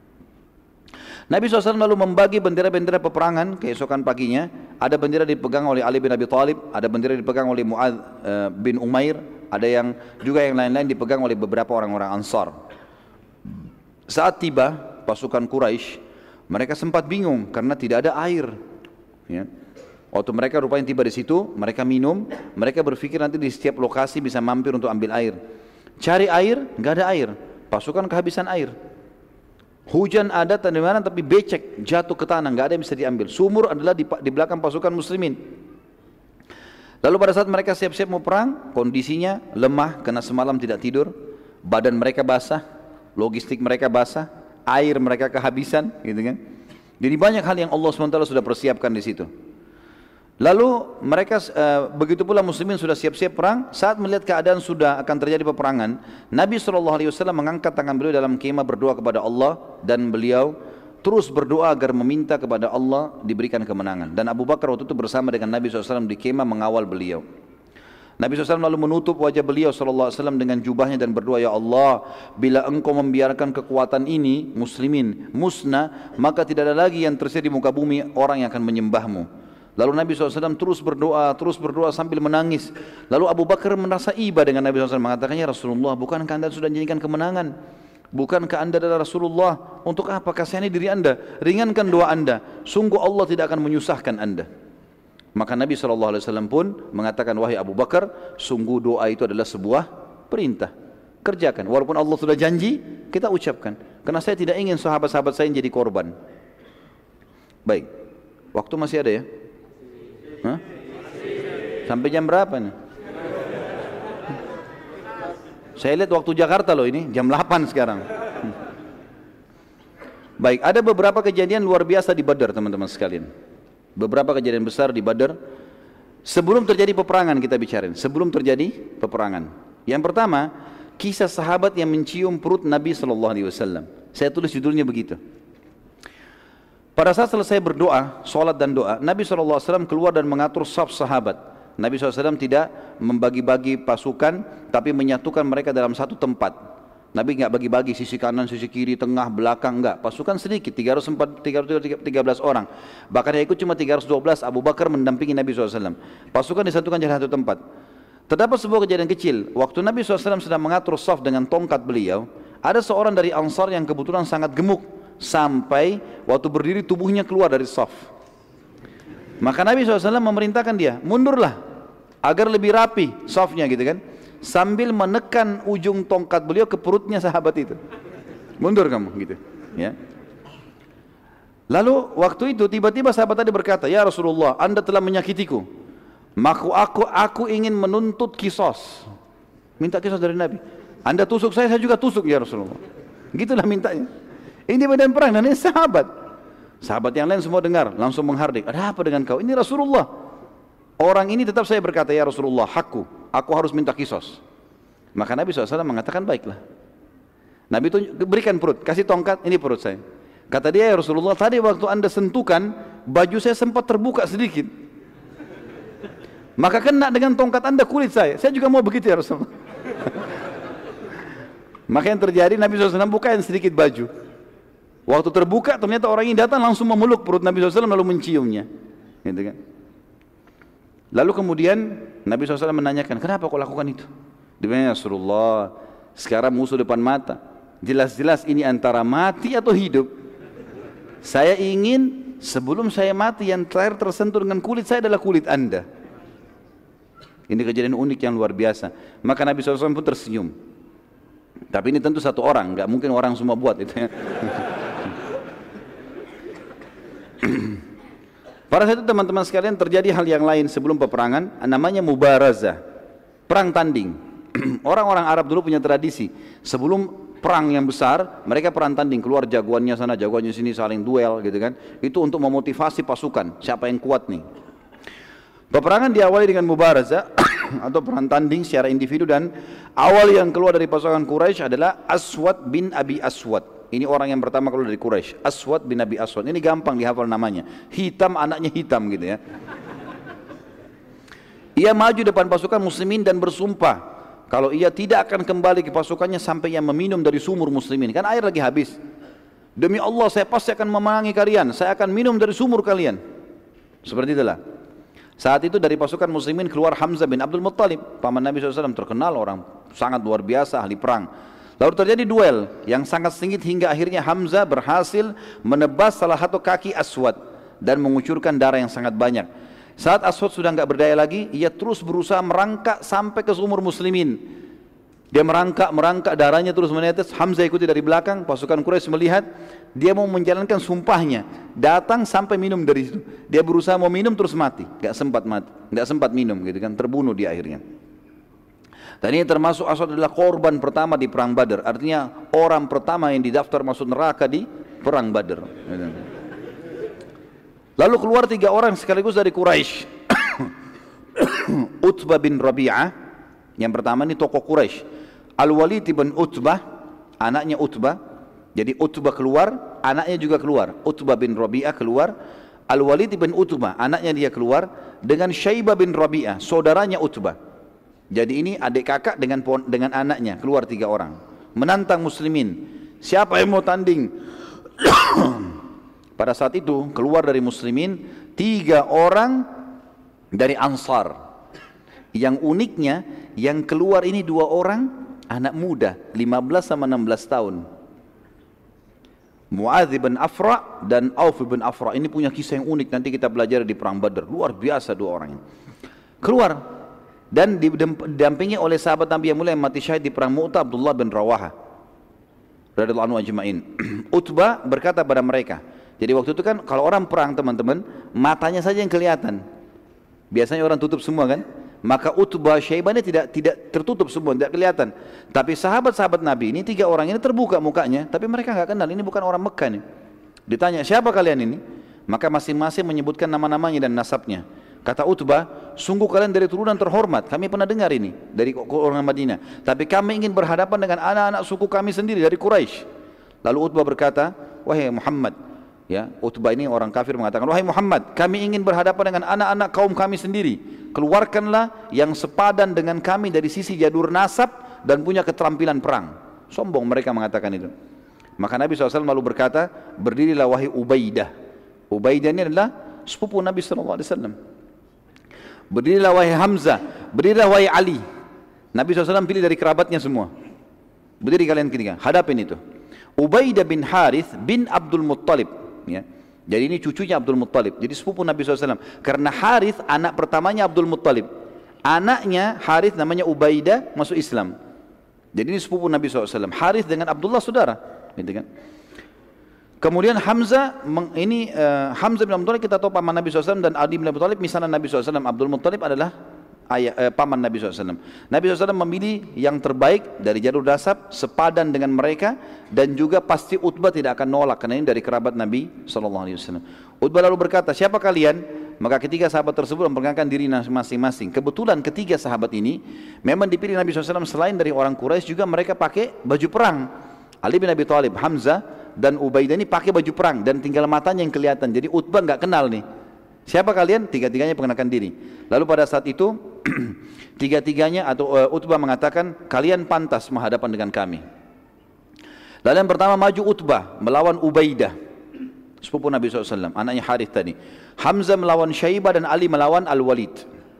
Nabi shallallahu alaihi wasallam lalu membagi bendera-bendera peperangan. Keesokan paginya ada bendera dipegang oleh Ali bin Abi Thalib, ada bendera dipegang oleh Mu'adz bin Umair, ada yang juga yang lain-lain dipegang oleh beberapa orang-orang Ansar. Saat tiba pasukan Quraisy, mereka sempat bingung karena tidak ada air. Ya. Waktu mereka rupanya tiba di situ, mereka minum, mereka berpikir nanti di setiap lokasi bisa mampir untuk ambil air. Cari air, nggak ada air. Pasukan kehabisan air. Hujan ada di mana tapi becek, jatuh ke tanah, nggak ada yang bisa diambil. Sumur adalah di, di belakang pasukan muslimin. Lalu pada saat mereka siap-siap mau perang, kondisinya lemah karena semalam tidak tidur, badan mereka basah, logistik mereka basah, air mereka kehabisan, gitu kan. Jadi banyak hal yang Allah subhanahu wa taala sudah persiapkan di situ. Lalu mereka uh, begitu pula muslimin sudah siap-siap perang. Saat melihat keadaan sudah akan terjadi peperangan, Nabi shallallahu alaihi wasallam mengangkat tangan beliau dalam kemah berdoa kepada Allah, dan beliau terus berdoa agar meminta kepada Allah diberikan kemenangan. Dan Abu Bakar waktu itu bersama dengan Nabi shallallahu alaihi wasallam di kemah mengawal beliau. Nabi shallallahu alaihi wasallam lalu menutup wajah beliau shallallahu alaihi wasallam dengan jubahnya dan berdoa, ya Allah, bila engkau membiarkan kekuatan ini muslimin musnah, maka tidak ada lagi yang tersedia di muka bumi orang yang akan menyembahmu. Lalu Nabi shallallahu alaihi wasallam terus berdoa, terus berdoa sambil menangis. Lalu Abu Bakar merasa iba dengan Nabi shallallahu alaihi wasallam, mengatakannya, Rasulullah, bukankah anda sudah menjanjikan kemenangan? Bukankah anda adalah Rasulullah? Untuk apa kasihani diri anda? Ringankan doa anda. Sungguh Allah tidak akan menyusahkan anda. Maka Nabi shallallahu alaihi wasallam pun mengatakan, wahai Abu Bakar, sungguh doa itu adalah sebuah perintah. Kerjakan. Walaupun Allah sudah janji, kita ucapkan. Karena saya tidak ingin sahabat-sahabat saya jadi korban. Baik. Waktu masih ada ya? Hah? Sampai jam berapa nih? Saya lihat waktu Jakarta loh ini, jam delapan sekarang. Baik, ada beberapa kejadian luar biasa di Badar teman-teman sekalian. Beberapa kejadian besar di Badar. Sebelum terjadi peperangan kita bicarain, sebelum terjadi peperangan. Yang pertama, kisah sahabat yang mencium perut Nabi shallallahu alaihi wasallam. Saya tulis judulnya begitu. Pada saat selesai berdoa, sholat dan doa, Nabi shallallahu alaihi wasallam keluar dan mengatur saf sahabat. Nabi shallallahu alaihi wasallam tidak membagi-bagi pasukan, tapi menyatukan mereka dalam satu tempat. Nabi nggak bagi-bagi sisi kanan, sisi kiri, tengah, belakang, enggak. Pasukan sedikit, tiga ratus empat, tiga ratus tiga belas orang. Bahkan yang ikut cuma tiga ratus dua belas, Abu Bakar mendampingi Nabi shallallahu alaihi wasallam. Pasukan disatukan jadi satu tempat. Terdapat sebuah kejadian kecil, waktu Nabi shallallahu alaihi wasallam sedang mengatur shaf dengan tongkat beliau, ada seorang dari Ansar yang kebetulan sangat gemuk, sampai waktu berdiri tubuhnya keluar dari shaf. Maka Nabi shallallahu alaihi wasallam memerintahkan dia, mundurlah, agar lebih rapi shafnya gitu kan, sambil menekan ujung tongkat beliau ke perutnya sahabat itu. Mundur kamu gitu ya. Lalu waktu itu tiba-tiba sahabat tadi berkata, ya Rasulullah, Anda telah menyakitiku, maka aku aku ingin menuntut kisos, minta kisos dari Nabi. Anda tusuk saya, saya juga tusuk ya Rasulullah. Gitulah mintanya. Ini medan perang dan ini sahabat. Sahabat yang lain semua dengar, langsung menghardik. Ada apa dengan kau? Ini Rasulullah. Orang ini tetap saya berkata, ya Rasulullah, hakku, aku harus minta kisos. Maka Nabi shallallahu alaihi wasallam mengatakan, baiklah. Nabi itu berikan perut, kasih tongkat, ini perut saya. Kata dia, ya Rasulullah, tadi waktu Anda sentuhkan, baju saya sempat terbuka sedikit. Maka kena dengan tongkat Anda kulit saya. Saya juga mau begitu ya Rasulullah. Maka yang terjadi, Nabi shallallahu alaihi wasallam bukain sedikit baju. Waktu terbuka, ternyata orang ini datang langsung memeluk perut Nabi shallallahu alaihi wasallam lalu menciumnya. Gitu kan? Lalu kemudian Nabi shallallahu alaihi wasallam menanyakan, kenapa kau lakukan itu? Dia bilang, ya Rasulullah, sekarang musuh depan mata. Jelas-jelas ini antara mati atau hidup. Saya ingin sebelum saya mati yang terakhir tersentuh dengan kulit saya adalah kulit Anda. Ini kejadian unik yang luar biasa. Maka Nabi shallallahu alaihi wasallam pun tersenyum. Tapi ini tentu satu orang, nggak mungkin orang semua buat itu ya. Pada saat itu teman-teman sekalian terjadi hal yang lain sebelum peperangan, namanya mubarazah, perang tanding. Orang-orang Arab dulu punya tradisi, sebelum perang yang besar, mereka perang tanding, keluar jagoannya sana, jagoannya sini, saling duel gitu kan. Itu untuk memotivasi pasukan, siapa yang kuat nih. Peperangan diawali dengan mubarazah atau perang tanding secara individu, dan awal yang keluar dari pasukan Quraisy adalah Aswad bin Abi Aswad. Ini orang yang pertama keluar dari Quraisy, Aswad bin Abi Aswad. Ini gampang dihafal namanya, hitam anaknya hitam gitu ya. Ia maju depan pasukan muslimin dan bersumpah kalau ia tidak akan kembali ke pasukannya sampai ia meminum dari sumur muslimin. Kan air lagi habis. Demi Allah saya pasti akan memenangi kalian, saya akan minum dari sumur kalian. Seperti itulah. Saat itu dari pasukan muslimin keluar Hamzah bin Abdul Muttalib, paman Nabi shallallahu alaihi wasallam, terkenal orang sangat luar biasa, ahli perang. Lalu terjadi duel yang sangat sengit hingga akhirnya Hamzah berhasil menebas salah satu kaki Aswad dan mengucurkan darah yang sangat banyak. Saat Aswad sudah enggak berdaya lagi, ia terus berusaha merangkak sampai ke sumur muslimin. Dia merangkak, merangkak, darahnya terus menetes. Hamzah ikuti dari belakang. Pasukan Quraisy melihat dia mau menjalankan sumpahnya, datang sampai minum dari situ. Dia berusaha mau minum terus mati, enggak sempat mati, enggak sempat minum gitu kan, terbunuh dia akhirnya. Dan ini termasuk Aswad adalah korban pertama di perang Badar. Artinya orang pertama yang didaftar masuk neraka di perang Badar. Lalu keluar tiga orang sekaligus dari Quraisy. Utbah bin Rabi'ah, yang pertama ini tokoh Quraisy. Al-Walid bin Utbah, anaknya Utbah. Jadi Utbah keluar, anaknya juga keluar. Utbah bin Rabi'ah keluar. Al-Walid bin Utbah, anaknya dia keluar. Dengan Syaibah bin Rabi'ah, saudaranya Utbah. Jadi ini adik kakak dengan dengan anaknya, keluar tiga orang. Menantang muslimin. Siapa yang mau tanding? Pada saat itu keluar dari muslimin tiga orang dari Ansar. Yang uniknya, yang keluar ini dua orang anak muda, lima belas sama enam belas tahun. Mu'adz bin Afra dan Auf bin Afra. Ini punya kisah yang unik, nanti kita belajar di perang Badar. Luar biasa dua orang ini. Keluar dan didampingi oleh sahabat Nabi yang mulia yang mati syahid di perang Mu'tah, Abdullah bin Rawaha radhiyallahu anhu ajma'in. Utbah berkata pada mereka, jadi waktu itu kan kalau orang perang teman-teman, matanya saja yang kelihatan. Biasanya orang tutup semua kan? Maka Utbah, Syaibah ini tidak tidak tertutup semua, tidak kelihatan. Tapi sahabat-sahabat Nabi ini tiga orang ini terbuka mukanya, tapi mereka nggak kenal, ini bukan orang Mekah nih. Ditanya, siapa kalian ini? Maka masing-masing menyebutkan nama-namanya dan nasabnya. Kata Utbah, sungguh kalian dari turunan terhormat, kami pernah dengar ini dari orang Madinah. Tapi kami ingin berhadapan dengan anak-anak suku kami sendiri dari Quraisy. Lalu Utbah berkata, wahai Muhammad, ya, Utbah ini orang kafir mengatakan, wahai Muhammad, kami ingin berhadapan dengan anak-anak kaum kami sendiri. keluarkanlah yang sepadan dengan kami dari sisi jalur nasab dan punya keterampilan perang. Sombong mereka mengatakan itu. Maka Nabi shallallahu alaihi wasallam lalu berkata, berdirilah wahai Ubaidah. Ubaidah ini adalah sepupu Nabi shallallahu alaihi wasallam. Berdirilah wahai Hamzah, berdirilah wahai Ali. Nabi shallallahu alaihi wasallam pilih dari kerabatnya semua. Berdiri kalian ketiga, hadapin itu. Ubaidah bin Harith bin Abdul Muttalib, ya. Jadi ini cucunya Abdul Muttalib, jadi sepupu Nabi shallallahu alaihi wasallam. Karena Harith anak pertamanya Abdul Muttalib, anaknya Harith namanya Ubaidah masuk Islam. Jadi ini sepupu Nabi shallallahu alaihi wasallam. Harith dengan Abdullah saudara, gitu kan. Kemudian Hamzah, ini uh, Hamzah bin Abdul Muttalib kita tahu paman Nabi shallallahu alaihi wasallam, dan Ali bin Abi Thalib misalnya Nabi shallallahu alaihi wasallam. Abdul Muttalib adalah ayah, eh, paman Nabi shallallahu alaihi wasallam. Nabi shallallahu alaihi wasallam memilih yang terbaik dari jalur nasab, sepadan dengan mereka, dan juga pasti Utbah tidak akan nolak karena ini dari kerabat Nabi shallallahu alaihi wasallam. Utbah lalu berkata, siapa kalian? Maka ketiga sahabat tersebut memperkenalkan diri masing-masing. Kebetulan ketiga sahabat ini memang dipilih Nabi shallallahu alaihi wasallam selain dari orang Quraisy juga mereka pakai baju perang. Ali bin Abi Thalib, Hamzah dan Ubaidah ini pakai baju perang dan tinggal matanya yang kelihatan. Jadi Utbah nggak kenal nih. Siapa kalian? Tiga-tiganya perkenalkan diri. Lalu pada saat itu tiga-tiganya atau uh, Utbah mengatakan, kalian pantas menghadapan dengan kami. Lalu yang pertama maju Utbah melawan Ubaidah, sepupu Nabi shallallahu alaihi wasallam, anaknya Harith tadi. Hamzah melawan Syaibah dan Ali melawan Al-Walid.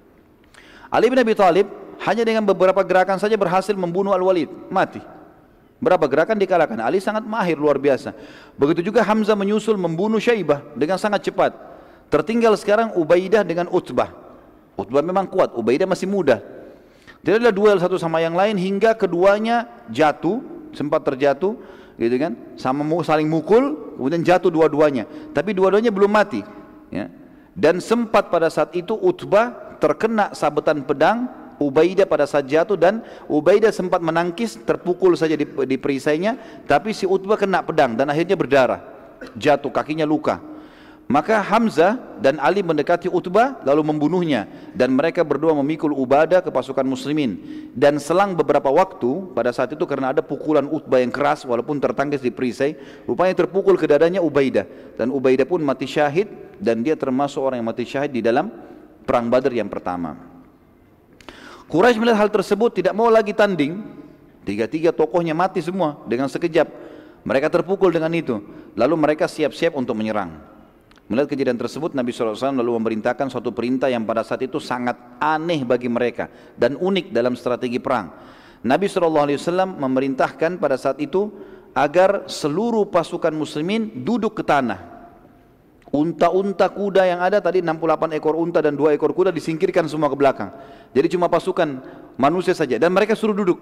Ali bin Abi Thalib hanya dengan beberapa gerakan saja berhasil membunuh Al-Walid, mati. Berapa gerakan dikalahkan. Ali sangat mahir, luar biasa. Begitu juga Hamzah menyusul membunuh Syaibah dengan sangat cepat. Tertinggal sekarang Ubaidah dengan Utbah. Utbah memang kuat, Ubaidah masih muda. Tidak ada duel satu sama yang lain hingga keduanya jatuh, sempat terjatuh, gitu kan? Sama saling mukul, kemudian jatuh dua-duanya. Tapi dua-duanya belum mati. Ya. Dan sempat pada saat itu Utbah terkena sabetan pedang Ubaidah pada saat jatuh, dan Ubaidah sempat menangkis, terpukul saja di, di perisainya, tapi si Utbah kena pedang dan akhirnya berdarah, jatuh, kakinya luka. Maka Hamzah dan Ali mendekati Utbah lalu membunuhnya, dan mereka berdua memikul Ubadah ke pasukan muslimin. Dan selang beberapa waktu pada saat itu karena ada pukulan Utbah yang keras walaupun tertangkis di perisai, rupanya terpukul ke dadanya Ubaidah, dan Ubaidah pun mati syahid, dan dia termasuk orang yang mati syahid di dalam perang Badar yang pertama. Quraisy melihat hal tersebut tidak mau lagi tanding. Tiga-tiga tokohnya mati semua dengan sekejap. Mereka terpukul dengan itu. Lalu mereka siap-siap untuk menyerang. Melihat kejadian tersebut, Nabi shallallahu alaihi wasallam lalu memerintahkan suatu perintah yang pada saat itu sangat aneh bagi mereka dan unik dalam strategi perang. Nabi shallallahu alaihi wasallam memerintahkan pada saat itu agar seluruh pasukan muslimin duduk ke tanah. Unta-unta kuda yang ada tadi enam puluh delapan ekor unta dan dua ekor kuda disingkirkan semua ke belakang. Jadi cuma pasukan manusia saja, dan mereka suruh duduk.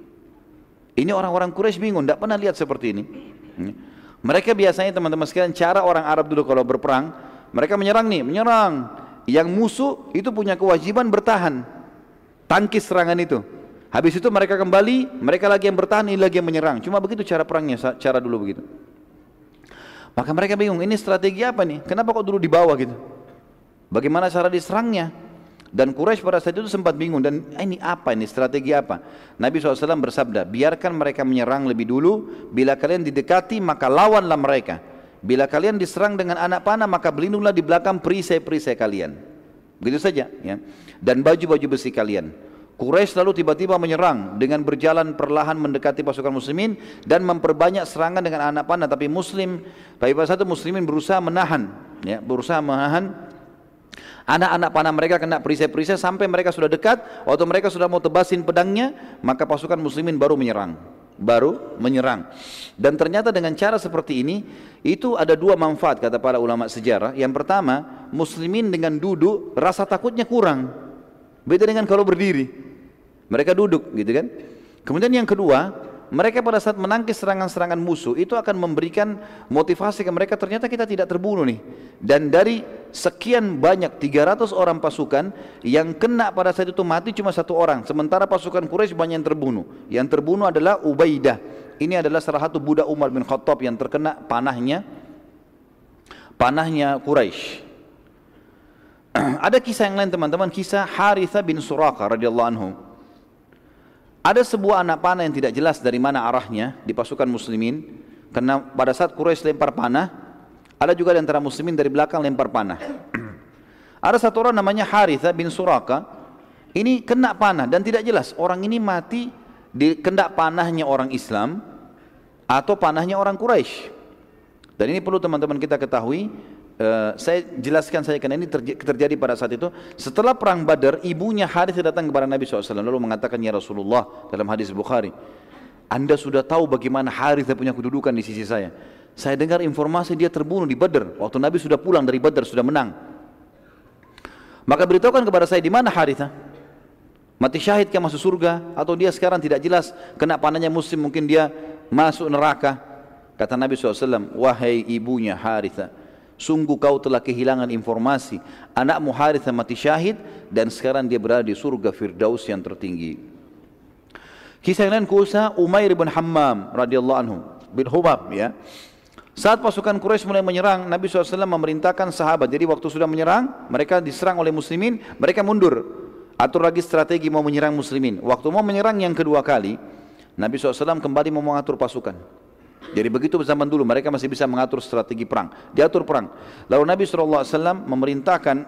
Ini orang-orang Quraisy bingung, tidak pernah lihat seperti ini. Mereka biasanya teman-teman sekalian, cara orang Arab dulu kalau berperang, mereka menyerang nih, menyerang. Yang musuh itu punya kewajiban bertahan, tangkis serangan itu. Habis itu mereka kembali, mereka lagi yang bertahan, ini lagi yang menyerang. Cuma begitu cara perangnya, cara dulu begitu. Maka mereka bingung, ini strategi apa nih? Kenapa kok dulu di bawah gitu? Bagaimana cara diserangnya? Dan Quraisy pada saat itu sempat bingung, dan ini apa ini, strategi apa? Nabi shallallahu alaihi wasallam bersabda, biarkan mereka menyerang lebih dulu, bila kalian didekati maka lawanlah mereka. Bila kalian diserang dengan anak panah maka berlindunglah di belakang perisai-perisai kalian. Begitu saja, ya. Dan baju-baju besi kalian. Quraisy lalu tiba-tiba menyerang dengan berjalan perlahan mendekati pasukan muslimin dan memperbanyak serangan dengan anak panah. Tapi muslim, pada saat itu muslimin berusaha menahan, ya, berusaha menahan anak-anak panah mereka kena perisai-perisai sampai mereka sudah dekat. Waktu mereka sudah mau tebasin pedangnya, maka pasukan muslimin baru menyerang, baru menyerang. Dan ternyata dengan cara seperti ini, itu ada dua manfaat kata para ulama sejarah. Yang pertama, muslimin dengan duduk rasa takutnya kurang. Beda dengan kalau berdiri. Mereka duduk gitu kan. Kemudian yang kedua, mereka pada saat menangkis serangan-serangan musuh itu akan memberikan motivasi ke mereka, ternyata kita tidak terbunuh nih. Dan dari sekian banyak tiga ratus orang pasukan yang kena pada saat itu mati cuma satu orang, sementara pasukan Quraisy banyak yang terbunuh. Yang terbunuh adalah Ubaidah. Ini adalah salah satu budak Umar bin Khattab yang terkena panahnya panahnya Quraisy. Ada kisah yang lain teman-teman, kisah Harithah bin Suraqah radhiyallahu anhu. Ada sebuah anak panah yang tidak jelas dari mana arahnya di pasukan muslimin, karena pada saat Quraisy lempar panah, ada juga di antara muslimin dari belakang lempar panah. Ada satu orang namanya Harithah bin Suraka, ini kena panah dan tidak jelas orang ini mati di kena panahnya orang Islam atau panahnya orang Quraisy. Dan ini perlu teman-teman kita ketahui. Uh, saya jelaskan saja karena ini terj terjadi pada saat itu. Setelah perang Badar, ibunya Harithah datang kepada Nabi shallallahu alaihi wasallam lalu mengatakan, ya Rasulullah, dalam hadis Bukhari, Anda sudah tahu bagaimana Harithah punya kedudukan di sisi saya. Saya dengar informasi dia terbunuh di Badar waktu Nabi sudah pulang dari Badar, sudah menang. Maka beritahukan kepada saya, di mana Harithah? Mati syahid ke masuk surga atau dia sekarang tidak jelas kena panahnya muslim, mungkin dia masuk neraka. Kata Nabi shallallahu alaihi wasallam, wahai ibunya Harithah, sungguh kau telah kehilangan informasi. Anakmu Harithah mati syahid dan sekarang dia berada di surga Firdaus yang tertinggi. Kisah yang lain kisah Umair bin Hammam radhiyallahu anhu bin Hubab, ya. Saat pasukan Quraisy mulai menyerang, Nabi shallallahu alaihi wasallam memerintahkan sahabat. Jadi waktu sudah menyerang, mereka diserang oleh muslimin, mereka mundur. Atur lagi strategi mau menyerang muslimin. Waktu mau menyerang yang kedua kali, Nabi shallallahu alaihi wasallam kembali mau mengatur pasukan. Jadi begitu zaman dulu mereka masih bisa mengatur strategi perang, diatur perang. Lalu Nabi shallallahu alaihi wasallam memerintahkan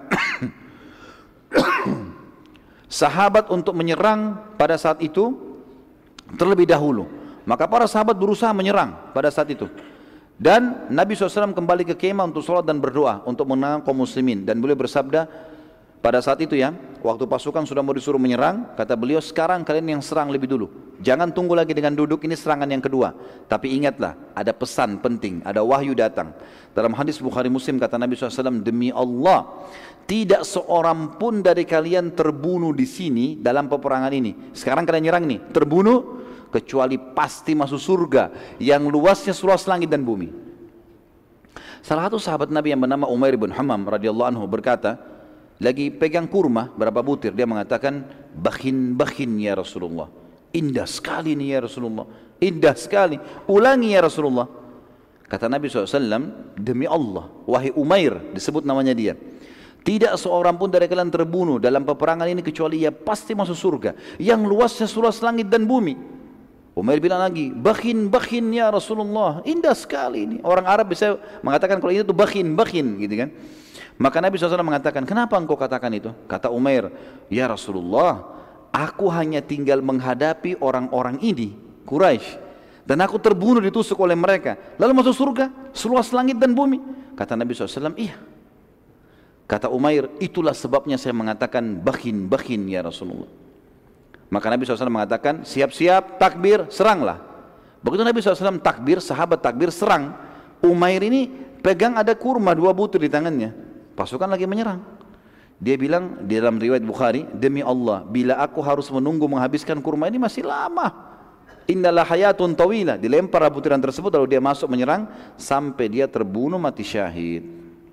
sahabat untuk menyerang pada saat itu terlebih dahulu. Maka para sahabat berusaha menyerang pada saat itu. Dan Nabi shallallahu alaihi wasallam kembali ke kemah untuk sholat dan berdoa untuk menang kaum muslimin. Dan beliau bersabda pada saat itu, ya, waktu pasukan sudah mau disuruh menyerang, kata beliau, sekarang kalian yang serang lebih dulu. Jangan tunggu lagi dengan duduk, ini serangan yang kedua. Tapi ingatlah, ada pesan penting, ada wahyu datang. Dalam hadis Bukhari Muslim kata Nabi shallallahu alaihi wasallam, demi Allah, tidak seorang pun dari kalian terbunuh di sini dalam peperangan ini. Sekarang kalian nyerang nih, terbunuh, kecuali pasti masuk surga yang luasnya seluas langit dan bumi. Salah satu sahabat Nabi yang bernama Umair bin Hammam radhiyallahu anhu berkata, lagi pegang kurma berapa butir, dia mengatakan, bakhin bakhin ya Rasulullah, indah sekali nih ya Rasulullah, indah sekali, ulangi ya Rasulullah. Kata Nabi shallallahu alaihi wasallam, demi Allah, wahai Umair, disebut namanya dia, tidak seorang pun dari kalian terbunuh dalam peperangan ini kecuali ia pasti masuk surga yang luasnya seluas langit dan bumi. Umair bilang lagi, bakhin bakhin ya Rasulullah, indah sekali ini. Orang Arab bisa mengatakan kalau itu bakhin bakhin gitu kan. Maka Nabi shallallahu alaihi wasallam mengatakan, kenapa engkau katakan itu? Kata Umair, ya Rasulullah, aku hanya tinggal menghadapi orang-orang ini, Quraisy, dan aku terbunuh ditusuk oleh mereka, lalu masuk surga seluas langit dan bumi. Kata Nabi shallallahu alaihi wasallam, iya. Kata Umair, itulah sebabnya saya mengatakan bakhin bakhin ya Rasulullah. Maka Nabi shallallahu alaihi wasallam mengatakan, siap-siap, takbir, seranglah. Begitu Nabi shallallahu alaihi wasallam takbir, sahabat takbir, serang. Umair ini pegang ada kurma dua butir di tangannya, pasukan lagi menyerang. Dia bilang di dalam riwayat Bukhari, demi Allah, bila aku harus menunggu menghabiskan kurma ini masih lama. Innalah hayatun tawila. Dilempar butiran tersebut lalu dia masuk menyerang sampai dia terbunuh mati syahid.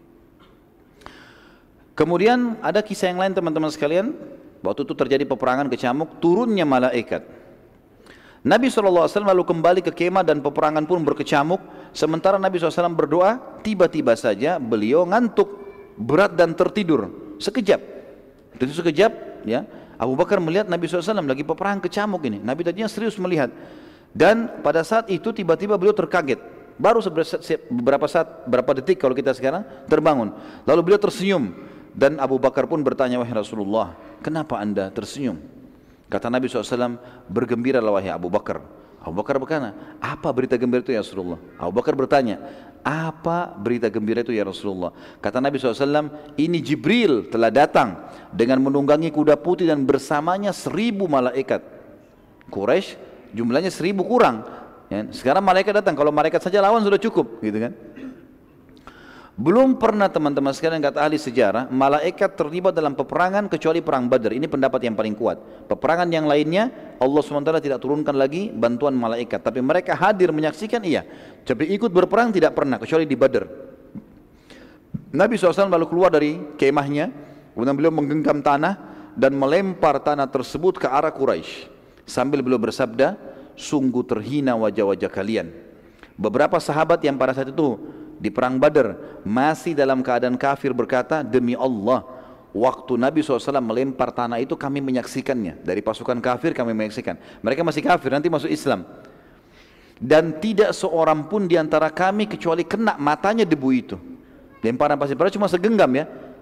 Kemudian ada kisah yang lain teman-teman sekalian. Waktu itu terjadi peperangan kecamuk, turunnya malaikat. Nabi shallallahu alaihi wasallam lalu kembali ke kemah dan peperangan pun berkecamuk. Sementara Nabi shallallahu alaihi wasallam berdoa, tiba-tiba saja beliau ngantuk, berat dan tertidur sekejap. Itu sekejap, ya. Abu Bakar melihat Nabi shallallahu alaihi wasallam lagi peperangan kecamuk ini. Nabi tadinya serius melihat. Dan pada saat itu tiba-tiba beliau terkaget. Baru beberapa saat, beberapa detik kalau kita sekarang terbangun. Lalu beliau tersenyum. Dan Abu Bakar pun bertanya, wahai Rasulullah, kenapa anda tersenyum? Kata Nabi shallallahu alaihi wasallam, bergembiralah wahai Abu Bakar. Abu Bakar berkata, apa berita gembira itu ya Rasulullah? Abu Bakar bertanya, apa berita gembira itu ya Rasulullah? Kata Nabi shallallahu alaihi wasallam, ini Jibril telah datang dengan menunggangi kuda putih dan bersamanya seribu malaikat. Quraisy jumlahnya seribu kurang, ya. Sekarang malaikat datang, kalau malaikat saja lawan sudah cukup, gitu kan? Belum pernah teman-teman sekalian, kata ahli sejarah, malaikat terlibat dalam peperangan kecuali perang Badar. Ini pendapat yang paling kuat. Peperangan yang lainnya Allah subhanahu wa taala tidak turunkan lagi bantuan malaikat, tapi mereka hadir menyaksikan, iya. Tapi ikut berperang tidak pernah kecuali di Badar. Nabi shallallahu alaihi wasallam lalu keluar dari kemahnya, kemudian beliau menggenggam tanah dan melempar tanah tersebut ke arah Quraisy sambil beliau bersabda, sungguh terhina wajah-wajah kalian. Beberapa sahabat yang pada saat itu di perang Badar masih dalam keadaan kafir berkata, demi Allah, waktu Nabi shallallahu alaihi wasallam melempar tanah itu kami menyaksikannya. Dari pasukan kafir kami menyaksikan. Mereka masih kafir, nanti masuk Islam. Dan tidak seorang pun diantara kami kecuali kena matanya debu itu. Lemparan pasir, padahal cuma segenggam, ya.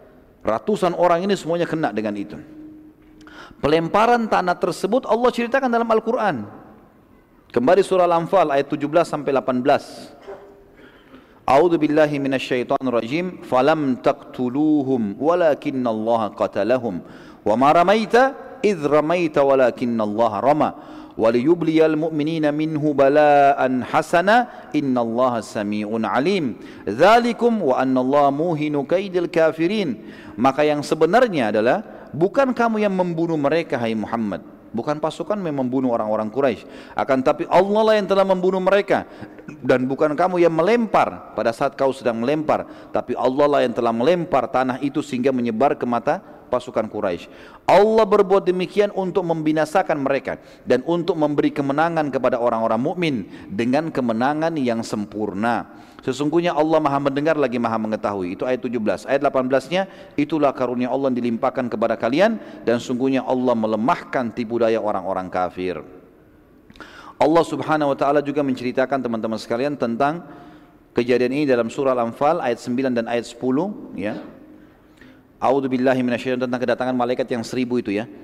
Ratusan orang ini semuanya kena dengan itu. Pelemparan tanah tersebut Allah ceritakan dalam Al-Quran. Kembali surah Al-Anfal ayat tujuh belas sampai delapan belas. A'udzu billahi minasyaitonir rajim. Falam taqtuluhum walakinnallaha qatalahum wa ma ramaita idz ramaita walakinnallaha rama waliyubliyal mu'minina minhu bala'an hasana innallaha sami'un alim. Dzalikum wa annallaha muhinu kaidil kafirin. Maka yang sebenarnya adalah bukan kamu yang membunuh mereka, hai Muhammad. Bukan pasukan yang membunuh orang-orang Quraisy, akan tapi Allah lah yang telah membunuh mereka. Dan bukan kamu yang melempar pada saat kau sedang melempar, tapi Allah lah yang telah melempar tanah itu sehingga menyebar ke mata pasukan Quraisy. Allah berbuat demikian untuk membinasakan mereka dan untuk memberi kemenangan kepada orang-orang mukmin dengan kemenangan yang sempurna. Sesungguhnya Allah Maha mendengar lagi Maha mengetahui. Itu ayat tujuh belas. Ayat delapan belas-nya, itulah karunia Allah yang dilimpahkan kepada kalian dan sungguhnya Allah melemahkan tipu daya orang-orang kafir. Allah Subhanahu wa taala juga menceritakan teman-teman sekalian tentang kejadian ini dalam surah Al-Anfal ayat sembilan dan ayat sepuluh, ya. A'udzu billahi minasyaitonir, tentang kedatangan malaikat yang seribu itu, ya.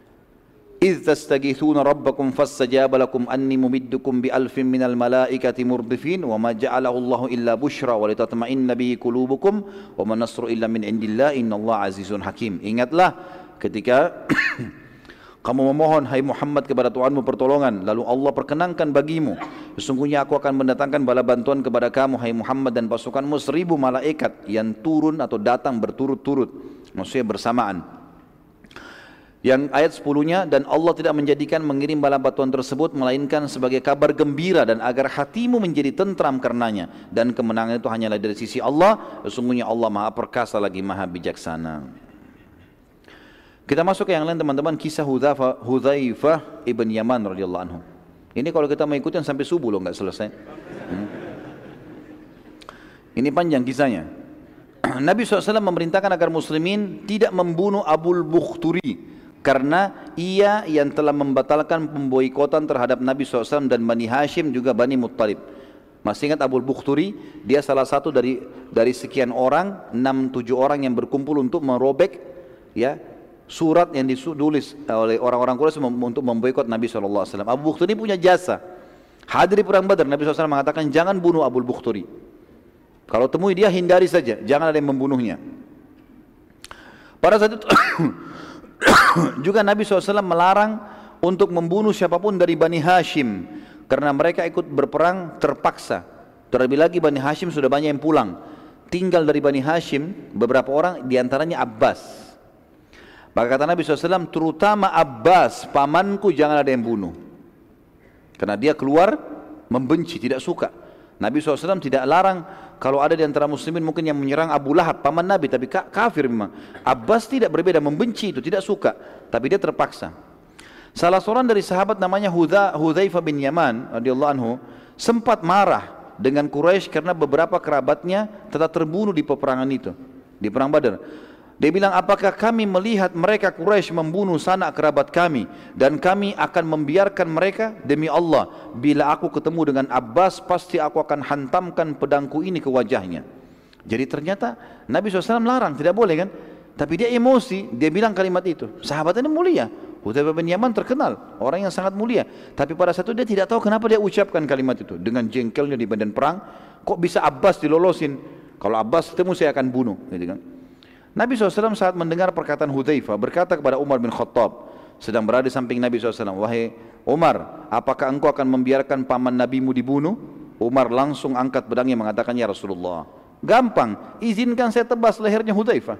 إذ تستغيثون ربكم فاستجاب لكم أني ممدكم بألف من الملائكة مردفين وما جعله الله إلا بشرى ولتطمئن به قلوبكم وما النصر إلا من عند الله إن الله عزيز حكيم. Ingatlah ketika kamu memohon, hai Muhammad, kepada Tuhanmu pertolongan, lalu Allah perkenankan bagimu, sesungguhnya aku akan mendatangkan bala bantuan kepada kamu, hai Muhammad, dan pasukanmu seribu malaikat yang turun atau datang berturut-turut, maksudnya bersamaan. Yang ayat sepuluh-nya, dan Allah tidak menjadikan mengirim bala bantuan tersebut melainkan sebagai kabar gembira dan agar hatimu menjadi tentram karenanya, dan kemenangan itu hanyalah dari sisi Allah, sesungguhnya Allah Maha perkasa lagi Maha bijaksana. Kita masuk ke yang lain teman-teman, kisah Hudzaifah ibn Yaman radhiyallahu anhu. Ini kalau kita mau ikutin sampai subuh loh, nggak selesai. Hmm. Ini panjang kisahnya. Nabi shallallahu alaihi wasallam memerintahkan agar muslimin tidak membunuh Abul Bukhturi karena ia yang telah membatalkan pemboikotan terhadap Nabi shallallahu alaihi wasallam dan Bani Hashim juga Bani Muttalib. Masih ingat Abul Bukhturi? Dia salah satu dari dari sekian orang, enam tujuh orang yang berkumpul untuk merobek, ya, surat yang ditulis oleh orang-orang Quraisy untuk memboikot Nabi shallallahu alaihi wasallam. Abu Bukhturi punya jasa. Hadir di perang Badar, Nabi shallallahu alaihi wasallam mengatakan jangan bunuh Abul Bukhturi. Kalau temui dia hindari saja, jangan ada yang membunuhnya. Pada saat itu juga Nabi shallallahu alaihi wasallam melarang untuk membunuh siapapun dari Bani Hashim karena mereka ikut berperang terpaksa. Terlebih lagi Bani Hashim sudah banyak yang pulang. Tinggal dari Bani Hashim beberapa orang, diantaranya Abbas. Maka kata Nabi shallallahu alaihi wasallam, terutama Abbas pamanku jangan ada yang bunuh, karena dia keluar membenci, tidak suka. Nabi shallallahu alaihi wasallam tidak larang kalau ada di antara muslimin mungkin yang menyerang Abu Lahab, paman Nabi, tapi kafir memang. Abbas tidak berbeda, membenci itu, tidak suka, tapi dia terpaksa. Salah seorang dari sahabat namanya Hudzaifah bin Yaman radhiyallahu anhu sempat marah dengan Quraisy karena beberapa kerabatnya telah terbunuh di peperangan itu, di perang Badar. Dia bilang, apakah kami melihat mereka Quraisy membunuh sanak kerabat kami dan kami akan membiarkan mereka? Demi Allah, bila aku ketemu dengan Abbas pasti aku akan hantamkan pedangku ini ke wajahnya. Jadi ternyata Nabi shallallahu alaihi wasallam larang, tidak boleh kan? Tapi dia emosi, dia bilang kalimat itu. Sahabat ini mulia, Hudzaifah bin Yaman terkenal, orang yang sangat mulia. Tapi pada saat itu dia tidak tahu kenapa dia ucapkan kalimat itu. Dengan jengkelnya di badan perang, kok bisa Abbas dilolosin? Kalau Abbas ketemu saya akan bunuh, gitu kan? Nabi shallallahu alaihi wasallam saat mendengar perkataan Hudzaifah berkata kepada Umar bin Khattab, sedang berada di samping Nabi shallallahu alaihi wasallam, wahai Umar, apakah engkau akan membiarkan paman nabimu dibunuh? Umar langsung angkat pedangnya mengatakan, ya Rasulullah, gampang, izinkan saya tebas lehernya Hudzaifah.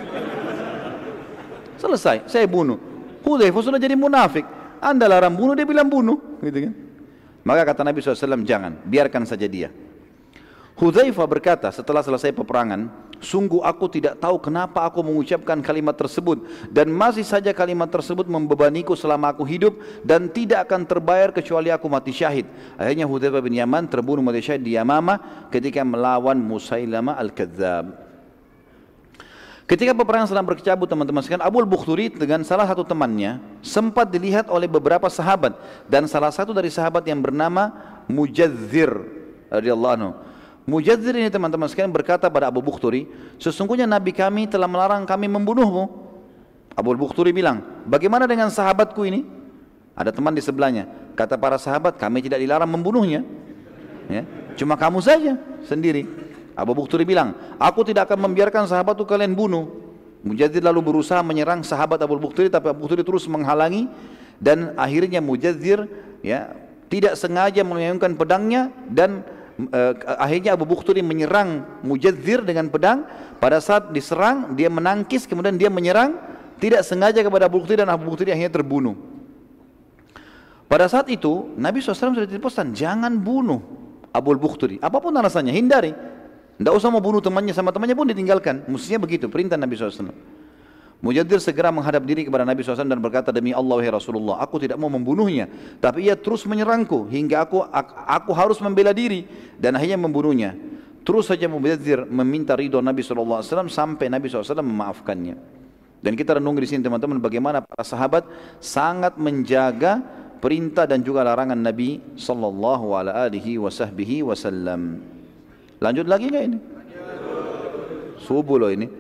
Selesai, saya bunuh. Hudzaifah sudah jadi munafik, anda larang bunuh, dia bilang bunuh, gitu kan? Maka kata Nabi shallallahu alaihi wasallam, jangan, biarkan saja dia. Hudzaifah berkata setelah selesai peperangan, sungguh aku tidak tahu kenapa aku mengucapkan kalimat tersebut dan masih saja kalimat tersebut membebaniku selama aku hidup dan tidak akan terbayar kecuali aku mati syahid. Akhirnya Hudzaifah bin Yaman terbunuh mati syahid di Yamamah ketika melawan Musailamah al-Kadzdzab. Ketika peperangan sedang berkecamuk teman-teman sekalian, Abul Bukhturi dengan salah satu temannya sempat dilihat oleh beberapa sahabat dan salah satu dari sahabat yang bernama Mujadzir radhiyallahu anhu Mujadzir ini teman-teman sekalian berkata pada Abu Bukhturi, sesungguhnya Nabi kami telah melarang kami membunuhmu. Abu Bukhturi bilang, bagaimana dengan sahabatku ini? Ada teman di sebelahnya. Kata para sahabat, kami tidak dilarang membunuhnya. Ya, cuma kamu saja sendiri. Abu Bukhturi bilang, aku tidak akan membiarkan sahabatku kalian bunuh. Mujadzir lalu berusaha menyerang sahabat Abu Bukhturi, tapi Abu Bukhturi terus menghalangi. Dan akhirnya Mujadzir ya, tidak sengaja mengayunkan pedangnya dan Uh, akhirnya Abu Bukhturi menyerang Mujadzir dengan pedang. Pada saat diserang dia menangkis, kemudian dia menyerang tidak sengaja kepada Abu Bukhturi dan Abu Bukhturi akhirnya terbunuh. Pada saat itu Nabi shallallahu alaihi wasallam sudah dipesan, jangan bunuh Abu Bukhturi, apapun alasannya hindari. Tidak usah mau bunuh temannya, sama temannya pun ditinggalkan. Mestinya begitu perintah Nabi shallallahu alaihi wasallam. Mujadzir segera menghadap diri kepada Nabi shallallahu alaihi wasallam dan berkata, demi Allah wahai Rasulullah, aku tidak mau membunuhnya, tapi ia terus menyerangku hingga aku aku harus membela diri dan akhirnya membunuhnya. Terus saja Mujadzir meminta ridho Nabi shallallahu alaihi wasallam sampai Nabi shallallahu alaihi wasallam memaafkannya. Dan kita renung di sini teman-teman, bagaimana para sahabat sangat menjaga perintah dan juga larangan Nabi sallallahu alaihi wasallam. Lanjut lagi nggak ini? Subuh loh ini.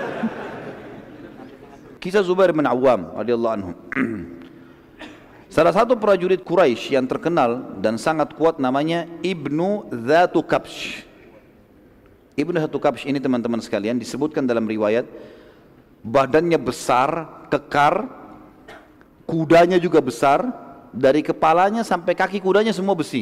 Kisah Zubair bin Awam radhiyallahu anhu. Salah satu prajurit Quraisy yang terkenal dan sangat kuat namanya Ibnu Dzatu Kabsh. Ibnu Dzatu Kabsh ini teman-teman sekalian disebutkan dalam riwayat, badannya besar, kekar, kudanya juga besar, dari kepalanya sampai kaki kudanya semua besi.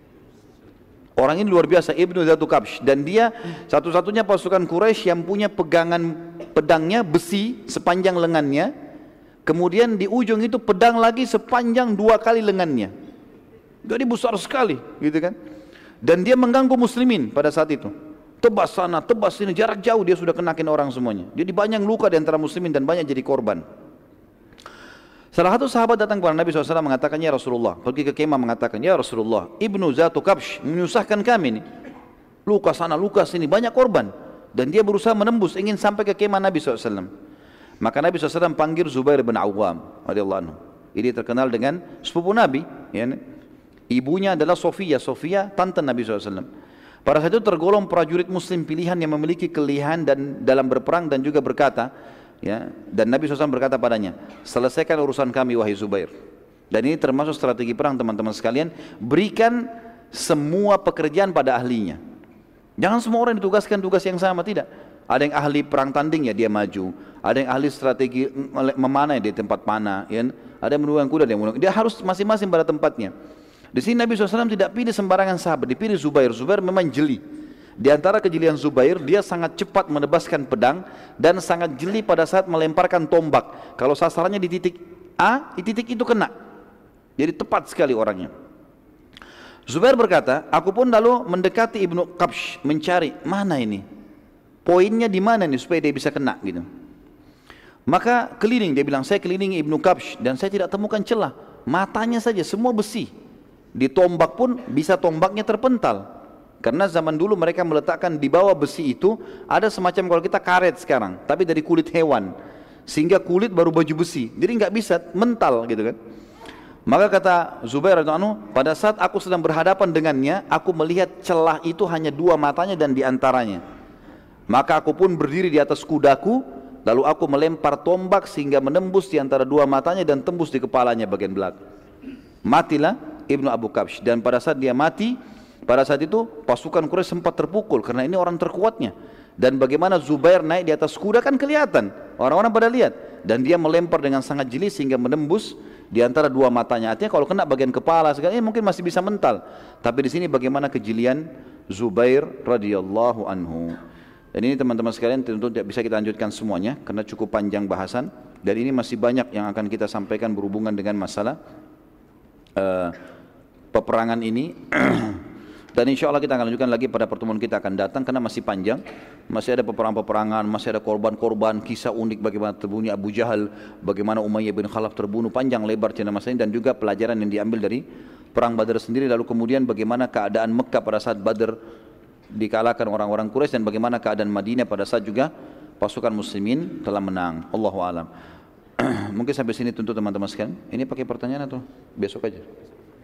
Orang ini luar biasa, Ibnu Dzatu Kabsh, dan dia satu-satunya pasukan Quraisy yang punya pegangan pedangnya besi sepanjang lengannya, kemudian di ujung itu pedang lagi sepanjang dua kali lengannya. Jadi besar sekali, gitu kan? Dan dia mengganggu muslimin pada saat itu. Tebas sana, tebas sini, jarak jauh dia sudah kenakin orang semuanya. Jadi banyak luka di antara muslimin dan banyak jadi korban. Salah satu sahabat datang kepada Nabi shallallahu alaihi wasallam mengatakan, ya Rasulullah, pergi ke kemah mengatakan, ya Rasulullah, Ibnu Dzatu Kabsh menyusahkan kami nih. Luka sana, luka sini, banyak korban. Dan dia berusaha menembus, ingin sampai ke kemah Nabi shallallahu alaihi wasallam. Maka Nabi shallallahu alaihi wasallam panggil Zubair bin Awam radhiyallahu anhu. Ini terkenal dengan sepupu Nabi. Ya, ibunya adalah Sofia, Sofia tante Nabi shallallahu alaihi wasallam. Pada saat itu tergolong prajurit muslim pilihan yang memiliki kelihan dan dalam berperang dan juga berkata, ya, dan Nabi shallallahu alaihi wasallam berkata padanya, selesaikan urusan kami wahai Zubair. Dan ini termasuk strategi perang teman-teman sekalian, berikan semua pekerjaan pada ahlinya. Jangan semua orang ditugaskan tugas yang sama, tidak. Ada yang ahli perang tanding, ya dia maju. Ada yang ahli strategi memanah di tempat panah, ya. Ada yang menunggang kuda, dia menunggang. Dia harus masing-masing pada tempatnya. Di sini Nabi shallallahu alaihi wasallam tidak pilih sembarangan sahabat, dipilih Zubair. Zubair memang jeli. Di antara kejelian Zubair, dia sangat cepat menebaskan pedang dan sangat jeli pada saat melemparkan tombak. Kalau sasarannya di titik A, di titik itu kena. Jadi tepat sekali orangnya. Zubair berkata, aku pun lalu mendekati Ibnu Kabsh mencari mana ini, poinnya di mana nih supaya dia bisa kena gitu. Maka keliling, dia bilang, saya kelilingi Ibnu Kabsh dan saya tidak temukan celah. Matanya saja semua besi. Di tombak pun bisa tombaknya terpental. Karena zaman dulu mereka meletakkan di bawah besi itu ada semacam kalau kita karet sekarang, tapi dari kulit hewan, sehingga kulit baru baju besi, jadi nggak bisa mental gitu kan. Maka kata Zubair radhiyallahu anhu, pada saat aku sedang berhadapan dengannya, aku melihat celah itu hanya dua matanya dan diantaranya. Maka aku pun berdiri di atas kudaku, lalu aku melempar tombak sehingga menembus di antara dua matanya dan tembus di kepalanya bagian belakang. Matilah Ibnu Abu Kabsh, dan pada saat dia mati, pada saat itu pasukan Quraisy sempat terpukul karena ini orang terkuatnya. Dan bagaimana Zubair naik di atas kuda kan kelihatan, orang-orang pada lihat, dan dia melempar dengan sangat jeli sehingga menembus di antara dua matanya. Artinya kalau kena bagian kepala segala ini mungkin masih bisa mental. Tapi di sini bagaimana kejelian Zubair radhiyallahu anhu. Dan ini teman-teman sekalian tentu tidak bisa kita lanjutkan semuanya karena cukup panjang bahasan, dan ini masih banyak yang akan kita sampaikan berhubungan dengan masalah uh, peperangan ini. Dan insya Allah kita akan lanjutkan lagi pada pertemuan kita akan datang karena masih panjang, masih ada peperangan-peperangan, masih ada korban-korban, kisah unik bagaimana terbunuhnya Abu Jahal, bagaimana Umayyah bin Khalaf terbunuh, panjang lebar cerita masalah ini, dan juga pelajaran yang diambil dari perang Badar sendiri. Lalu kemudian bagaimana keadaan Mekah pada saat Badar dikalahkan orang-orang Quraisy, dan bagaimana keadaan Madinah pada saat juga pasukan muslimin telah menang. Allahu a'lam. Mungkin sampai sini tentu teman-teman sekalian. Ini pakai pertanyaan atau besok aja?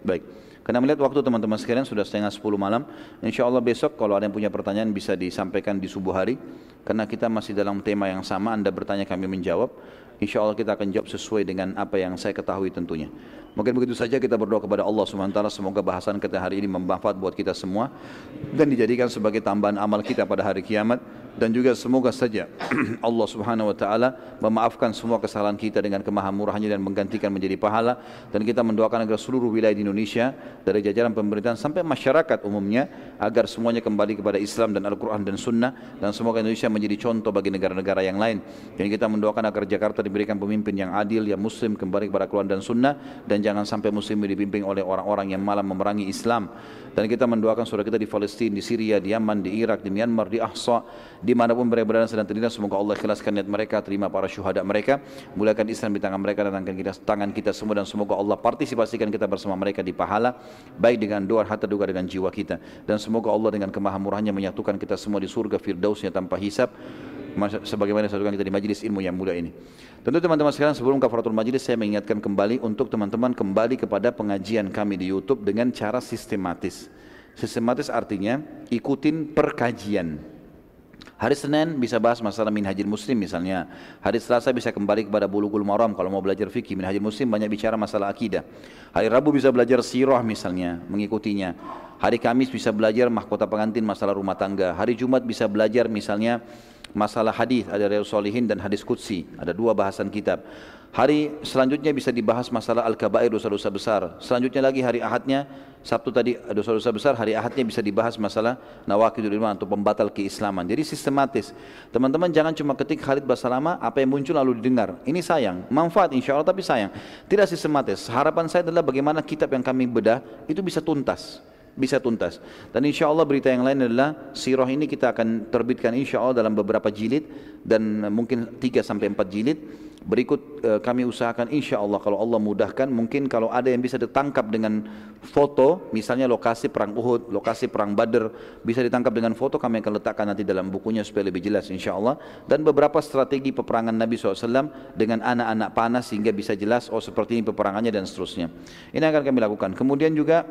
Baik. Karena melihat waktu teman-teman sekalian sudah setengah sepuluh malam, insya Allah besok kalau ada yang punya pertanyaan bisa disampaikan di subuh hari. Karena kita masih dalam tema yang sama, Anda bertanya kami menjawab. Insya Allah kita akan jawab sesuai dengan apa yang saya ketahui tentunya. Mungkin begitu saja, kita berdoa kepada Allah subhanahu wa taala, semoga bahasan kita hari ini bermanfaat buat kita semua dan dijadikan sebagai tambahan amal kita pada hari kiamat. Dan juga semoga saja Allah subhanahu wa ta'ala memaafkan semua kesalahan kita dengan kemahamurahannya dan menggantikan menjadi pahala. Dan kita mendoakan agar seluruh wilayah di Indonesia dari jajaran pemerintahan sampai masyarakat umumnya agar semuanya kembali kepada Islam dan Al-Quran dan Sunnah, dan semoga Indonesia menjadi contoh bagi negara-negara yang lain. Dan kita mendoakan agar Jakarta diberikan pemimpin yang adil, yang muslim, kembali kepada Al-Quran dan Sunnah, dan jangan sampai muslim dipimpin oleh orang-orang yang malah memerangi Islam. Dan kita mendoakan saudara kita di Palestina, di Syria, di Yaman, di Irak, di Myanmar, di Ahsa, dimanapun mereka berada sedang terlindas, semoga Allah ikhlaskan niat mereka, terima para syuhada mereka, muliakan Islam di tangan mereka dan tangan kita, tangan kita semua, dan semoga Allah partisipasikan kita bersama mereka di pahala, baik dengan doa, harta, juga dengan jiwa kita. Dan semoga Allah dengan kemahamurahannya menyatukan kita semua di surga firdausnya tanpa hisab, sebagaimana disatukan kita di majlis ilmu yang mulia ini. Tentu teman-teman sekalian, sebelum kafaratul majlis saya mengingatkan kembali untuk teman-teman kembali kepada pengajian kami di YouTube dengan cara sistematis. Sistematis artinya ikutin perkajian. Hari Senin bisa bahas masalah Minhajul Muslim misalnya. Hari Selasa bisa kembali kepada Bulughul Maram kalau mau belajar fikih. Minhajul Muslim banyak bicara masalah akidah. Hari Rabu bisa belajar sirah misalnya, mengikutinya. Hari Kamis bisa belajar mahkota pengantin, masalah rumah tangga. Hari Jumat bisa belajar misalnya masalah hadis, ada Riyadhus Shalihin dan hadis qudsi, ada dua bahasan kitab. Hari selanjutnya bisa dibahas masalah al-kabair, dosa-dosa besar. Selanjutnya lagi hari Ahadnya, Sabtu tadi dosa-dosa besar, hari Ahadnya bisa dibahas masalah nawaqidul iman atau pembatal keislaman. Jadi sistematis. Teman-teman jangan cuma ketik Khalid Basalamah, apa yang muncul lalu didengar. Ini sayang, manfaat insya Allah tapi sayang. Tidak sistematis. Harapan saya adalah bagaimana kitab yang kami bedah itu bisa tuntas. Bisa tuntas. Dan insya Allah berita yang lain adalah sirah ini kita akan terbitkan insya Allah dalam beberapa jilid dan mungkin tiga sampai empat jilid. Berikut eh, kami usahakan insya Allah kalau Allah mudahkan, mungkin kalau ada yang bisa ditangkap dengan foto, misalnya lokasi perang Uhud, lokasi perang Badr, bisa ditangkap dengan foto, kami akan letakkan nanti dalam bukunya supaya lebih jelas insya Allah. Dan beberapa strategi peperangan Nabi shallallahu alaihi wasallam dengan anak-anak panas sehingga bisa jelas, oh seperti ini peperangannya dan seterusnya. Ini akan kami lakukan. Kemudian juga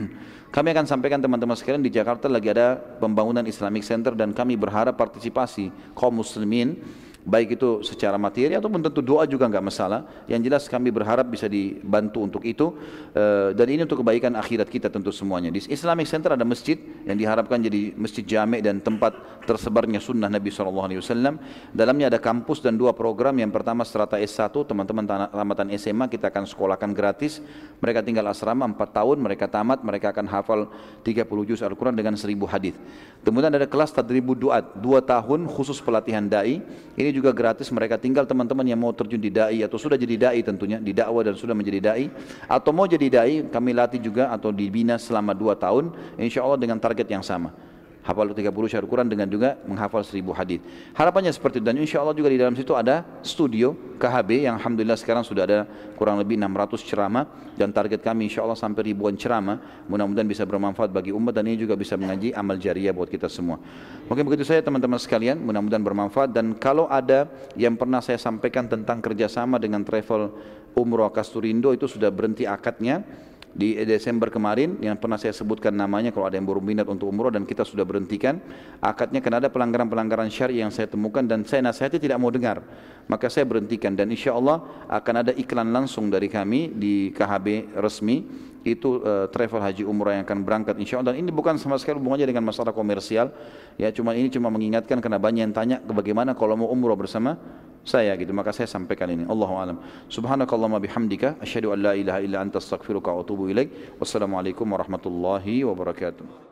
kami akan sampaikan teman-teman sekalian, di Jakarta lagi ada pembangunan Islamic Center dan kami berharap partisipasi kaum muslimin, baik itu secara materi ataupun tentu doa juga enggak masalah. Yang jelas kami berharap bisa dibantu untuk itu, dan ini untuk kebaikan akhirat kita tentu semuanya. Di Islamic Center ada masjid yang diharapkan jadi masjid jami' dan tempat tersebarnya sunnah Nabi shallallahu alaihi wasallam. Dalamnya ada kampus dan dua program. Yang pertama strata S satu, teman-teman tamatan S M A kita akan sekolahkan gratis. Mereka tinggal asrama empat tahun, mereka tamat, mereka akan hafal tiga puluh juz Al-Quran dengan seribu hadis. Kemudian ada kelas tadribud duat, dua tahun khusus pelatihan da'i. Ini juga gratis, mereka tinggal teman-teman yang mau terjun di da'i atau sudah jadi da'i tentunya, di dakwah dan sudah menjadi da'i, atau mau jadi da'i, kami latih juga atau dibina selama dua tahun, insya Allah dengan target yang sama. Hafal tiga puluh syair Quran dengan juga menghafal seribu hadis. Harapannya seperti itu, dan insya Allah juga di dalam situ ada studio K H B yang alhamdulillah sekarang sudah ada kurang lebih enam ratus ceramah, dan target kami insya Allah sampai ribuan ceramah. Mudah-mudahan bisa bermanfaat bagi umat, dan ini juga bisa mengaji amal jariah buat kita semua. Mungkin begitu saja teman-teman sekalian, mudah-mudahan bermanfaat. Dan kalau ada yang pernah saya sampaikan tentang kerjasama dengan travel umroh Kasturindo, itu sudah berhenti akadnya di Desember kemarin, yang pernah saya sebutkan namanya kalau ada yang baru minat untuk umroh, dan kita sudah berhentikan akadnya karena ada pelanggaran-pelanggaran syari yang saya temukan dan saya nasihati tidak mau dengar, maka saya berhentikan. Dan insya Allah akan ada iklan langsung dari kami di K H B resmi, itu uh, travel haji umrah yang akan berangkat insya Allah. Dan ini bukan sama sekali hubungannya dengan masalah komersial ya, cuma ini cuma mengingatkan karena banyak yang tanya bagaimana kalau mau umrah bersama saya gitu, maka saya sampaikan ini. Allahu a'lam. Subhanakallahumma bihamdika asyhadu an la ilaha illa anta astaghfiruka wa atubu ilaik. Wassalamualaikum warahmatullahi wabarakatuh.